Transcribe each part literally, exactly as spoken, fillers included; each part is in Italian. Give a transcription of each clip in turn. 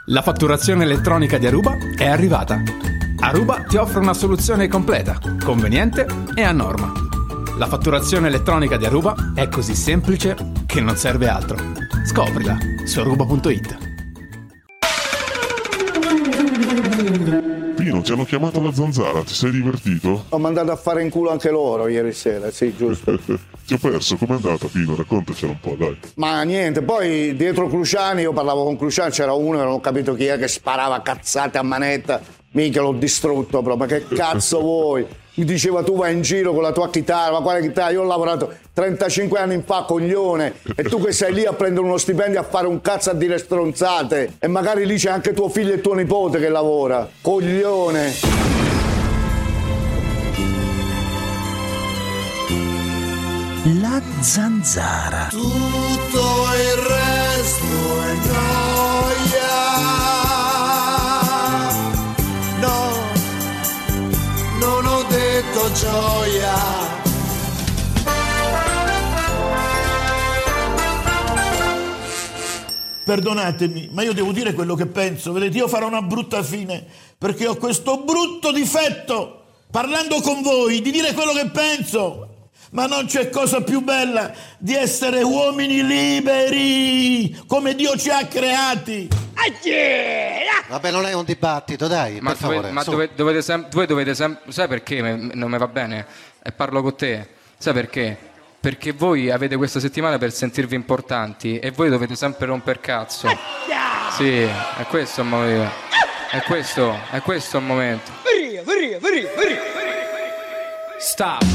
La fatturazione elettronica di Aruba è arrivata. Aruba ti offre una soluzione completa, conveniente e a norma. La fatturazione elettronica di Aruba è così semplice che non serve altro. Scoprila su aruba punto it. Pino, ti hanno chiamato la zanzara, ti sei divertito? Ho mandato a fare in culo anche loro ieri sera, sì, giusto. Ti ho perso, com'è andata Pino? Raccontacela un po', dai. Ma niente, poi dietro Cruciani, io parlavo con Cruciani, c'era uno che non ho capito chi è, che sparava cazzate a manetta. Minchia, l'ho distrutto proprio, ma che cazzo vuoi? Mi diceva tu vai in giro con la tua chitarra, ma quale chitarra? Io ho lavorato trentacinque anni fa, coglione, e tu che sei lì a prendere uno stipendio a fare un cazzo a dire stronzate, e magari lì c'è anche tuo figlio e tuo nipote che lavora, coglione. La zanzara. Tutto il resto è gioia. No, non ho detto gioia. Perdonatemi, ma io devo dire quello che penso. Vedete, io farò una brutta fine perché ho questo brutto difetto, parlando con voi, di dire quello che penso. Ma non c'è cosa più bella di essere uomini liberi, come Dio ci ha creati. Vabbè, non è un dibattito, dai, ma per dove, favore. ma dove, dovete sem- voi dovete sempre... Sai perché me- non mi va bene? E parlo con te. Sai perché? Perché voi avete questa settimana per sentirvi importanti e voi dovete sempre romper cazzo. Sì, è questo il momento. È questo, è questo il momento. Varia, varia, varia, varia. Stop.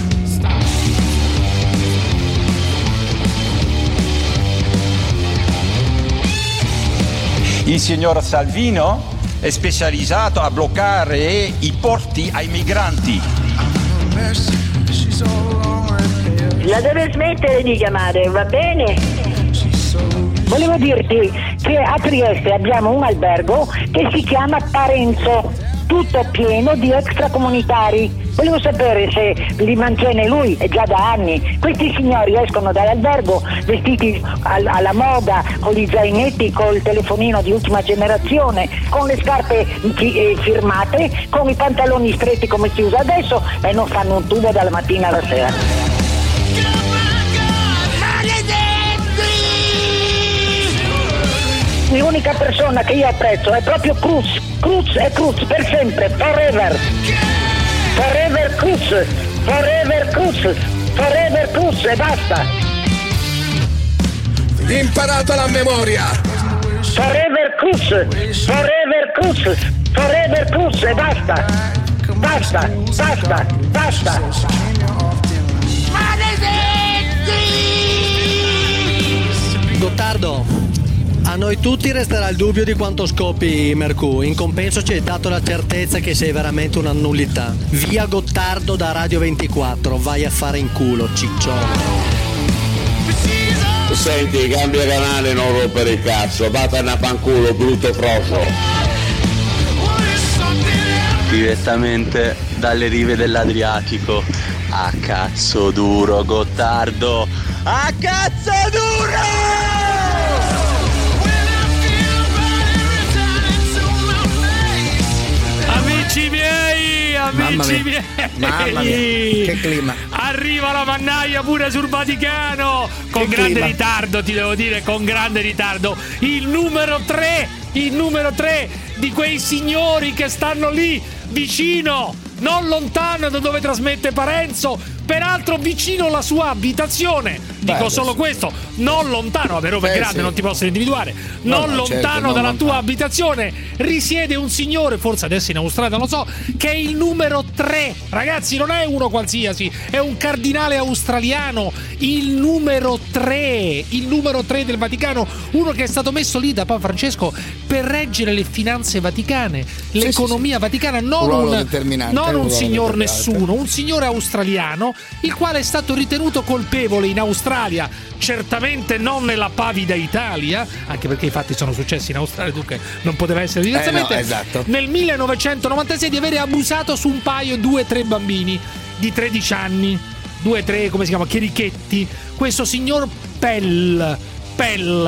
Il signor Salvino è specializzato a bloccare i porti ai migranti. La deve smettere di chiamare, va bene? Volevo dirti che a Trieste abbiamo un albergo che si chiama Parenzo, tutto pieno di extracomunitari. Volevo sapere se li mantiene lui, è già da anni. Questi signori escono dall'albergo vestiti al- alla moda, con gli zainetti, col telefonino di ultima generazione, con le scarpe chi- eh, firmate, con i pantaloni stretti come si usa adesso, e non fanno un tubo dalla mattina alla sera. L'unica persona che io apprezzo è proprio Cruz. Cruz è Cruz per sempre, forever. Forever Cruz, forever Cruz, forever Cruz e basta. Imparata la memoria. Forever Cruz, forever Cruz, forever Cruz e basta. Basta, basta, basta. Gottardo, a noi tutti resterà il dubbio di quanto scopi Mercù. In compenso ci hai dato la certezza che sei veramente una nullità. Via Gottardo da Radio ventiquattro, vai a fare in culo, ciccione. Senti, cambia canale, non rompere il cazzo, vattene a fanculo, brutto frocio. Direttamente dalle rive dell'Adriatico. A cazzo duro, Gottardo! A cazzo duro! Amici miei, amici miei, mamma mia, che clima. Arriva la mannaia pure sul Vaticano. Con Che grande clima. ritardo, ti devo dire, con grande ritardo. Il numero tre, il numero tre di quei signori che stanno lì vicino, non lontano da dove trasmette Parenzo, peraltro vicino alla sua abitazione. Dico Beh, solo sì. questo, non lontano, vabbè, Roma è Eh, grande, sì. non ti posso individuare. No, Non no, lontano certo, non dalla tua lontano. abitazione risiede un signore, forse adesso in Australia, non lo so, che è il numero tre. Ragazzi, non è uno qualsiasi, è un cardinale australiano, il numero tre, il numero tre del Vaticano, uno che è stato messo lì da Papa Francesco per reggere le finanze vaticane, l'economia sì, sì. vaticana, non Un ruolo un, determinante, non un un ruolo signor determinante. nessuno, un signore australiano, il quale è stato ritenuto colpevole in Australia, certamente non nella pavida Italia, anche perché i fatti sono successi in Australia, dunque non poteva essere diversamente, Eh no, esatto. nel millenovecentonovantasei di avere abusato su un paio, due, tre bambini di tredici anni, due, tre, come si chiama, chierichetti. Questo signor Pell, Pell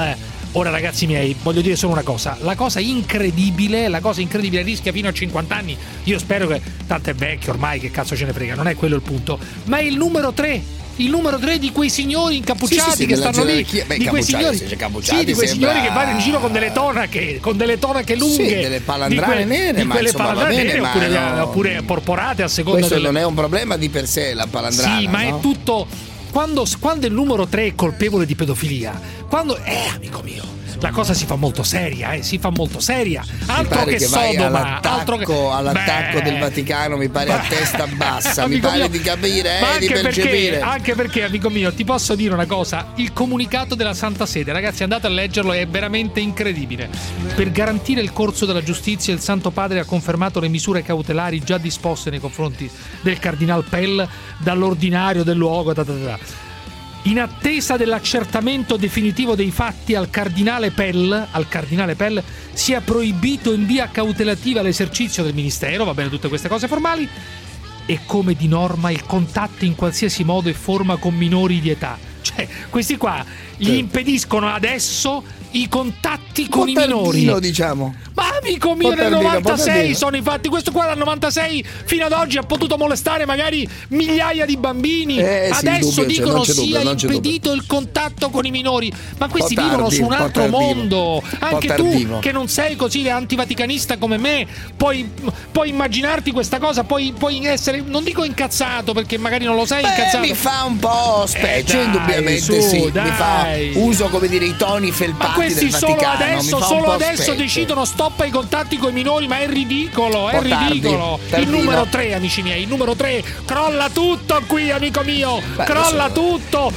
Ora ragazzi miei, voglio dire solo una cosa, la cosa incredibile, la cosa incredibile rischia fino a cinquanta anni, io spero che, tanto è vecchio ormai, che cazzo ce ne frega, non è quello il punto, ma è il numero tre. Il numero tre di quei signori incappucciati, sì, sì, sì, che stanno lì, Beh, di quei signori, sì, sì, di quei sembra... signori che vanno in giro con delle tonache, con delle tonache lunghe, sì, delle palandrane di que- nere, di ma quelle insomma, palandrane va bene, nere, ma oppure, no. oppure porporate a seconda questo del... non è un problema di per sé, la palandrana. Sì, ma no? è tutto quando, quando il numero tre è colpevole di pedofilia, quando eh amico mio, la cosa si fa molto seria, eh, si fa molto seria. Altro che, che Sodoma, all'attacco, altro che all'attacco Beh, del Vaticano, mi pare a testa bassa, mi amico pare mio, di capire, ma eh, di anche percepire. Perché, anche perché, amico mio, ti posso dire una cosa: il comunicato della Santa Sede, ragazzi, andate a leggerlo, è veramente incredibile. Per garantire il corso della giustizia, il Santo Padre ha confermato le misure cautelari già disposte nei confronti del Cardinal Pell dall'ordinario del luogo. Da, da, da. In attesa dell'accertamento definitivo dei fatti, al cardinale Pell, al cardinale Pell sia proibito in via cautelativa l'esercizio del ministero, va bene tutte queste cose formali, e come di norma il contatto in qualsiasi modo e forma con minori di età. Cioè, questi qua gli impediscono adesso i contatti con i minori, diciamo. Ma amico mio, nel novantasei sono infatti, questo qua dal novantasei fino ad oggi ha potuto molestare magari migliaia di bambini, eh, sì, adesso dubbio, dicono cioè, sia dubbio, impedito il contatto con i minori, ma questi tardi, vivono su un altro tardivo, mondo. Anche tu tardivo. che non sei così antivaticanista come me puoi, puoi immaginarti questa cosa, puoi, puoi essere, non dico incazzato perché magari non lo sei. Beh, incazzato mi fa un po' specie, eh, dai, indubbiamente su, sì, dai. mi fa uso, come dire, i toni felpati. Ma questi del solo Vaticano, adesso, mi fa solo un po' adesso specie. decidono stop ai contatti con i minori, ma è ridicolo, è Un po' tardi, ridicolo. tardino. Il numero tre, amici miei, il numero tre crolla tutto qui, amico mio. Beh, crolla adesso... tutto.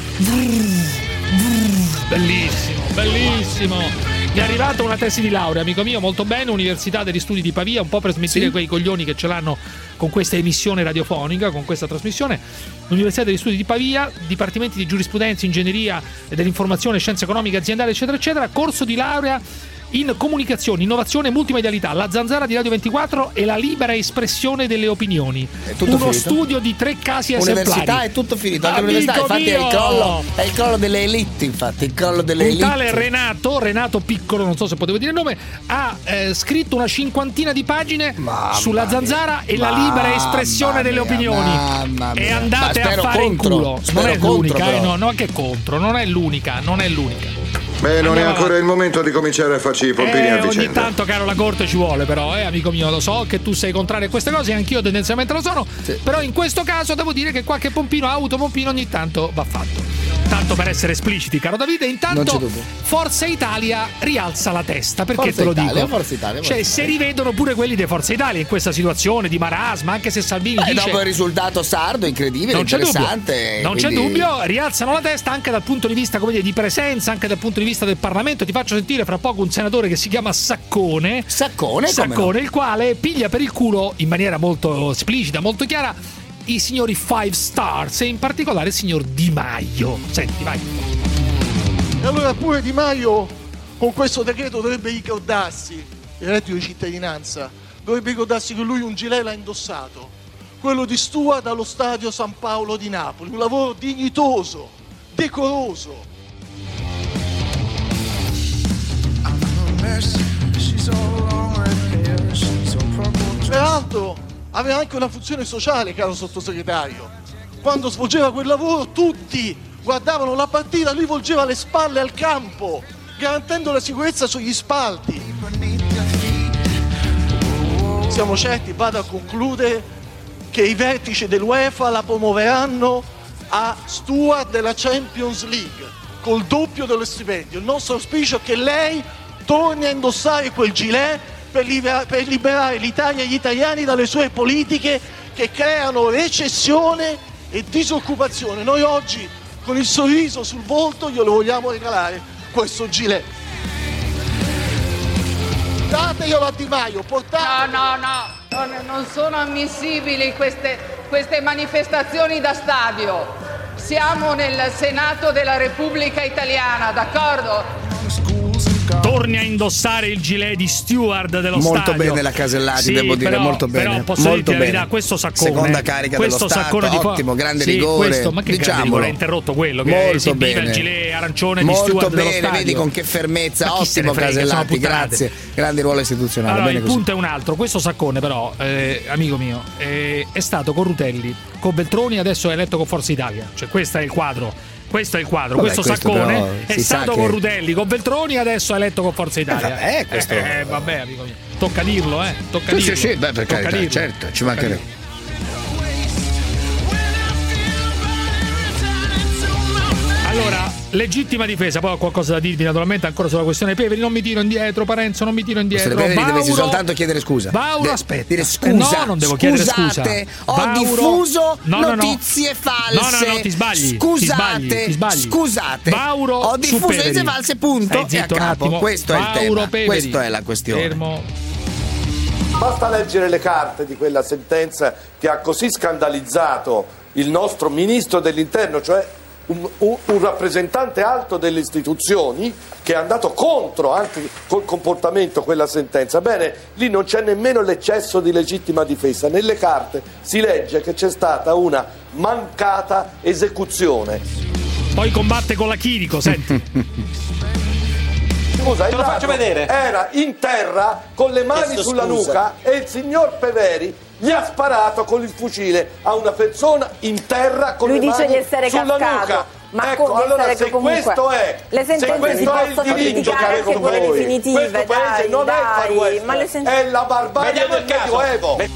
Bellissimo, bellissimo. Mi è arrivata una tesi di laurea, amico mio, molto bene, Università degli Studi di Pavia, un po' per smentire sì? quei coglioni che ce l'hanno con questa emissione radiofonica, con questa trasmissione. L'Università degli Studi di Pavia, Dipartimenti di Giurisprudenza, Ingegneria dell'Informazione, Scienze Economiche Aziendali, eccetera, eccetera, corso di laurea in comunicazione, innovazione e multimedialità, la zanzara di Radio ventiquattro e la libera espressione delle opinioni. Uno finito? Studio di tre casi Università esemplari. è tutto finito, anche Amico l'università, infatti mio! è il crollo, è il crollo delle elite, infatti, il crollo delle Un elite. tale Renato, Renato Piccolo, non so se potevo dire il nome, ha eh, scritto una cinquantina di pagine Mamma sulla zanzara mia, e la libera espressione delle mia, opinioni. mamma E mia. andate Ma a spero fare contro, in culo. spero Non è contro, l'unica, però. eh, no, no, anche contro, non è l'unica, non è l'unica. Beh, non Andiamo è ancora avanti. il momento di cominciare a farci i pompini Eh, a ogni vicenda. tanto, caro, la corte ci vuole, però, eh, amico mio, lo so che tu sei contrario a queste cose, anch'io tendenzialmente lo sono, sì. Però in questo caso devo dire che qualche pompino, autopompino ogni tanto va fatto. Tanto per essere espliciti, caro Davide, Non c'è intanto dubbio. Forza Italia rialza la testa, perché Forza te lo Italia, dico? Forza Italia, Forza cioè, Italia. se rivedono pure quelli di Forza Italia in questa situazione di marasma, anche se Salvini Beh, dice... dopo il risultato sardo, incredibile, Non c'è dubbio, interessante. non c'è quindi- dubbio, rialzano la testa anche dal punto di vista, come dire, di presenza, anche dal punto di vista del Parlamento. Ti faccio sentire fra poco un senatore che si chiama Saccone. Saccone, come Saccone, no? il quale piglia per il culo in maniera molto esplicita, molto chiara, i signori Five Stars e in particolare il signor Di Maio. Senti, vai. E allora pure Di Maio con questo decreto dovrebbe ricordarsi, il reddito di cittadinanza, dovrebbe ricordarsi che lui un gilet l'ha indossato, quello di Stuart allo stadio San Paolo di Napoli, un lavoro dignitoso, decoroso. Peraltro aveva anche una funzione sociale, caro sottosegretario. Quando svolgeva quel lavoro tutti guardavano la partita, lui volgeva le spalle al campo, garantendo la sicurezza sugli spalti. Siamo certi, vado a concludere, che i vertici dell'UEFA la promuoveranno a steward della Champions League, col doppio dello stipendio. Il nostro auspicio è che lei torni a indossare quel gilet per, libera- per liberare l'Italia e gli italiani dalle sue politiche che creano recessione e disoccupazione. Noi oggi, con il sorriso sul volto, glielo vogliamo regalare questo gilet. Dateglielo a Di Maio, portatelo. No, no, no, non, non sono ammissibili queste, queste manifestazioni da stadio. Siamo nel Senato della Repubblica Italiana, d'accordo? torni a indossare il gilet di steward dello molto stadio. Molto bene la Casellati, sì, devo dire, però, molto bene. Però posso molto dirti la bene. verità, questo saccone. Seconda carica questo dello saccone Stato, di ottimo, grande sì, rigore. Questo, ma che diciamolo. grande rigore, ha interrotto quello che molto esibiva bene. il gilet arancione molto di steward bene, dello stadio. vedi con che fermezza, Ma chi se ne ottimo frega, sono Casellati, puttanate. grazie. Grande ruolo istituzionale. Allora, bene il così. punto è un altro. Questo saccone, però, eh, amico mio, eh, è stato con Rutelli, con Veltroni, adesso è eletto con Forza Italia. Cioè, questo è il quadro. Questo è il quadro. Vabbè, questo, questo saccone però è si stato sa con che- Rutelli, con Veltroni, adesso è eletto con Forza Italia. Eh, vabbè, questo- eh, eh, vabbè, amico mio. Tocca dirlo, eh. Tocca Sì, dirlo. sì, sì, beh, per Tocca carità, dirlo. certo, ci Tocca mancherebbe. dirlo. Allora, legittima difesa, poi ho qualcosa da dirvi naturalmente ancora sulla questione Peveri, non mi tiro indietro, Parenzo, non mi tiro indietro. Questo Peveri Vauro, dovessi soltanto chiedere scusa. Vauro, De- aspetta. Dire Eh, scusa. no, non devo chiedere scusa. Scusate, ho Vauro- diffuso No, no, no. notizie false. No, no, no, ti sbagli. Scusate, ti sbagli, ti sbagli. scusate. Vauro ho diffuso su Peveri. notizie false, punto. Stai E a zitto un capo. attimo. Questo è il Vauro tema. Peveri. Questa è la questione. Fermo. Basta leggere le carte di quella sentenza che ha così scandalizzato il nostro ministro dell'interno, cioè un, un- un rappresentante alto delle istituzioni che è andato contro anche col comportamento quella sentenza. Bene, lì non c'è nemmeno l'eccesso di legittima difesa. Nelle carte si legge che c'è stata una mancata esecuzione. Poi combatte con la Chirico, senti. Scusa, Te il lo faccio ladro vedere. era in terra con le mani Chiesto sulla scusa. nuca e il signor Peveri gli ha sparato con il fucile a una persona in terra con Lui le dice mani di essere sulla cascato, nuca. ma Ecco, come allora essere se comunque- questo è le se sentenze questo si è il possono diritto che criticare avete anche quelle voi, definitive, questo paese dai, non è il dai, Far West, ma le sen- è la barbarie Vediamo del il caso. Medioevo. Ve-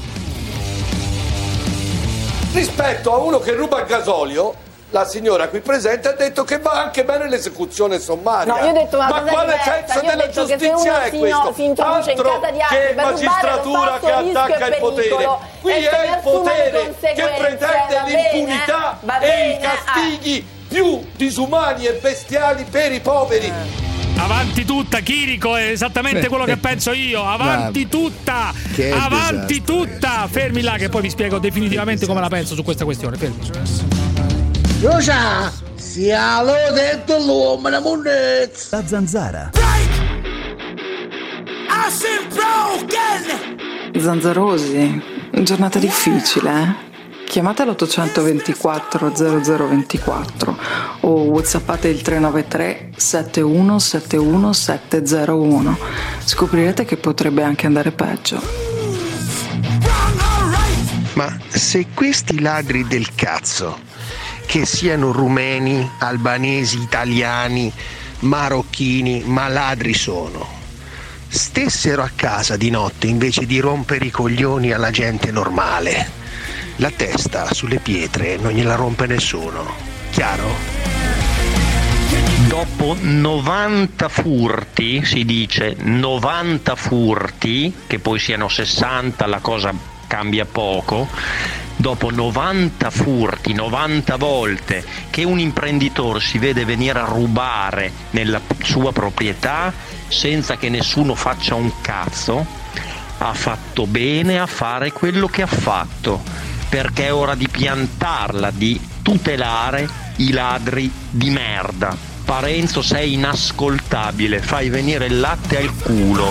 Rispetto a uno che ruba il gasolio, la signora qui presente ha detto che va anche bene l'esecuzione sommaria. No, io ho detto una ma cosa quale diversa. senso Io ho della detto che se giustizia uno è si, questo? no, si introduce in Altro casa di altri che per rubare magistratura lo che falso rischio attacca e il potere. pericolo, Qui e se è ne il assume le potere che conseguenze, pretende va bene, l'impunità va e bene, i castighi più disumani e bestiali per i poveri. Avanti tutta, Chirico, è esattamente quello che penso io. Avanti tutta, Che avanti disastro. tutta. Fermi là che poi vi spiego definitivamente come la penso su questa questione. Fermi. Io sa, si allo detto l'uomo una monnezza. La Zanzara. Zanzarosi, giornata difficile, eh? Chiamate l'ottocento ventiquattro zero zero ventiquattro o whatsappate il tre nove tre sette uno sette uno sette zero uno. Scoprirete che potrebbe anche andare peggio. Ma se questi ladri del cazzo, che siano rumeni, albanesi, italiani, marocchini, ma ladri sono, stessero a casa di notte invece di rompere i coglioni alla gente normale, la testa sulle pietre non gliela rompe nessuno, chiaro? Dopo novanta furti, si dice novanta furti, che poi siano sessanta, la cosa cambia poco. Dopo novanta furti, novanta volte che un imprenditore si vede venire a rubare nella sua proprietà senza che nessuno faccia un cazzo, ha fatto bene a fare quello che ha fatto, perché è ora di piantarla, di tutelare i ladri di merda. Parenzo, sei inascoltabile, fai venire il latte al culo.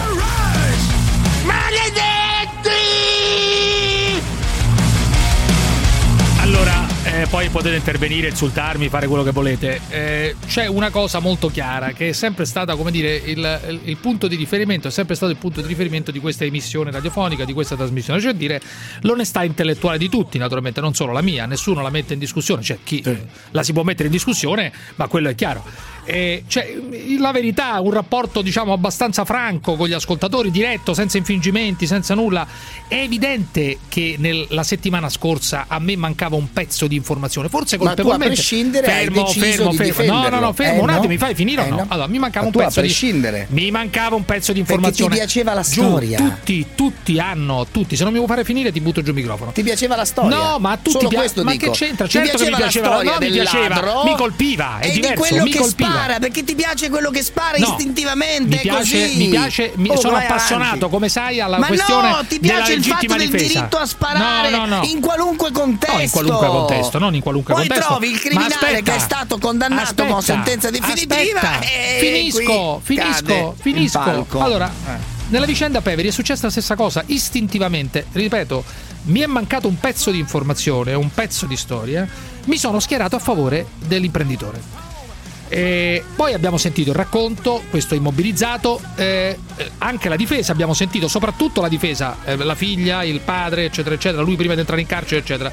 Allora, eh, poi potete intervenire, insultarmi, fare quello che volete. Eh, c'è una cosa molto chiara che è sempre stata, come dire, il, il, il punto di riferimento, è sempre stato il punto di riferimento di questa emissione radiofonica, di questa trasmissione, cioè dire l'onestà intellettuale di tutti, naturalmente, non solo la mia, nessuno la mette in discussione, cioè chi eh, la si può mettere in discussione, ma quello è chiaro. Eh, cioè, la verità, un rapporto diciamo abbastanza franco con gli ascoltatori, diretto, senza infingimenti, senza nulla. È evidente che nella settimana scorsa a me mancava un pezzo di informazione, forse Ma tu a colpevolmente. prescindere hai fermo, deciso fermo, di fermo. No, difenderlo. no, no, fermo Eh, un no? attimo, mi fai finire Eh, o no? no? Allora, mi mancava Ma un tu a pezzo di prescindere. Mi mancava un pezzo di Perché informazione. ti piaceva la Giù, storia. tutti, tutti hanno, tutti, se non mi vuoi fare finire ti butto giù il microfono. Ti piaceva la storia? No, ma tu Solo ti pia- questo ma dico. che c'entra? Ti Certo che mi piaceva la piaceva, storia no, mi del piaceva, ladro mi colpiva, è e di diverso, quello mi che colpiva. spara, perché ti piace quello che spara No, istintivamente. mi piace, così. mi piace, mi- Oh, sono vai appassionato, avanti. come sai, alla Ma questione no, ti della piace il fatto legittima del difesa. diritto a sparare No, no, no. in qualunque contesto. No, in qualunque contesto, non in qualunque Poi contesto. trovi il Ma criminale aspetta, che è stato condannato aspetta, con sentenza definitiva aspetta, e finisco, qui cade finisco, il finisco. palco. Allora, nella vicenda Peveri è successa la stessa cosa, istintivamente, ripeto, mi è mancato un pezzo di informazione, un pezzo di storia, mi sono schierato a favore dell'imprenditore. E poi abbiamo sentito il racconto, questo immobilizzato, eh, anche la difesa abbiamo sentito, soprattutto la difesa, eh, la figlia, il padre, eccetera, eccetera, lui prima di entrare in carcere, eccetera.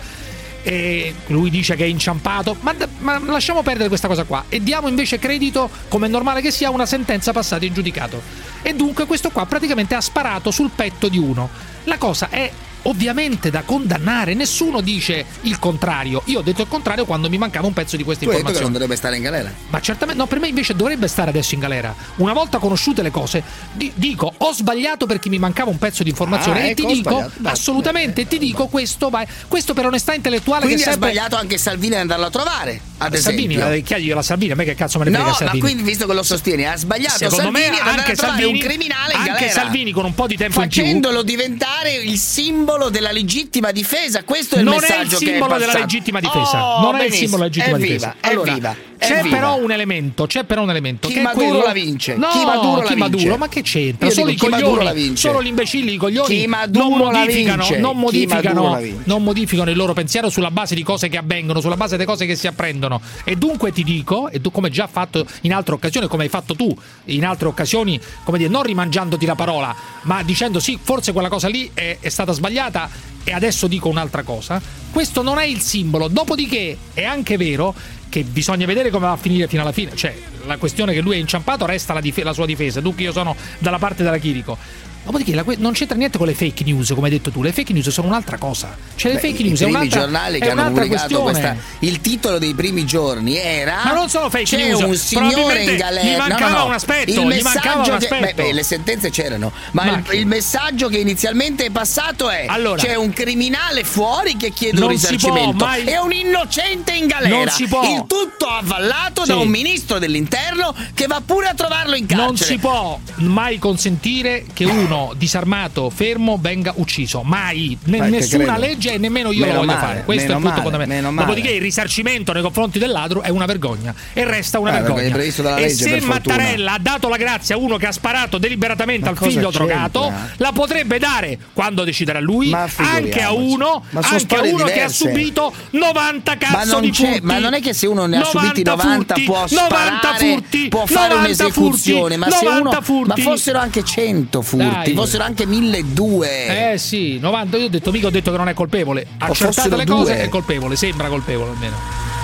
E lui dice che è inciampato, ma, ma lasciamo perdere questa cosa qua e diamo invece credito, come è normale che sia, a una sentenza passata in giudicato. E dunque questo qua praticamente ha sparato sul petto di uno. La cosa è ovviamente da condannare, nessuno dice il contrario. Io ho detto il contrario quando mi mancava un pezzo di questa Tu hai detto che informazione. non dovrebbe stare in galera. Ma certamente no, per me invece dovrebbe stare adesso in galera. Una volta conosciute le cose, di- dico ho sbagliato perché mi mancava un pezzo di informazione Ah, e ecco, ti ho dico sbagliato. Beh, assolutamente, e ti dico questo, vai, questo per onestà intellettuale. Quindi che ha serve... sbagliato anche Salvini ad andarlo a trovare, ad Salvini, esempio. eh, chiaglielo a Salvini, a me che cazzo me ne frega No, Salvini. ma quindi visto che lo sostieni, ha sbagliato Secondo Salvini me ad andare anche a trovare Salvini, un criminale in anche galera. Salvini con un po' di tempo in più, facendolo diventare il simbolo della legittima difesa. Questo è il non è il messaggio che è simbolo della passato. legittima difesa, Oh, non è il benissimo. simbolo della legittima Evviva, difesa. Allora, evviva, c'è evviva. però un elemento, c'è però un elemento Chi che è Maduro quello... la vince? No, Chi Maduro la chi vince? Maduro, ma che c'entra? Io Solo dico i chi Maduro la coglioni, vince. solo gli imbecilli, i coglioni Chi Maduro non la modificano, vince? non Chi Maduro modificano, la vince? non modificano il loro pensiero sulla base di cose che avvengono, sulla base delle cose che si apprendono. E dunque ti dico, e tu come già fatto in altre occasioni, come hai fatto tu in altre occasioni, come dire, non rimangiandoti la parola, ma dicendo sì, forse quella cosa lì è, è stata sbagliata e adesso dico un'altra cosa. Questo non è il simbolo. Dopodiché è anche vero che bisogna vedere come va a finire fino alla fine. Cioè, la questione che lui è inciampato resta la, dif- la sua difesa. Dunque io sono dalla parte della Chirico. Dopodiché la que- non c'entra niente con le fake news, come hai detto tu. Le fake news sono un'altra cosa. Cioè le Beh, fake news i è primi un'altra giornali è che hanno un'altra pubblicato questione. questa, il titolo dei primi giorni era Ma non sono fake c'è news, un signore probabilmente in galera. gli mancava no, no, no. un aspetto, il gli messaggio mancava un che, aspetto. beh, beh, le sentenze c'erano, ma, Ma il, che- il messaggio che inizialmente è passato è Allora, c'è un criminale fuori che chiede un non si può risarcimento mai- e un innocente in galera. Non si può. Il tutto avvallato da Sì. un ministro dell'interno che va pure a trovarlo in carcere. Non si può mai consentire che uno disarmato, fermo, venga ucciso. Mai. Ne- Beh, che nessuna credo. legge e nemmeno io Meno lo voglio male, fare. Questo è meno il punto male, fondamentale. meno male. Dopodiché il risarcimento nei confronti del ladro è una vergogna. E resta una Eh, vergogna. perché è previsto dalla e legge, se per fortuna. Mattarella ha dato la grazia a uno che ha sparato deliberatamente Ma al cosa figlio c'entra? drogato, la potrebbe dare quando deciderà lui Ma anche a figuriamoci. uno, Ma sono anche a storie uno che ha diverse. subito novanta cazzo Ma non, di c'è- furti. ma non è che se uno ne ha subiti novanta furti, può novanta sparare, furti, può fare novanta un'esecuzione, furti, ma se uno novanta furti. ma fossero anche cento furti, Dai. fossero anche milleduecento. Eh sì, novanta, io ho detto, mica ho detto che non è colpevole. Accertate fossero le cose, due. è colpevole, sembra colpevole almeno.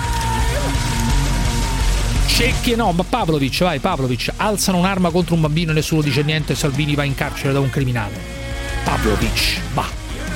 Cecchi, no, ma Pavlovic, vai, Pavlovic, alzano un'arma contro un bambino e nessuno dice niente, Salvini va in carcere da un criminale. Pavlovic, va.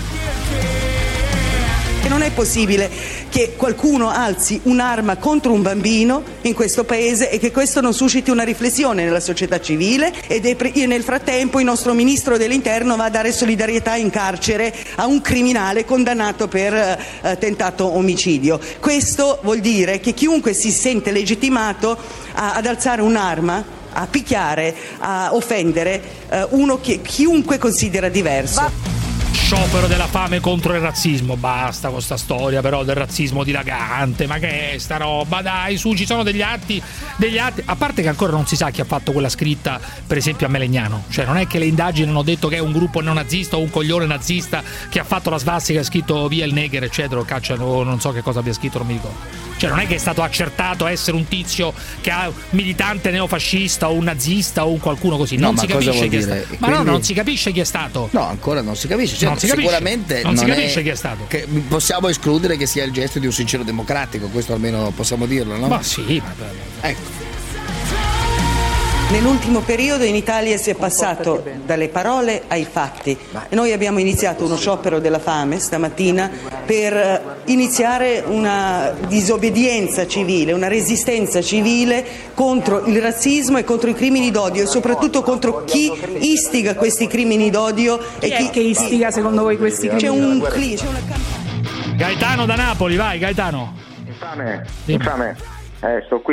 E non è possibile che qualcuno alzi un'arma contro un bambino in questo paese e che questo non susciti una riflessione nella società civile ed è pre- e nel frattempo il nostro ministro dell'interno va a dare solidarietà in carcere a un criminale condannato per eh, tentato omicidio. Questo vuol dire che chiunque si sente legittimato a- ad alzare un'arma, a picchiare, a offendere eh, uno che chiunque considera diverso. Sciopero della fame contro il razzismo. Basta con sta storia però del razzismo dilagante. Ma che è sta roba? Dai, su, ci sono degli atti, degli atti. A parte che ancora non si sa chi ha fatto quella scritta, per esempio a Melegnano. Cioè, non è che le indagini hanno detto che è un gruppo neonazista o un coglione nazista che ha fatto la svastica, ha scritto via il Neger, eccetera, o caccia, o non so che cosa abbia scritto, non mi ricordo. Cioè, non è che è stato accertato essere un tizio che ha un militante neofascista o un nazista o un qualcuno così. No, Non ma si cosa capisce vuol chi è dire? stato. Ma Quindi- no, non si capisce chi è stato. No, ancora non si capisce. Certo, Non si capisce. sicuramente Non si non capisce è- chi è stato. Che possiamo escludere che sia il gesto di un sincero democratico, questo almeno possiamo dirlo, no? Ma sì, ma ecco. Nell'ultimo periodo in Italia si è passato dalle parole ai fatti e noi abbiamo iniziato uno sciopero della fame stamattina per eh, iniziare una disobbedienza civile, una resistenza civile contro il razzismo e contro i crimini d'odio e soprattutto contro chi istiga questi crimini d'odio e chi che istiga secondo voi questi C'è crimini un d'odio? cli- c'è una Gaetano da Napoli, vai Gaetano. Infame, Dimmi. infame. Eh, sto qui.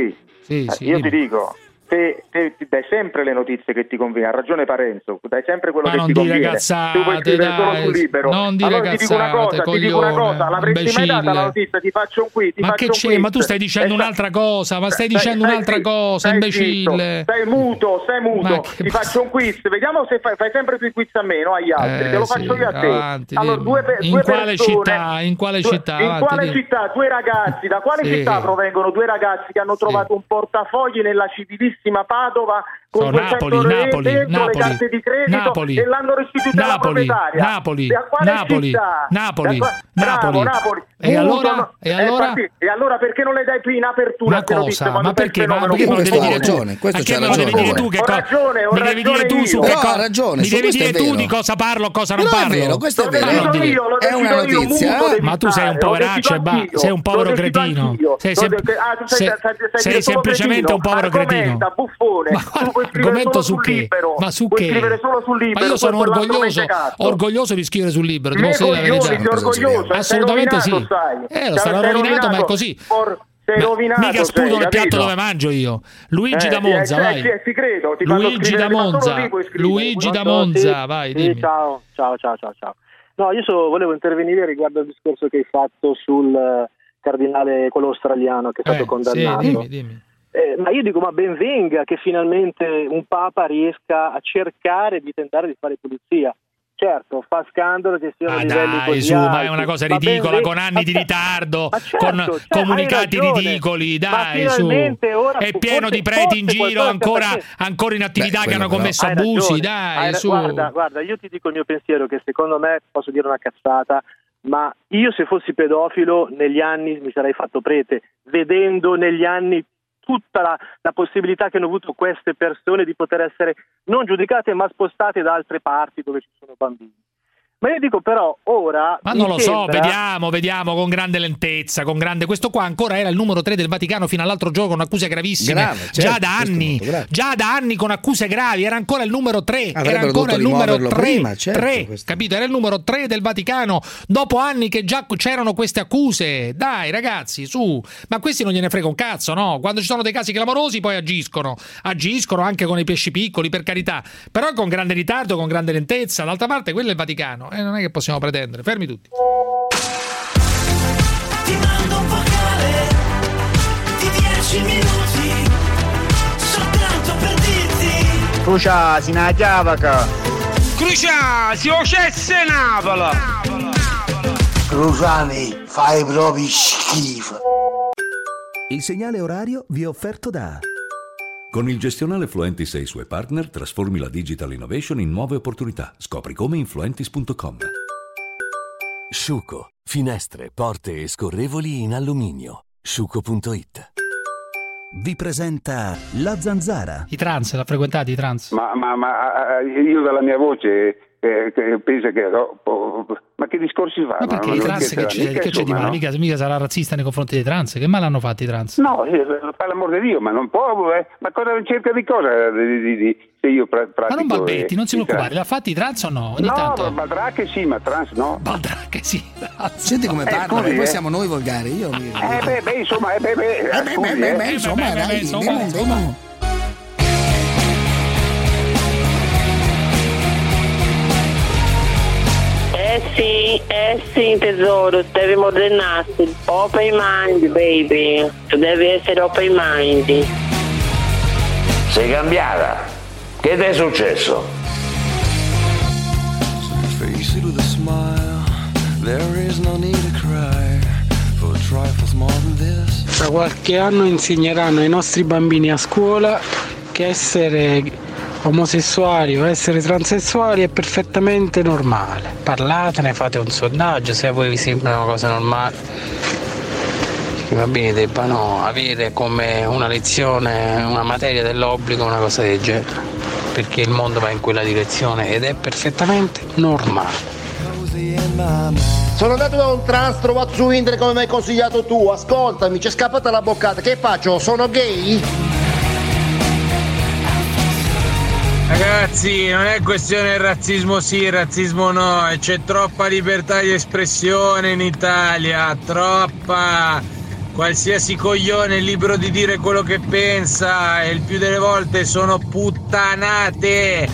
Sì, Eh, sì, io dimmi. ti dico, te, te ti dai sempre le notizie che ti conviene, ha ragione Parenzo, dai sempre quello Ma che non ti dire conviene. cazzate, Tu puoi scrivere dai, solo sul Libero. non dire allora ti dico una cazzate, cosa, ti dico una coglione, cosa, l'avresti mai data la imbecille. notizia, ti faccio un quiz, ti Ma faccio che un c'è? quiz. Ma tu stai dicendo Eh, un'altra cosa, ma stai dicendo stai un'altra zitto, cosa, stai imbecille. zitto, Stai muto, stai muto. Ma che- Ti faccio un quiz, vediamo se fai, fai sempre più quiz a me, no agli altri. Eh, Te lo sì, faccio io a te. avanti, allora, dimmi. due, pe- In due quale persone, città? In quale due- città? In Avanti, quale dimmi. città? Due ragazzi, da quale Sì. città provengono due ragazzi che hanno trovato un portafogli nella civilissima Padova con So, duecento Napoli, euro Napoli, dentro, Napoli, le carte di credito Napoli, e l'hanno restituita alla Napoli, proprietaria. Napoli, E a quale Napoli, città? Napoli, E a qua- Napoli. Bravo, Napoli. E Muto, allora? no? E Eh, allora? infatti, e allora perché non le dai più in apertura Ma queste notizie cosa? quando Ma fai il perché? Ma fenomeno? perché me lo devi Questo ha dire tu? ragione, questo A che c'ha me lo devi ragione. dire tu? Che Ho co- ragione, ho mi devi ragione dire tu su io. che Però co- ha ragione, mi su devi questo dire è tu vero. di cosa parlo, cosa non No, è parlo. vero, questo è L'ho vero. Ma non deciso devi- io, l'ho È una deciso io, notizia. muto devi Ma tu sei un stare, l'ho poveraccio e deciso ba- anch'io, sei un povero l'ho deciso cretino. anch'io. Sei L'ho sem- de- ah, tu sei- sei- sei- sei sei dire solo semplicemente cretino. un povero cretino. Argomenta, buffone. Ma Tu guarda, puoi scrivere argomento solo su sul che? Libero. Ma su Puoi che? scrivere solo sul Libero. Ma io sono poi quell'altro orgoglioso, mentecatto. orgoglioso di scrivere sul libro, ti Nei posso dire la coglioni, verità. sei orgoglioso, Assolutamente sei sì. rovinato, sai. Eh, lo Sei- sarò sei rovinato, ma è così. Por- sei Ma rovinato, mica sputo sei, nel piatto capito? dove mangio io. Luigi Eh, da Monza, eh, vai. sì, eh, ti credo, ti fanno Luigi scrivere, da ma solo Monza. lì puoi scrivere. Luigi da Pronto? Monza, Sì, vai, sì, dimmi. ciao, ciao, ciao, ciao, ciao. No, io so- volevo intervenire riguardo al discorso che hai fatto sul eh, cardinale, quello australiano che è stato Eh, condannato. sì, dimmi, dimmi. Eh, ma io dico, ma ben venga che finalmente un papa riesca a cercare di tentare di fare pulizia. Certo, fa scandalo che siano Ah livelli dai, così su, alti. ma è una cosa Ma ben ridicola, venga- con anni ma di ce- ritardo, ma certo, con cioè, comunicati hai ragione. ridicoli, Ma dai, su. finalmente ora È fu- pieno forse- di preti in forse giro qualcosa ancora, perché- ancora in attività Beh, che hanno quello commesso Hai abusi, ragione, dai, hai ra- su. Guarda, guarda, io ti dico il mio pensiero che secondo me, posso dire una cazzata, ma io se fossi pedofilo negli anni mi sarei fatto prete, vedendo negli anni tutta la, la possibilità che hanno avuto queste persone di poter essere non giudicate ma spostate da altre parti dove ci sono bambini. Ma io dico però ora Ma mi non lo so, sembra- vediamo, vediamo con grande lentezza, con grande. Questo qua ancora era il numero tre del Vaticano fino all'altro giorno con accuse gravissime. Grave, certo, già da questo è anni, molto grave. già da anni con accuse gravi, era ancora il numero tre, era Avrebbero ancora dovuto il numero rimuoverlo tre, prima, certo, tre, questo. capito? Era il numero tre del Vaticano, dopo anni che già c'erano queste accuse. Dai, ragazzi, su. Ma questi non gliene frega un cazzo, no? Quando ci sono dei casi clamorosi poi agiscono. Agiscono anche con i pesci piccoli, per carità, però con grande ritardo, con grande lentezza. D'altra parte quello è il Vaticano e non è che possiamo pretendere. Fermi tutti. Ti mando un vocale di dieci minuti soltanto per dirti Crucia, si na chiavaca. Crucia, si ocesse Napola. Cruciani, fai proprio schifo. Il segnale orario vi è offerto da... Con il gestionale Fluentis e i suoi partner trasformi la digital innovation in nuove opportunità. Scopri come in fluentis punto com. Sciuco, finestre, porte e scorrevoli in alluminio. sciuco punto it. Vi presenta La Zanzara. I trans, l'ha frequentato i trans? Ma, ma, ma io dalla mia voce eh, che pensa che oh, oh, ma che discorsi fa? Ma perché Ma i non trans scherza, che, c'è, mica, che c'è di insomma, male? no? Mica, mica sarà razzista nei confronti dei trans? Che male hanno fatto i trans? No, eh, per l'amor di Dio, ma non può, eh, ma cosa cerca di cosa di, di, di, se io pra- pratico? Ma non balbetti, eh, non si i preoccupare, trans? l'ha fatti i trans o no? Ogni No, tanto. Baldracche sì, ma trans no. Baldracche sì. Senti come Eh, parla, scusi, poi eh. siamo noi volgari. Io mi... Eh beh, beh, insomma, eh, beh, beh, Eh, beh, scusi, beh, beh, eh. beh, insomma, beh, beh, dai, insomma, dimmi, insomma. dimmi. Eh sì, eh sì tesoro, devi modernarsi. Open mind, baby. Tu devi essere open mind. Sei cambiata? Che ti è successo? Face it with a smile. There is no need to cry for trifles more than this. Tra qualche anno insegneranno ai nostri bambini a scuola che essere omosessuali o essere transessuali è perfettamente normale. Parlatene, fate un sondaggio se a voi vi sembra una cosa normale. I bambini debbano avere come una lezione, una materia dell'obbligo, una cosa del genere, perché il mondo va in quella direzione ed è perfettamente normale. Sono andato da un trans trovato su internet come mi hai consigliato tu. Ascoltami, c'è scappata la boccata. Che faccio? Sono gay? Ragazzi, non è questione razzismo sì, razzismo no, e c'è troppa libertà di espressione in Italia, troppa. qualsiasi coglione è libero di dire quello che pensa e il più delle volte sono puttanate.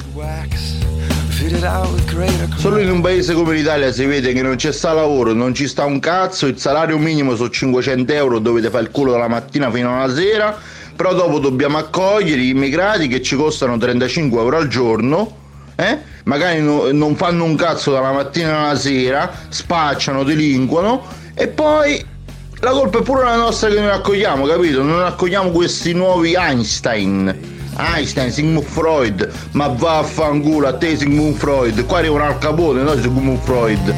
Solo in un paese come l'Italia si vede che non c'è sta lavoro, non ci sta un cazzo, il salario minimo sono cinquecento euro, dovete fare il culo dalla mattina fino alla sera, però dopo dobbiamo accogliere gli immigrati che ci costano trentacinque euro al giorno, eh? Magari no, non fanno un cazzo dalla mattina alla sera, spacciano, delinquono e poi la colpa è pure la nostra che non accogliamo, capito? Non accogliamo questi nuovi Einstein. Einstein, Sigmund Freud, ma vaffanculo a te Sigmund Freud, qua arriva un Al Capone, no Sigmund Freud.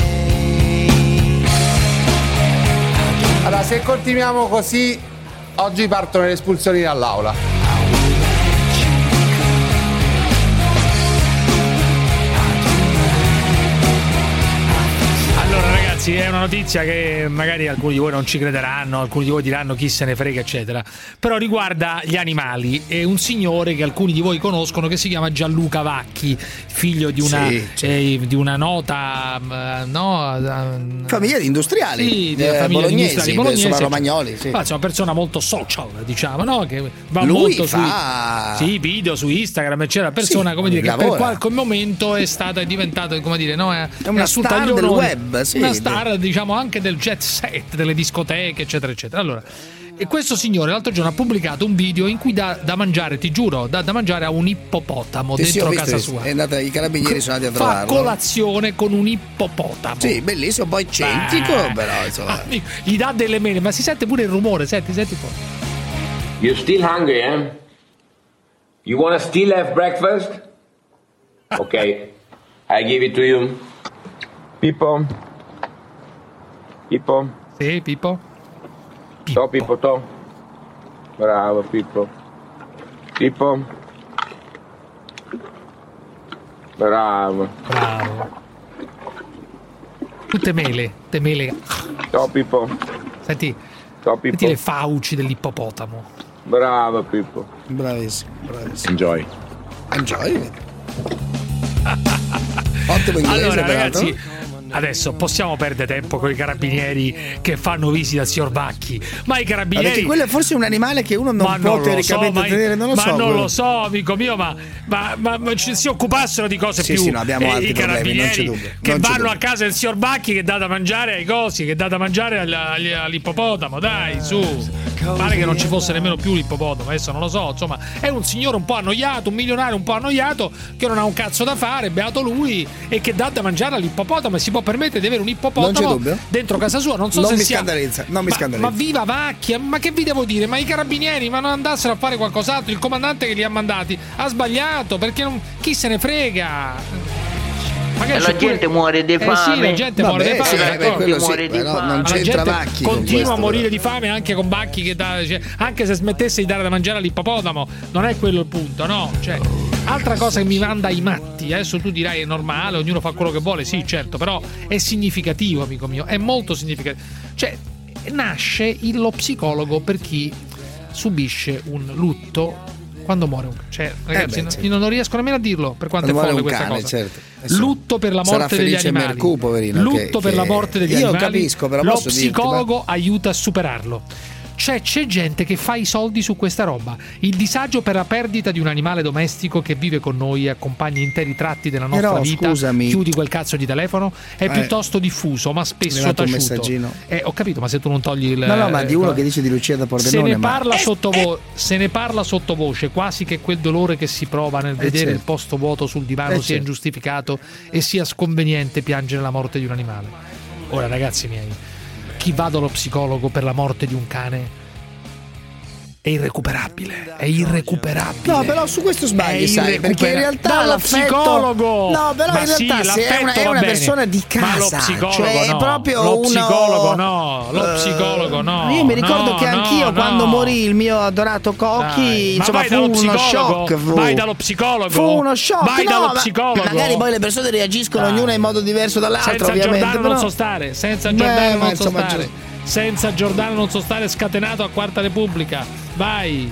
Allora, se continuiamo così, oggi partono le espulsioni dall'aula. È una notizia che magari alcuni di voi non ci crederanno, alcuni di voi diranno chi se ne frega eccetera, però riguarda gli animali. È un signore che alcuni di voi conoscono che si chiama Gianluca Vacchi, figlio di una, sì, eh, di una nota no, famiglia di industriali, sì, di eh, famiglia bolognesi, di industriali bolognesi, insomma, romagnoli, sì. Faccia una persona molto social, diciamo, no? Che va Lui molto fa... sui sì, video su Instagram, eccetera. Persona sì, come dire lavora. Che per qualche momento è stata è diventata come dire no è, è una è star del web, sì, una star diciamo anche del jet set, delle discoteche eccetera eccetera. Allora, e questo signore l'altro giorno ha pubblicato un video in cui dà da mangiare, ti giuro, dà da mangiare a un ippopotamo sì, dentro sì, casa visto, sua. È andata, i carabinieri sono andati a trovarlo. Fa colazione con un ippopotamo. Sì, bellissimo, poi eccentrico, eh, però insomma. Amico, gli dà delle mele, ma si sente pure il rumore, senti, senti un po'. You're still hungry, eh? You wanna still have breakfast? Okay, I give it to you. Pippo. Pippo. Sì, Pippo. Pippo. To, Pippo, to. Bravo, Pippo. Pippo. Bravo. Bravo. Tutte mele, te mele. To, Pippo. Senti, to, Pippo. Senti le fauci dell'ippopotamo. Bravo, Pippo. Bravissimo, bravissimo. Enjoy. Enjoy. Ottimo inglese, allora, peraltro. ragazzi, adesso possiamo perdere tempo con i carabinieri che fanno visita al signor Vacchi, ma i carabinieri, perché quello è forse un animale che uno non ma può non teoricamente so, tenere, non lo ma so. Ma non quello. lo so, amico mio, ma, ma, ma, ma ci si occupassero di cose sì, più sì, no, abbiamo eh, altri i problemi, carabinieri non c'è dubbio, che non c'è vanno dubbio. a casa del signor Vacchi che dà da mangiare ai cosi, che dà da mangiare agli, all'ippopotamo, dai, su. Pare che non ci fosse nemmeno più l'ippopotamo, adesso non lo so, insomma, è un signore un po' annoiato, un milionario un po' annoiato che non ha un cazzo da fare, beato lui, e che dà da mangiare all'ippopotamo e si può permettere di avere un ippopotamo dentro casa sua. Non so non se mi sia scandalizza, non mi ma, scandalizza. ma viva Vacchia, ma che vi devo dire? Ma i carabinieri, ma non andassero a fare qualcos'altro? Il comandante che li ha mandati ha sbagliato, perché non, chi se ne frega? Magari la gente pure... muore di fame. Eh sì, la gente Vabbè, muore di fame. Sì, ecco, quello sì, muore di però fame. non c'entra Vacchi. Continua a morire di fame anche con Vacchi che dà, cioè, anche se smettesse di dare da mangiare all'ippopotamo, non è quello il punto, no? Cioè, altra cosa che mi manda ai matti, adesso tu dirai è normale, ognuno fa quello che vuole, sì, certo, però è significativo, amico mio, è molto significativo. Cioè, nasce lo psicologo per chi subisce un lutto quando muore un cioè ragazzi, eh beh, certo. non riesco nemmeno a dirlo per quanto quando è folle questa cane, cosa certo. Lutto per la morte degli animali Mercù, poverino, lutto che, per che... la morte degli io animali capisco, però lo posso psicologo dirti, ma... aiuta a superarlo. Cioè c'è gente che fa i soldi su questa roba. Il disagio per la perdita di un animale domestico che vive con noi e accompagna interi tratti della nostra però, vita. Scusami. Chiudi quel cazzo di telefono. È eh, piuttosto diffuso, ma spesso taciuto. Eh, ho capito, ma se tu non togli il. No, no, ma di uno che dice di Lucia da Pordenone. Se ne parla ma... sottovo- eh, se ne parla sottovoce, quasi che quel dolore che si prova nel vedere certo. il posto vuoto sul divano eh sia certo. ingiustificato e sia sconveniente piangere la morte di un animale. Ora, ragazzi miei, chi va dallo psicologo per la morte di un cane è irrecuperabile, è irrecuperabile. No, però su questo sbagli, sai, perché in realtà dallo l'affetto... psicologo. No, però ma in realtà sì, se è una, è una persona di casa, ma lo psicologo cioè no. è proprio lo uno... psicologo no, lo uh, psicologo no. Io mi ricordo no, che anch'io no, quando no. morì il mio adorato Cocchi, Dai, insomma vai fu dallo uno psicologo, shock. Fu. Vai dallo psicologo. Fu uno shock. Vai no, dallo ma psicologo. Magari poi le persone reagiscono Dai. ognuna in modo diverso dall'altro, senza ovviamente. Giordano però... non so stare, senza Beh, Giordano non so insomma, stare. Senza Giordano non so stare, scatenato a Quarta Repubblica. Vai.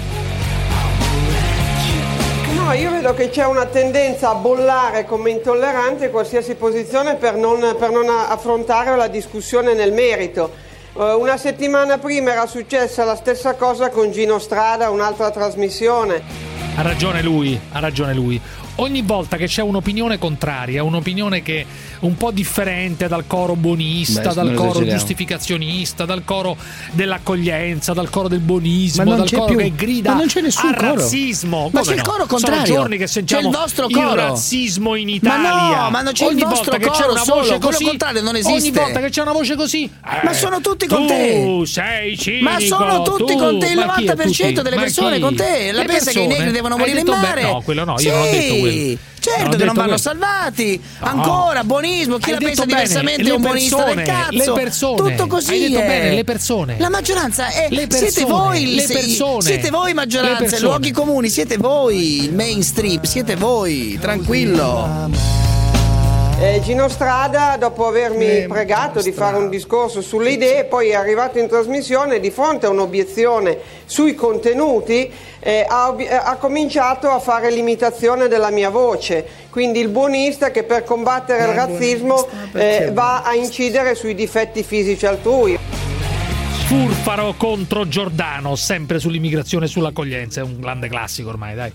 No, io vedo che c'è una tendenza a bollare come intollerante qualsiasi posizione per non, per non affrontare la discussione nel merito. Eh, una settimana prima era successa la stessa cosa con Gino Strada, un'altra trasmissione. Ha ragione lui, ha ragione lui. Ogni volta che c'è un'opinione contraria, un'opinione che un po' differente dal coro buonista, Beh, dal coro esageriamo. giustificazionista, dal coro dell'accoglienza, dal coro del buonismo, Ma non dal c'è coro più. che grida Ma non c'è nessun al coro. razzismo. Ma Come c'è il no? coro contrario. Sono giorni che sentiamo C'è il vostro il coro. razzismo in Ma Italia. no, ma non c'è ogni il vostro volta che c'è coro una solo, voce quello così, contrario non ogni esiste. volta che c'è una voce così, Ma eh, sono tutti con tu te. sei cinico. Ma sono tutti tu. con te, il Ma chi è novanta per cento tutti? delle Ma persone chi? con te. La Le pensa che i persone? negri devono Hai morire in detto mare. bene? No, quello no, io sì. non ho detto quello. Certo Non ho che non detto vanno quello. salvati. No. Ancora buonismo, chi Hai la detto pensa bene, diversamente le è un buonista del persone, cazzo. le persone. Tutto così. Hai detto è. bene, le persone. La maggioranza è Le persone, siete voi il- le persone. siete voi Le maggioranza, persone. i luoghi comuni, siete voi il mainstream, siete voi, tranquillo. Eh, Gino Strada, dopo avermi pregato di fare un discorso sulle idee, poi è arrivato in trasmissione di fronte a un'obiezione sui contenuti, eh, ha, ob- ha cominciato a fare l'imitazione della mia voce. Quindi il buonista che per combattere il razzismo eh, va a incidere sui difetti fisici altrui. Furfaro contro Giordano, sempre sull'immigrazione e sull'accoglienza, è un grande classico ormai, dai.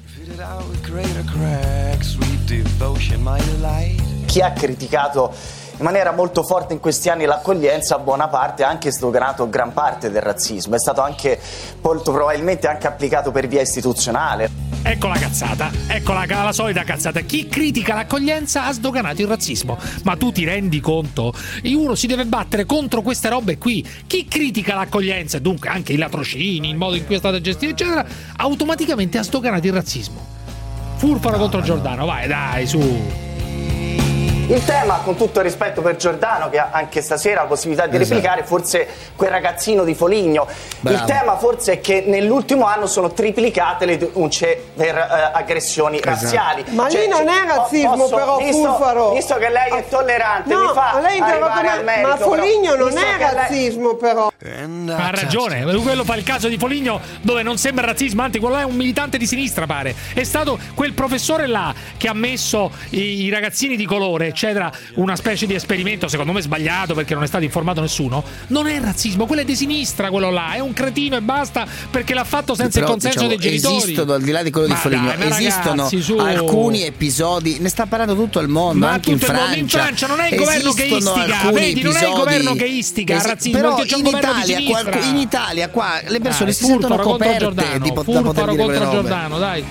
Chi ha criticato in maniera molto forte in questi anni l'accoglienza, a buona parte ha anche sdoganato gran parte del razzismo, è stato anche molto probabilmente anche applicato per via istituzionale. Ecco la cazzata, ecco la, la solita cazzata. Chi critica l'accoglienza ha sdoganato il razzismo. Ma tu ti rendi conto? Uno si deve battere contro queste robe qui. Chi critica l'accoglienza, dunque anche i latrocini, il modo in cui è stata gestita, eccetera, automaticamente ha sdoganato il razzismo. Furfaro contro Giordano, vai, dai, su. Il tema, con tutto il rispetto per Giordano, che ha anche stasera la possibilità di Esatto. replicare, forse quel ragazzino di Foligno. Bravo. Il tema forse è che nell'ultimo anno sono triplicate le denunce per eh, aggressioni Esatto. razziali. Ma Cioè, lì non è po- razzismo, posso- però, visto, Furfaro. visto che lei è tollerante, No, mi fa ma lei interrompe arrivare me, al merito. ma Foligno però. non Visto è che lei- razzismo, però. Ha ragione, quello fa il caso di Foligno dove non sembra razzismo, anzi quello là è un militante di sinistra, pare. È stato quel professore là che ha messo i, i ragazzini di colore, eccetera, una specie di esperimento, secondo me sbagliato perché non è stato informato nessuno. Non è razzismo, quello è di sinistra, quello là, è un cretino e basta perché l'ha fatto senza Però, il consenso diciamo, dei genitori. Esistono, al di là di quello Ma di Foligno, dai, ma esistono ragazzi, su. alcuni episodi, ne sta parlando tutto il mondo, Ma anche in tutto il Francia. mondo in Francia non è il governo che Esistono istiga, alcuni vedi, non è il episodi- governo che istiga il Esi- razzismo, però perché c'è un in governo di Italia, sinistra. qualcu- in Italia qua le persone Dai, si sentono Furfaro contro coperte Giordano, di, po- da poter Furfaro dire quelle contro robe. Giordano, dai.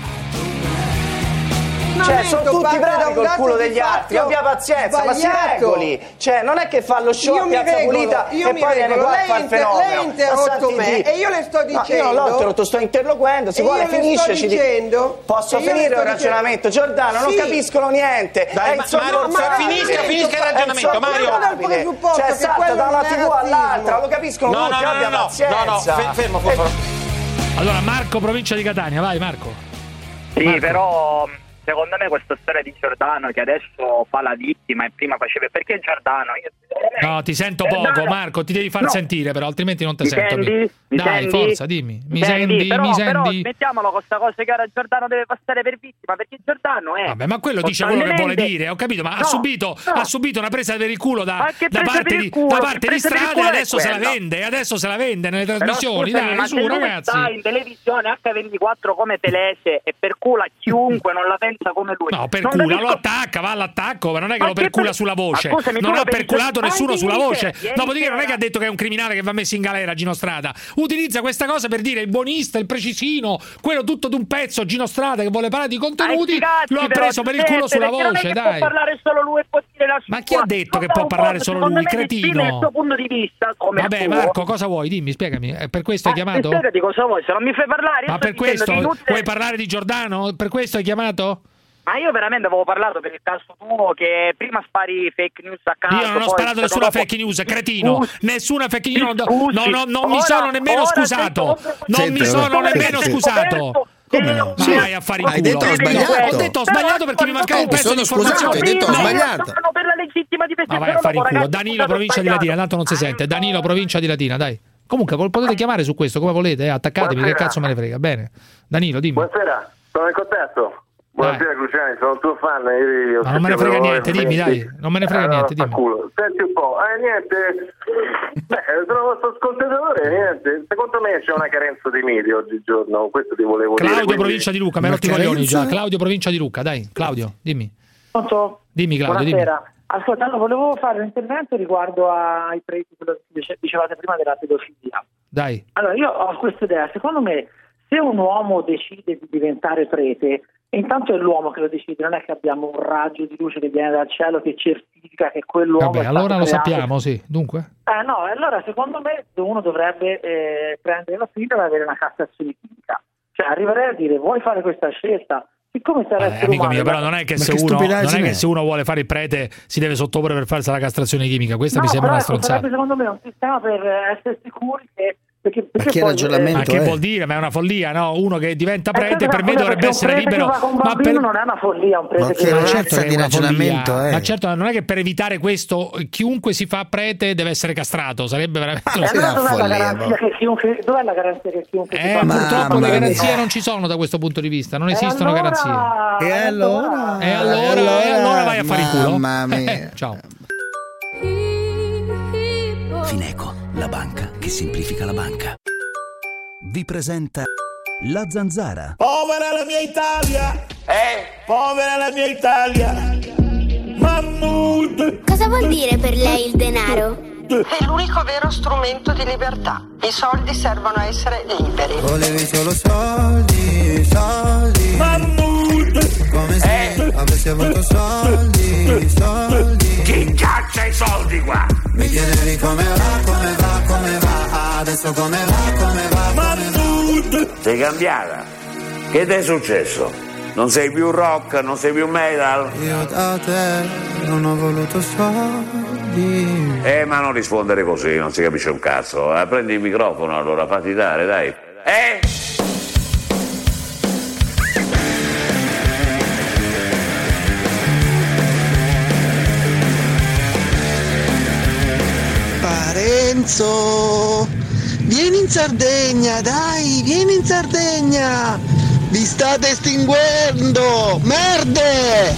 Cioè, sono tutti parte da bravi un col dato culo di degli altri, fatto abbia pazienza, ma si sbagliato. regoli. Cioè, non è che fa lo show Io a mi Piazza regolo, Pulita io e mi poi viene regolo. qua a Lei fare il inter- fenomeno. lei ha interrotto Ma santi me Dio. e io le sto No, io non dicendo- l'ho interrotto, sto interloquendo, si E vuole io le sto finisce, ci di- dicendo- Posso e io le finire sto il ragionamento? Giordano, non Sì. capiscono niente. Dai, è ma- insopportabile. ma- finisca, finisca il ragionamento, È Mario. insopportabile. Dal presupposto Cioè, che salta quello da una non è tivù all'altra, razzismo. lo capiscono No, no, tutti, no, abbia no, no, pazienza. no, no, fe- fermo, Furfaro. Allora, Marco, provincia di Catania, vai Marco. Sì, Marco. però secondo me questa storia di Giordano che adesso fa la vittima e prima faceva perché Giordano? Io, No, ti sento Giordano- poco, Marco, ti devi far No. sentire però, altrimenti non ti Mi sento. senti? Mi- Mi Dai, senti? forza, dimmi. Mi Senti, senti? però, mi però senti? smettiamolo con questa cosa che ora Giordano deve passare per vittima perché Giordano è Vabbè, ma quello dice quello che vuole costantemente- dire, ho capito, ma ha No, subito, no. ha subito una presa per il culo da, Ma che da presa parte, per il di, culo? da Che parte di presa per il strada e culo è adesso se la quella? vende, adesso se la vende nelle Però trasmissioni, scusami, dai, ma su se lui ragazzi. sta in televisione acca ventiquattro come Telese e percula chiunque non la pensa come lui. No, per Non culo, capisco- lo attacca, va all'attacco, ma non è che Ma lo che percula per- sulla voce. Ma scusami, tu non lo ha pensi- perculato Ma nessuno ieri sulla sera- voce. ieri Dopodiché non è che sera- ha detto che è un criminale che va messo in galera Gino Strada. Utilizza questa cosa per dire il buonista, il precisino, quello tutto d'un pezzo, Gino Strada che vuole parlare di contenuti, Cazzi, lo ha però, preso per il culo Giuseppe, sulla perché non è voce, che dai. può parlare solo lui e può dire la sua. Ma chi ha detto che Non può da un parlare po', solo secondo lui, me, cretino? esprime il suo punto di vista come Vabbè, il tuo. Marco, cosa vuoi? Dimmi, spiegami. Eh, Per questo hai Ma chiamato? spiegati cosa vuoi, se non mi fai parlare io Ma sto per dicendo questo di inutile- vuoi parlare di Giordano? Per questo hai chiamato? Ma io veramente avevo parlato per il caso tuo che prima spari fake news a caso. Io non ho poi sparato nessuna dopo- fake news, cretino. Scusi. Nessuna fake news. No, Scusi. no, no, non mi Ora- sono nemmeno ora scusato. sento- Non Senti, mi sono come nemmeno avete scusato. scoperto Come no? Ma Sì. vai a fare in Hai culo. detto che ho sbagliato. Ho detto ho sbagliato perché mi mancava un Mi pezzo di sono scusato, informazione. hai detto ho No. sbagliato. per la legittima difesa. Ma vai a fare in culo. Danilo, provincia di Latina, tanto non si sente. Danilo, provincia di Latina, dai. Comunque vol- potete chiamare su questo come volete, eh, attaccatemi, che Buonasera. cazzo me ne frega. Bene. Danilo, dimmi. Buonasera, sono in contesto. Buonasera Cruciani, sono un tuo fan. Io, io Ma non me ne frega niente, dimmi dai, non me ne frega eh, niente, no, dimmi. culo. Senti un po', eh, niente, beh, sono vostro ascoltatore, niente, secondo me c'è una carenza di media oggigiorno, questo ti volevo Claudio, dire. Quindi... provincia di Lucca, me rotti i coglioni già. Claudio, provincia di Lucca, dai, Claudio, dimmi. Pronto? Dimmi Claudio, Buonasera. dimmi. Ascolta, no, volevo fare un intervento riguardo ai preti, quello che dicevate prima della pedofilia. Dai. Allora, io ho questa idea, secondo me, se un uomo decide di diventare prete, e intanto è l'uomo che lo decide, non è che abbiamo un raggio di luce che viene dal cielo che certifica che quell'uomo Vabbè, è allora lo stato creato. sappiamo, sì. Dunque? Eh no, allora secondo me uno dovrebbe eh, prendere la pillola e avere una castrazione chimica. Cioè arriverei a dire, vuoi fare questa scelta? Siccome sei Eh, essere amico umano, mio, però non è che, Ma se, che uno, non stupidaggine è che è? se uno vuole fare il prete si deve sottoporre per farsi la castrazione chimica. Questa no, mi sembra però una ecco, stronzata. sarebbe secondo me un sistema per essere sicuri che perché, perché Ma che poi, ragionamento? Ma che eh, vuol dire? Ma è una follia, no? Uno che diventa eh, prete certo, per me scusa, dovrebbe perché essere un prete libero. che va con un Ma bambino per... non è una follia, un prete Ma che che va- certo che è di una ragionamento, follia. eh. Ma certo, non è che per evitare questo chiunque si fa prete deve essere castrato, sarebbe veramente Eh, allora dov'è la garanzia che chiunque dov'è la garanzia che chiunque si Eh, fa- purtroppo le mia. garanzie non ci sono da questo punto di vista, non E esistono allora- garanzie. E allora? E allora, e allora vai a fare il culo. Mamma mia. Eh, ciao. Fineco, la banca che semplifica la banca. Vi presenta La Zanzara. Povera la mia Italia! Eh? Povera la mia Italia! Mammut! Cosa vuol dire per lei il denaro? È l'unico vero strumento di libertà. I soldi servono a essere liberi. Volevi solo soldi, soldi. Mammut! Come se eh? avessi avuto soldi, soldi. Chi caccia i soldi qua? Mi chiedevi come va, come va, come va. Adesso come va, come va, come va. Sei cambiata? Che ti è successo? Non sei più rock, non sei più metal? Io da te non ho voluto soldi. Eh, ma non rispondere così, non si capisce un cazzo. Eh, prendi il microfono allora, fatti dare, dai. Eh? Parenzo, vieni in Sardegna, dai, vieni in Sardegna. Vi state estinguendo, merde!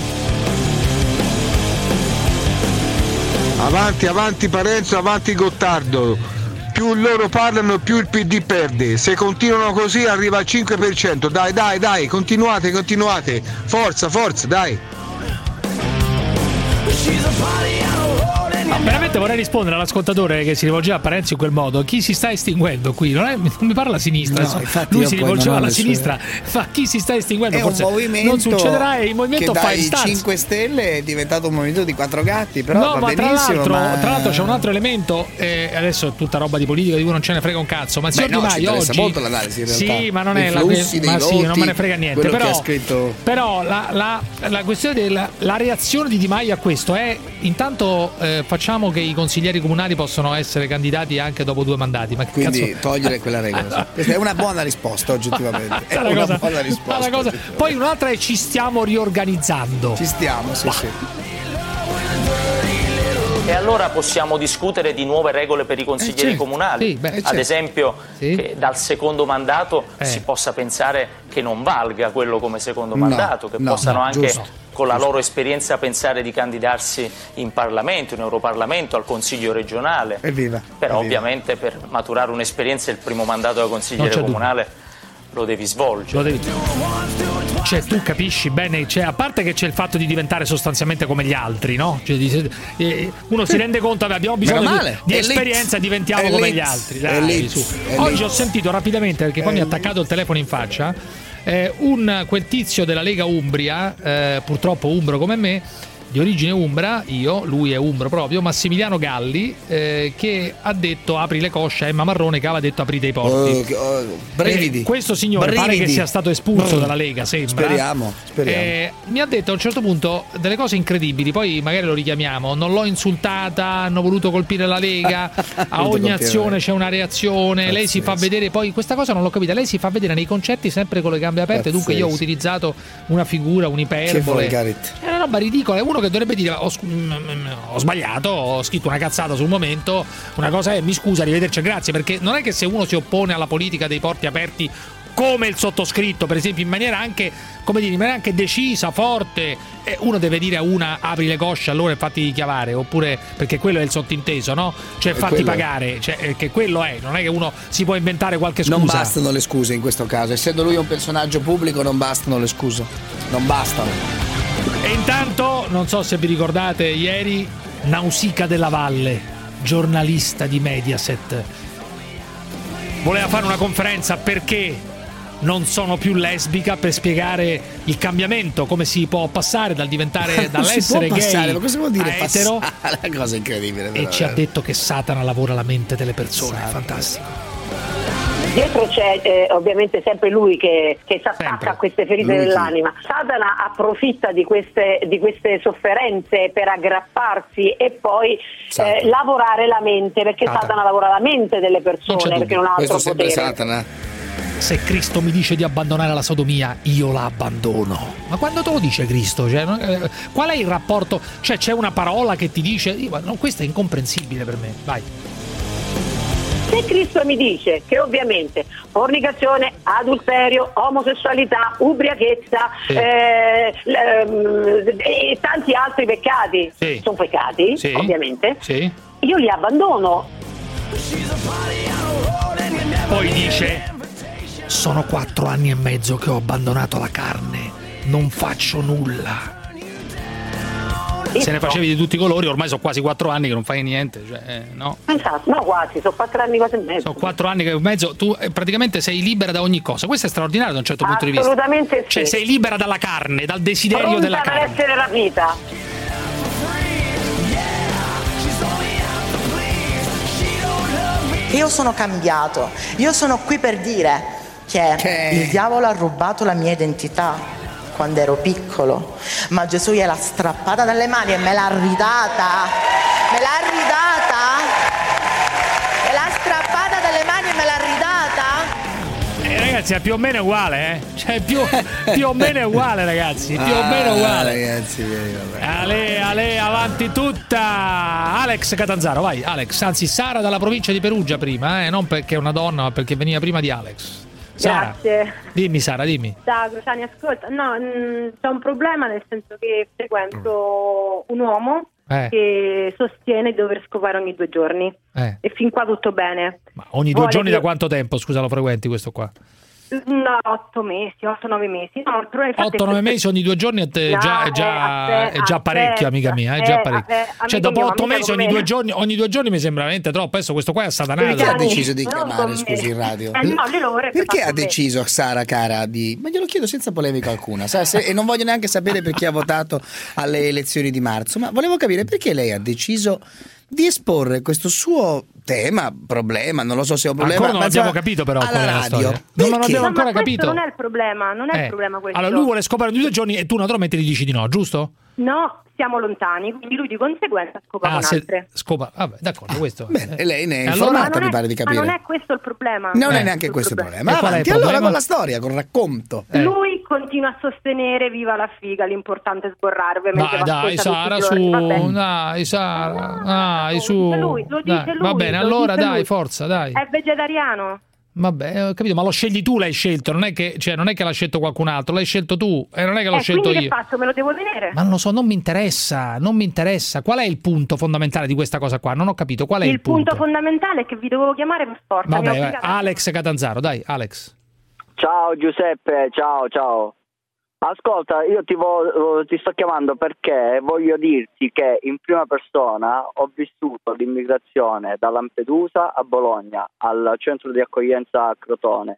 Avanti, avanti Parenzo, avanti Gottardo. Più loro parlano, più il P D perde. Se continuano così arriva al cinque per cento. Dai, dai, dai, continuate, continuate. Forza, forza, dai. Ma veramente vorrei rispondere all'ascoltatore che si rivolgeva a Parenzo in quel modo. Chi si sta estinguendo qui? Non, è, non mi parla a sinistra. No, infatti lui io si poi rivolgeva non ho alla le sue- sinistra. Ma chi si sta estinguendo? È Forse un movimento non succederà e il movimento che Five dai Stars. cinque Stelle è diventato un movimento di quattro gatti, però no, va ma tra benissimo. l'altro, ma... tra l'altro c'è un altro elemento. Eh, adesso è tutta roba di politica di cui non ce ne frega un cazzo. Ma il Beh, signor no, Di ci Maio interessa oggi. molto l'analisi, in realtà. Sì, ma non Dei è la flussi, dei ma sì, non voti, me ne frega niente. quello che Però, ha scritto. però la, la, la questione della la reazione di Di Maio a questo è intanto eh, facciamo che i consiglieri comunali possono essere candidati anche dopo due mandati. Ma che Quindi cazzo... togliere quella regola. sì. Questa è una buona risposta oggettivamente. È Sai una cosa? buona risposta. Una cosa. Poi un'altra è ci stiamo riorganizzando. Ci stiamo, sì, sì. E allora possiamo discutere di nuove regole per i consiglieri Eh, certo. comunali. Sì, beh, Ad certo. esempio, Sì. che dal secondo mandato Eh. si possa pensare che non valga quello come secondo No, mandato, che no, possano no, anche giusto. con la loro esperienza pensare di candidarsi in Parlamento, in Europarlamento, al Consiglio regionale. Evviva. Però evviva. ovviamente per maturare un'esperienza il primo mandato da Non consigliere c'è dubbio. comunale lo devi svolgere. Lo devi... Cioè, tu capisci bene, cioè, a parte che c'è il fatto di diventare sostanzialmente come gli altri, no? Cioè, di- eh, uno si rende conto che abbiamo bisogno Meno di, male. di È esperienza e Liz. diventiamo È come Liz. gli altri. È Dai, Liz. su. È Oggi Liz. ho sentito rapidamente, perché poi mi ha attaccato il telefono in faccia, eh, un quel tizio della Lega Umbria, eh, purtroppo umbro come me, di origine umbra, io, lui è umbro proprio, Massimiliano Galli, eh, che ha detto apri le cosce a Emma Marrone, che aveva detto aprite i porti. Oh, che- oh, brividi. Eh, questo signore pare Brividi. che sia stato espulso Mm. dalla Lega, sembra. Speriamo, speriamo. Eh, mi ha detto a un certo punto delle cose incredibili, poi magari lo richiamiamo. Non l'ho insultata, hanno voluto colpire la Lega, a Voluto ogni colpire. azione c'è una reazione, lei si fa vedere, poi questa cosa non l'ho capita, lei si fa vedere nei concerti sempre con le gambe aperte, dunque io ho Pazzesco. utilizzato una figura, Che un'iperbole. volgarità. È una roba ridicola, è uno che dovrebbe dire ho, scu- mm, mm, ho sbagliato, ho scritto una cazzata sul momento, una cosa è mi scusa, arrivederci, grazie, perché non è che se uno si oppone alla politica dei porti aperti come il sottoscritto, per esempio, in maniera anche, come dire, in maniera anche decisa, forte, eh, uno deve dire a una apri le cosce allora e fatti chiamare, oppure, perché quello è il sottinteso, no? Cioè fatti quello pagare, cioè, che quello è, non è che uno si può inventare qualche scusa. Non bastano le scuse in questo caso, essendo lui un personaggio pubblico non bastano le scuse, non bastano. E intanto, non so se vi ricordate, ieri Nausicaa Della Valle, giornalista di Mediaset, voleva fare una conferenza perché non sono più lesbica, per spiegare il cambiamento, come si può passare dal diventare dall'essere può passare, gay ma cosa vuol dire a etero. passare? Una cosa incredibile. E ci ha detto che Satana lavora la mente delle persone, Satana. Fantastico. Dietro c'è eh, ovviamente sempre lui che, che si attacca a queste ferite Lui dell'anima. Satana approfitta di queste, di queste sofferenze per aggrapparsi e poi eh, lavorare la mente, perché Satana. Satana lavora la mente delle persone, perché non ha altro Questo sempre potere. Satana. Se Cristo mi dice di abbandonare la sodomia, io la abbandono. Ma quando te lo dice Cristo? Cioè, eh, qual è il rapporto? Cioè, c'è una parola che ti dice... No, questo è incomprensibile per me. Vai. Se Cristo mi dice che ovviamente fornicazione, adulterio, omosessualità, ubriachezza Sì. eh, l- ehm, e tanti altri peccati Sì. sono peccati, Sì. ovviamente, Sì. io li abbandono. Poi dice: sono quattro anni e mezzo che ho abbandonato la carne, non faccio nulla. Se ne facevi di tutti i colori, ormai sono quasi quattro anni che non fai niente, cioè, eh, no? Esatto, no, quasi, sono quattro anni quasi e mezzo. Sono quattro anni e mezzo, tu eh, praticamente sei libera da ogni cosa. Questo è straordinario da un certo punto di vista. Assolutamente sì. Cioè, sei libera dalla carne, dal desiderio Pronta della per carne. essere rapita. Io sono cambiato, io sono qui per dire che, Che- il diavolo ha rubato la mia identità quando ero piccolo, ma Gesù gliel'ha strappata dalle mani e me l'ha ridata, me l'ha ridata, me l'ha strappata dalle mani e me l'ha ridata. Eh, ragazzi, è più o meno uguale, eh? Cioè, più, più o meno è uguale, ragazzi. Più o meno Ah, uguale. ragazzi, vieni, vabbè. Ale, ale, avanti tutta. Alex Catanzaro, vai, Alex. Anzi, Sara dalla provincia di Perugia prima, eh? Non perché è una donna, ma perché veniva prima di Alex. Sara, Grazie. dimmi Sara, dimmi. Ciao Cruciani, ascolta, no, mh, c'è un problema nel senso che frequento un uomo Eh. che sostiene di dover scopare ogni due giorni Eh. e fin qua tutto bene. Ogni due Vuole giorni che- da quanto tempo, scusa, lo frequenti questo qua? No, otto mesi, otto nove mesi. No, il problema infatti otto è nove che- mesi ogni due giorni è No, già, è eh, già, aspetta, è già parecchio, amica aspetta, mia, è già eh, parecchio. eh, Cioè, amico dopo mio, otto mica mesi con ogni me. due giorni, ogni due giorni mi sembra veramente troppo. Adesso questo qua è satanato. Perché ha deciso di non chiamare, con me. scusi, in radio? Eh, no, le loro è Perché fatto ha me. deciso Sara cara di... Ma glielo chiedo senza polemica alcuna, sa, se- e non voglio neanche sapere perché ha votato alle elezioni di marzo, ma volevo capire perché lei ha deciso di esporre questo suo tema, problema, non lo so se è un problema, Ancora non ma abbiamo insomma, capito però qual alla è la radio. storia. Non, non Perché? abbiamo No, ancora ma questo capito. non è il problema, non è Eh. il problema questo. Allora lui vuole scopare ogni due giorni e tu naturalmente gli dici di no, giusto? No, siamo lontani, quindi lui di conseguenza scopa Ah, con se altre. scopa. Vabbè, d'accordo, questo. Bene, e lei ne è E allora- informata, Ma non mi è- pare di capire. Ma non è questo il problema. Non Eh. è neanche questo il problema. E qual è il Avanti problema? allora con la storia, con il racconto. Eh. Lui continua a sostenere viva la figa, l'importante è sborrare, ovviamente. Dai, va dai, ascolta Sara, tutti i giorni, su, vabbè. dai, Sara, dai, su. dice lui, lo dice Dai, lui, va bene, lo allora dice dai, lui. forza, dai. È vegetariano. Vabbè, ho capito, ma lo scegli tu, l'hai scelto, non è che, cioè, non è che l'ha scelto qualcun altro, l'hai scelto tu, e non è che l'ho Eh, scelto quindi io. che faccio? Me lo devo tenere? Ma non lo so, non mi interessa, non mi interessa. Qual è il punto fondamentale di questa cosa qua? Non ho capito, qual è il, Il punto fondamentale è che vi dovevo chiamare per forza. mi Vabbè, ho vai. obbligata- Alex Catanzaro, dai, Alex. Ciao Giuseppe, ciao ciao. Ascolta, io ti, vo- ti sto chiamando perché voglio dirti che in prima persona ho vissuto l'immigrazione da Lampedusa a Bologna, al centro di accoglienza a Crotone.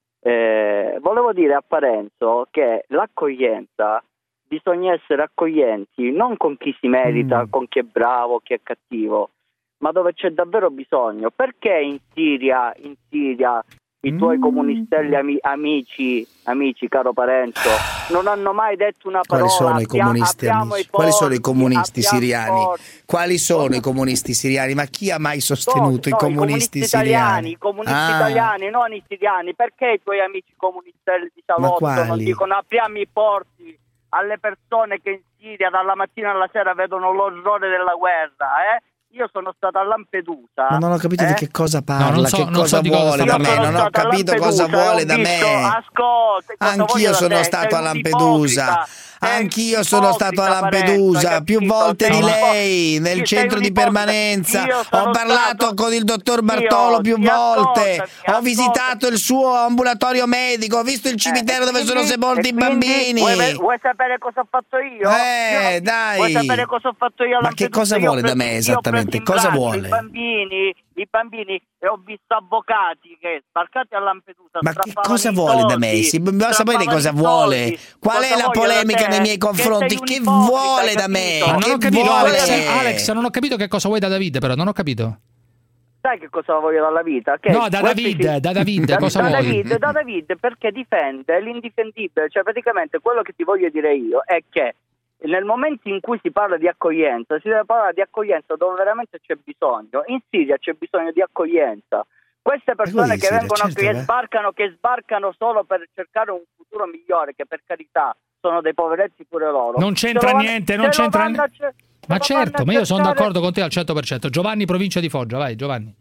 Eh, volevo dire a Parenzo che l'accoglienza bisogna essere accoglienti non con chi si merita, Mm. con chi è bravo, chi è cattivo, ma dove c'è davvero bisogno. Perché in Siria, in Siria i tuoi Mm. comunistelli ami- amici, amici, caro Parenzo, non hanno mai detto una parola? Quali sono i Abbia- comunisti abbiamo amici? i Quali sono i porti, comunisti abbiamo siriani? i porti. Quali sono i comunisti siriani? Ma chi ha mai sostenuto No, i no, comunisti italiani, siriani? i comunisti Ah. italiani, non i siriani. Perché i tuoi amici comunistelli di Ma Salotto quali? non dicono apriamo i porti alle persone che in Siria dalla mattina alla sera vedono l'orrore della guerra, eh? io sono stata a Lampedusa. Ma non ho capito eh? di che cosa parla, No, non so- che non cosa so di vuole cosa da sta me, parlando. non ho capito cosa vuole da me. Ascolta, cosa voglio Anch'io da sono te? stato Sei a un Lampedusa. ipocrita. Anch'io sono stato a Lampedusa più volte di lei nel centro di permanenza. Ho parlato con il dottor Bartolo più volte. Ho visitato il suo ambulatorio medico. Ho visto il cimitero dove sono sepolti i bambini. Vuoi, vuoi sapere cosa ho fatto io? Eh, Io- dai. Vuoi sapere cosa ho fatto io a Ma che Lampedusa? cosa Io ho vuole da preso- me io ho esattamente? preso in Cosa braccio vuole? I bambini, i bambini e ho visto avvocati che sbarcati a Lampedusa. Ma che strappavano cosa i vuole da me? soldi, Si dobbiamo sapere strappavano cosa i vuole. soldi. Qual Cosa è la voglio da polemica te? nei miei Che confronti? sei un Che ipocrita, vuole hai da me? capito? Ma non Che ho capito, vuole? Alex, Alex, non ho capito che cosa vuoi da David, però non ho capito. Sai che cosa voglio dalla vita? Che No, da questi David, si- da David, da, cosa da vuoi? David, da David perché difende l'indifendibile, cioè praticamente quello che ti voglio dire io è che nel momento in cui si parla di accoglienza, si deve parlare di accoglienza dove veramente c'è bisogno. In Siria c'è bisogno di accoglienza. Queste persone in che Siria, vengono certo, che beh. sbarcano, che sbarcano solo per cercare un futuro migliore, che per carità sono dei poveretti pure loro. Non c'entra Se lo vanno- niente, se non lo c'entra vanno a cer- Ma se lo certo, vanno ma a io sono cercare- d'accordo con te al cento per cento. Giovanni, provincia di Foggia, vai Giovanni.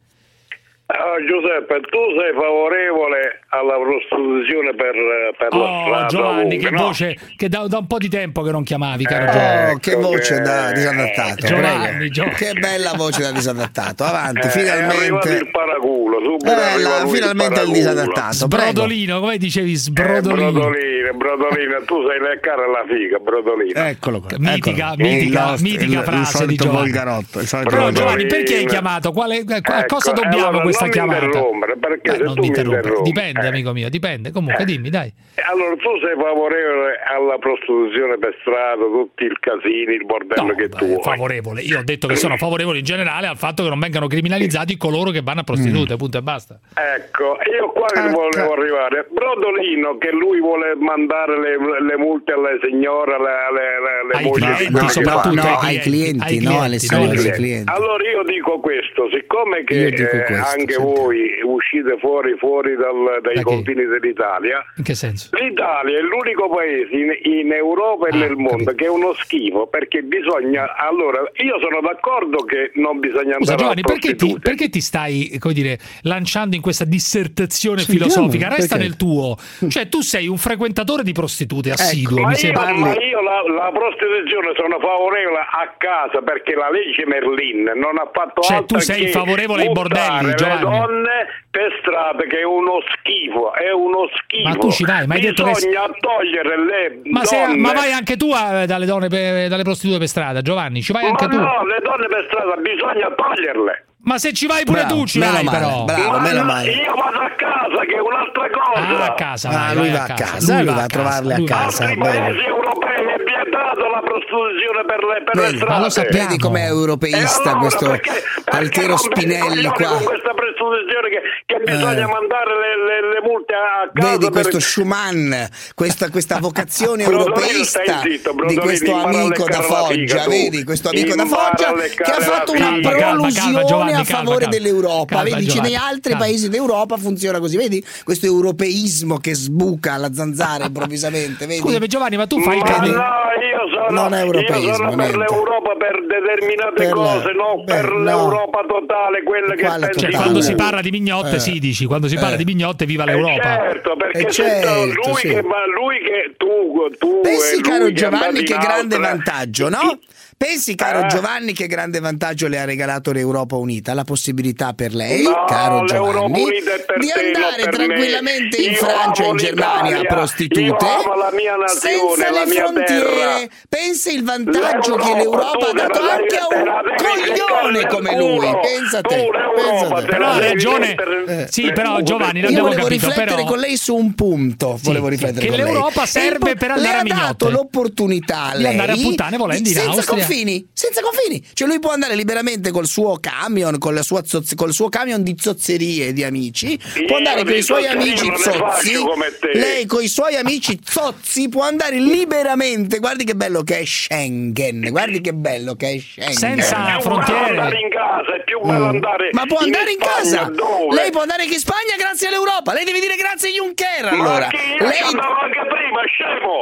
Ah, Giuseppe, tu sei favorevole alla prostituzione per, per la Oh strada? Giovanni, ovunque, che no? voce, che da, da un po' di tempo che non chiamavi, caro Eh, Giovanni. Oh, che voce da disadattato. Giovanni, prego. Gio- Che bella voce da disadattato. Avanti, Eh, È arrivato finalmente. il paraculo, subito Eh, arriva la- lui finalmente il paraculo. disadattato. Prego. Brodolino, come dicevi, Eh, sbrodolino. Brodolino, Brodolino, tu sei le cara alla figa, Brodolino. Eccolo qua. Mitica, eccolo. mitica, Il nostro- mitica il- il frase di solito Giovanni. volgarotto, il solito Però volgarotto. Giovanni, perché hai chiamato? Quale, a Ecco, cosa dobbiamo allora, questa non mi chiamata? interrompere, perché Eh, se non tu mi mi interrompere. interrompi, Dipende, eh. amico mio, dipende. Comunque, dimmi, dai. Allora, tu sei favorevole alla prostituzione per strada, tutti il casino, il bordello che tu vuoi. Favorevole. Io ho detto che sono favorevole in generale al fatto che non vengano criminalizzati coloro che vanno a prostitute, punto e basta. Ecco, io qua che volevo arrivare. Brodolino che lui vuole mandare le, le multe alle signore, alle, alle, alle Ai mogli di clienti, quelli che soprattutto fanno. no, ai clienti, ai no, alle clienti, signore, no, ai ai clienti. Allora io dico questo, siccome che Io dico eh, questo, anche senti. voi uscite fuori, fuori dal- dai Da che? confini dell'Italia, In che senso? l'Italia è l'unico paese in, in Europa e Ah, nel mondo che è uno schifo, perché bisogna, allora io sono d'accordo che non bisogna Scusa andare Giovanni, a perché ti, prostitute. perché ti stai, come dire, lanciando in questa dissertazione Sentiamo, filosofica? Resta perché? nel tuo. Cioè, tu sei un frequentatore di prostitute assiduo, ma mi io, sembra. ma io la, la prostituzione sono favorevole a casa perché la legge Merlin non ha fatto Cioè, altro tu sei che favorevole ai bordelli, buttare Giovanni. le donne per strada, che è uno schifo, è uno schifo. Ma tu ci vai, ma hai detto che- bisogna togliere le Ma, sei- donne. ma vai anche tu eh, dalle donne per- dalle prostitute per strada, Giovanni? Ci vai anche Ma tu? no, le donne per strada bisogna toglierle. Ma se ci vai pure Bravo, tu ci meno vai male, però. bravo. Ma meno no, male. io vado a casa, che è un'altra cosa. Ah, a casa, Ah, vai, lui vai va a casa, lui va a trovarle a lui va casa. Altri bene. paesi europei è vietato la prostituzione per le, per le Vedi, strade. ma lo sappiamo. Vedi com'è E europeista allora, questo perché- perché Altiero non mi Spinelli coglioni qua. con questa prostituzione che, che bisogna Eh. mandare le, le, le multe a casa. Vedi per- questo Schumann, questa, questa vocazione Brodolino, europeista stai zitto, di Brodolino, questo impara a amico da leccare la figa, Foggia, tu. vedi questo amico da Impara Foggia a che leccare ha la fatto una figa. Calma, calma, prolusione calma, Giovanni, a calma, favore calma. dell'Europa, Calma, vedi, Giovanni, nei altri calma. paesi d'Europa funziona così, vedi questo europeismo che sbuca alla zanzara improvvisamente, vedi? Scusami Giovanni, ma tu fai Ma credere- no, io sono, Non è europeismo, io sono per niente. l'Europa per determinate Per la- cose, non beh, per no. l'Europa totale, quella che Quale pensi Cioè, totale? quando tu. si parla di mignotte, Eh. sì, dici, quando si parla Eh. di mignotte, viva Eh, l'Europa. certo, perché Eh, se certo, lui, sì. che, ma lui che tu, tu Pensi, e lui caro che Giovanni, andate che in grande altre- vantaggio, no? Pensi, caro Eh. Giovanni, che grande vantaggio le ha regalato l'Europa Unita? La possibilità per lei, No, caro l'Europa Giovanni, Unita è per di te, non andare per tranquillamente me. in Io Francia e amo in Germania a l'Italia, prostitute, io amo la mia nazione, senza la le mia frontiere. terra. Pensa il vantaggio che L'Europa, l'Europa ha tu dato te la anche a devi- un te la devi coglione mettere come nel lui. culo. Pensa Tu te, l'Europa pensa te. te Però la ha devi ragione. mettere- Sì, però Eh, Giovanni, Io l'abbiamo volevo capito, riflettere però con lei su un punto. Sì, volevo che- riflettere che con lei. l'Europa serve E il- per andare le a ha dato mignotte. l'opportunità a Di lei andare a puttane volendo in senza Austria. confini, senza confini. Cioè lui può andare liberamente col suo camion, con la sua zozz- col suo camion di zozzerie di amici, può andare Io con di i suoi zozzerie amici non ne zozzi. faccio come te. Lei con i suoi amici zozzi può andare liberamente. Guardi che bello che è Schengen. Guardi che bello che è Schengen. Senza È più frontiere. bello andare in casa, è più bello andare Ma può andare in Spagna, casa. dove? Lei può andare anche in Spagna grazie all'Europa. Lei deve dire grazie a Juncker allora. Ma che io Lei ci andavo anche prima, scemo.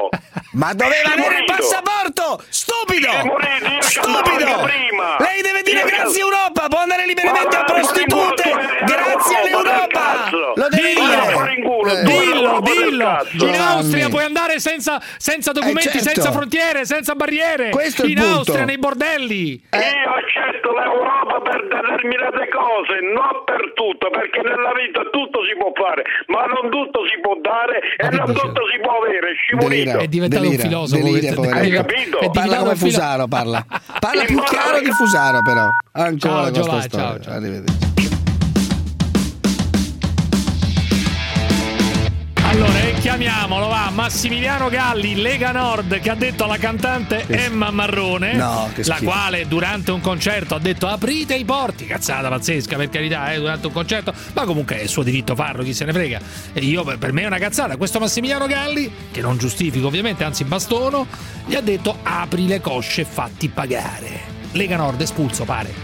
Ma doveva avere il passaporto! Stupido! Stupido! Lei deve dire grazie Europa, può andare liberamente a prostitute! Grazie all'Europa! Lo deve dire! Dillo, dillo! In Austria puoi andare senza, senza documenti, Eh, certo. senza frontiere, senza barriere! Questo è il in punto. Austria, nei bordelli! Io accetto l'Europa per determinate cose, non per tutto, perché nella vita tutto si può fare, ma non tutto si può dare e non tutto si può avere. Scivolito. È diventato delira, un filosofo. delira, questo. poverino. Hai capito? È Parla diventato come un filo- Fusaro, parla. Parla più chiaro di Fusaro, però. Ancora Ciao, con sta Giovanni, storia. ciao, ciao. Arrivederci. Allora, e chiamiamolo, va, Massimiliano Galli, Lega Nord, che ha detto alla cantante Emma Marrone, No, che la schifo. quale durante un concerto ha detto aprite i porti, cazzata pazzesca, per carità, eh, durante un concerto, ma comunque è il suo diritto farlo, chi se ne frega. E io, per me è una cazzata. Questo Massimiliano Galli, che non giustifico ovviamente, anzi bastono, gli ha detto apri le cosce e fatti pagare. Lega Nord espulso, pare.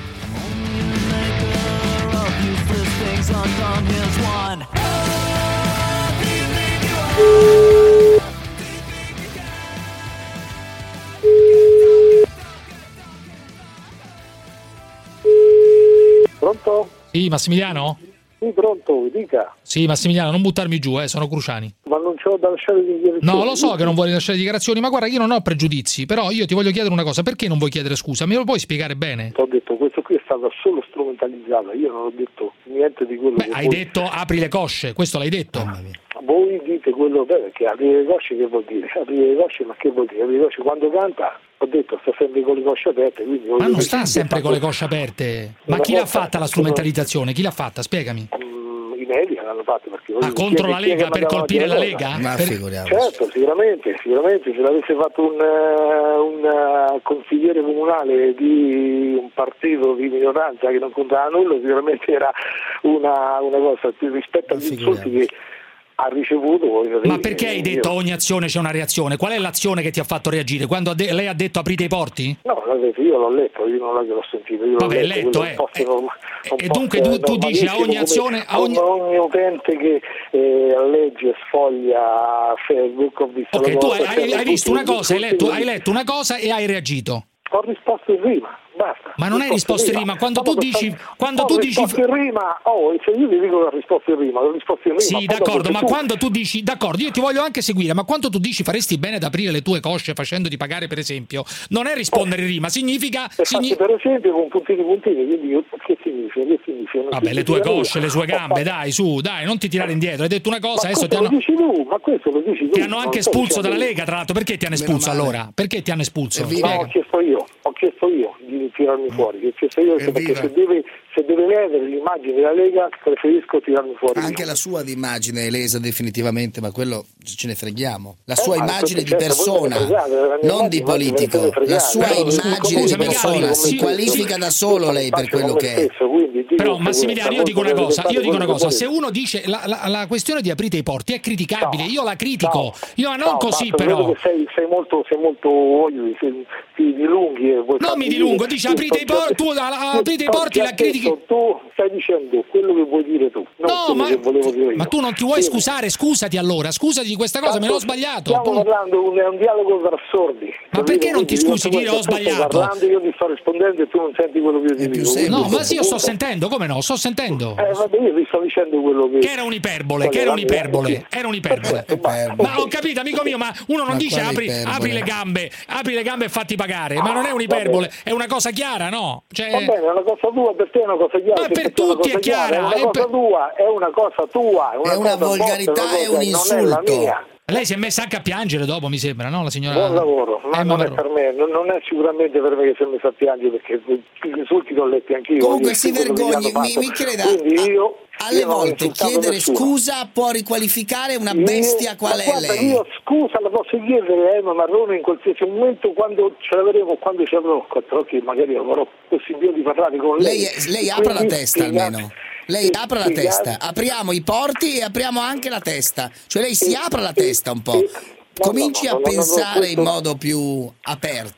Pronto? Sì, Massimiliano? Sì, pronto, dica. Sì, Massimiliano, non buttarmi giù, eh, sono Cruciani. Ma non c'ho da lasciare dichiarazioni. No, lo so che non vuoi lasciare dichiarazioni, ma guarda, io non ho pregiudizi, però io ti voglio chiedere una cosa, perché non vuoi chiedere scusa? Me lo puoi spiegare bene? Ti ho detto, questo qui è stato solo strumentalizzato, io non ho detto niente di quello Beh, che hai voi... detto apri le cosce, questo l'hai detto? Voi dite quello beh, che aprire le cosce che vuol dire? Aprire le cosce, ma che vuol dire? Aprire le cosce quando canta, ho detto, sta sempre con le cosce aperte, quindi... Ma non sta sempre con le cosce aperte. Ma chi l'ha fatta la strumentalizzazione? Chi l'ha fatta? Spiegami. I media l'hanno fatto perché... Ah, contro la Lega, per colpire la Lega? Ma Per- figuriamoci. Certo, sicuramente, sicuramente se l'avesse fatto un, eh, un eh, consigliere comunale di un partito di minoranza che non contava nulla, sicuramente era una, una cosa più rispetto agli insulti che ha ricevuto. voglio Ma dire, perché hai io- detto a ogni azione c'è una reazione? Qual è l'azione che ti ha fatto reagire? Quando ha de- lei ha detto aprite i porti? No, l'ho detto, io l'ho letto, io non è che l'ho sentito, io Vabbè, l'ho letto, letto, quello eh. è un post norma- un e post dunque tu- tu dici a ogni normalissimo, azione- come a ogni- ogni utente che eh, legge, sfoglia Facebook, ho visto Ok, la tu cosa, hai, hai- c'erano hai visto tutti- una cosa, hai tutti letto, quelli- hai letto una cosa e hai reagito. Ho risposto in rima, basta. Ma non hai risposto in rima, quando tu Quando dici- sta- quando ho tu dici- risposto in rima, oh, se io ti dico che ho risposto in rima, ho risposto in rima. Sì, poi d'accordo, dopo ma se tu- quando tu dici, d'accordo, io ti voglio anche seguire, ma quando tu dici faresti bene ad aprire le tue cosce facendoti pagare, per esempio, non è rispondere in rima, significa... E signi- faccio per esempio con puntini puntini, quindi io- che significa? Che significa? Non Vabbè, le tue significa cosce, nulla. le sue Ho gambe, fatto- dai, su, dai, non ti tirare indietro. Hai detto una cosa, Ma adesso ti questo hanno, lo dici tu, ma questo lo dici tu. ti hanno non anche sto espulso dicendo dalla io. Lega, tra l'altro. Perché ti hanno Meno espulso male. allora? Perché ti hanno espulso? Evviva. No, Spiega. ho chiesto io, ho chiesto io di tirarmi fuori, ho chiesto io perché Evviva. se deve, se deve ledere l'immagine della Lega preferisco tirarmi fuori. Anche io. la sua di immagine è lesa definitivamente, ma quello ce ne freghiamo. La sua Eh, ma immagine di certo, voi persona, ve ne fregate, la mia non di immagine, voi ve ne politico. fregate. La sua Però, immagine di scusami, persona Galli, si sì, qualifica sì. da solo lei per quello che è. Però Massimiliano, io dico una cosa, io dico una cosa, se uno dice la, la, la questione di aprite i porti è criticabile, io la critico, io ma non Ciao, così basta, però. vedo che sei, sei molto, sei molto, voglio dire, sei- ti dilunghi e vuoi Non farmi mi dilungo, dire- dice io aprite sto i porti, già- tu a- a- io aprite i sto porti, già la critichi. detto, tu stai dicendo quello che vuoi dire tu, non No, quello ma, che volevo dire io. ma tu non ti vuoi Io- scusare, scusati allora, scusati di questa cosa, me l'ho sbagliato. Stiamo parlando, un- è un dialogo tra sordi. Ma perché non ti scusi dire ho Tu stai sbagliato? parlando, io ti sto rispondendo e tu non senti quello che io ti dico. No, ma sì, io sto Punto. sentendo, come no? Sto sentendo. Eh, vabbè, io ti sto dicendo quello che... Che era un'iperbole, che era un'iperbole, era un'iperbole. Ma ho capito, amico mio, ma uno non Ma dice quale apri, iperbole? apri le gambe, apri le gambe e fatti pagare, ma non è un'iperbole, è una cosa chiara, no? Cioè, Va bene, è una cosa tua, per te è una cosa chiara. Ma se per te una tutti cosa è chiara, È una è cosa per- tua, è una cosa tua. È una, È una cosa volgarità vostra, e una un cosa- Non è la insulto. mia. lei si è messa anche a piangere dopo, mi sembra, no? La signora Buon lavoro, ma Emma non è Marrone. per me, non, non è sicuramente per me che si è messa a piangere perché gli insulti li ho letti anch'io. Comunque voglio si dire, quello che vergogni, gli hanno mi, fatto. mi creda, Quindi io, alle io non ho volte insultato chiedere nessuno. scusa può riqualificare una Io- bestia qual ma è guarda, lei. Io scusa la posso chiedere a Emma Marrone in qualsiasi momento quando ce l'avremo, quando ci avrò quattro occhi, magari avrò possibilità di parlare con lei. Lei, lei apra la Quindi testa spiega- almeno. Lei sì, apra la spiega- testa, apriamo i porti e apriamo anche la testa. Cioè lei si apra la testa un po'. No, Cominci no, no, a no, no, no, pensare questo- in modo più aperto.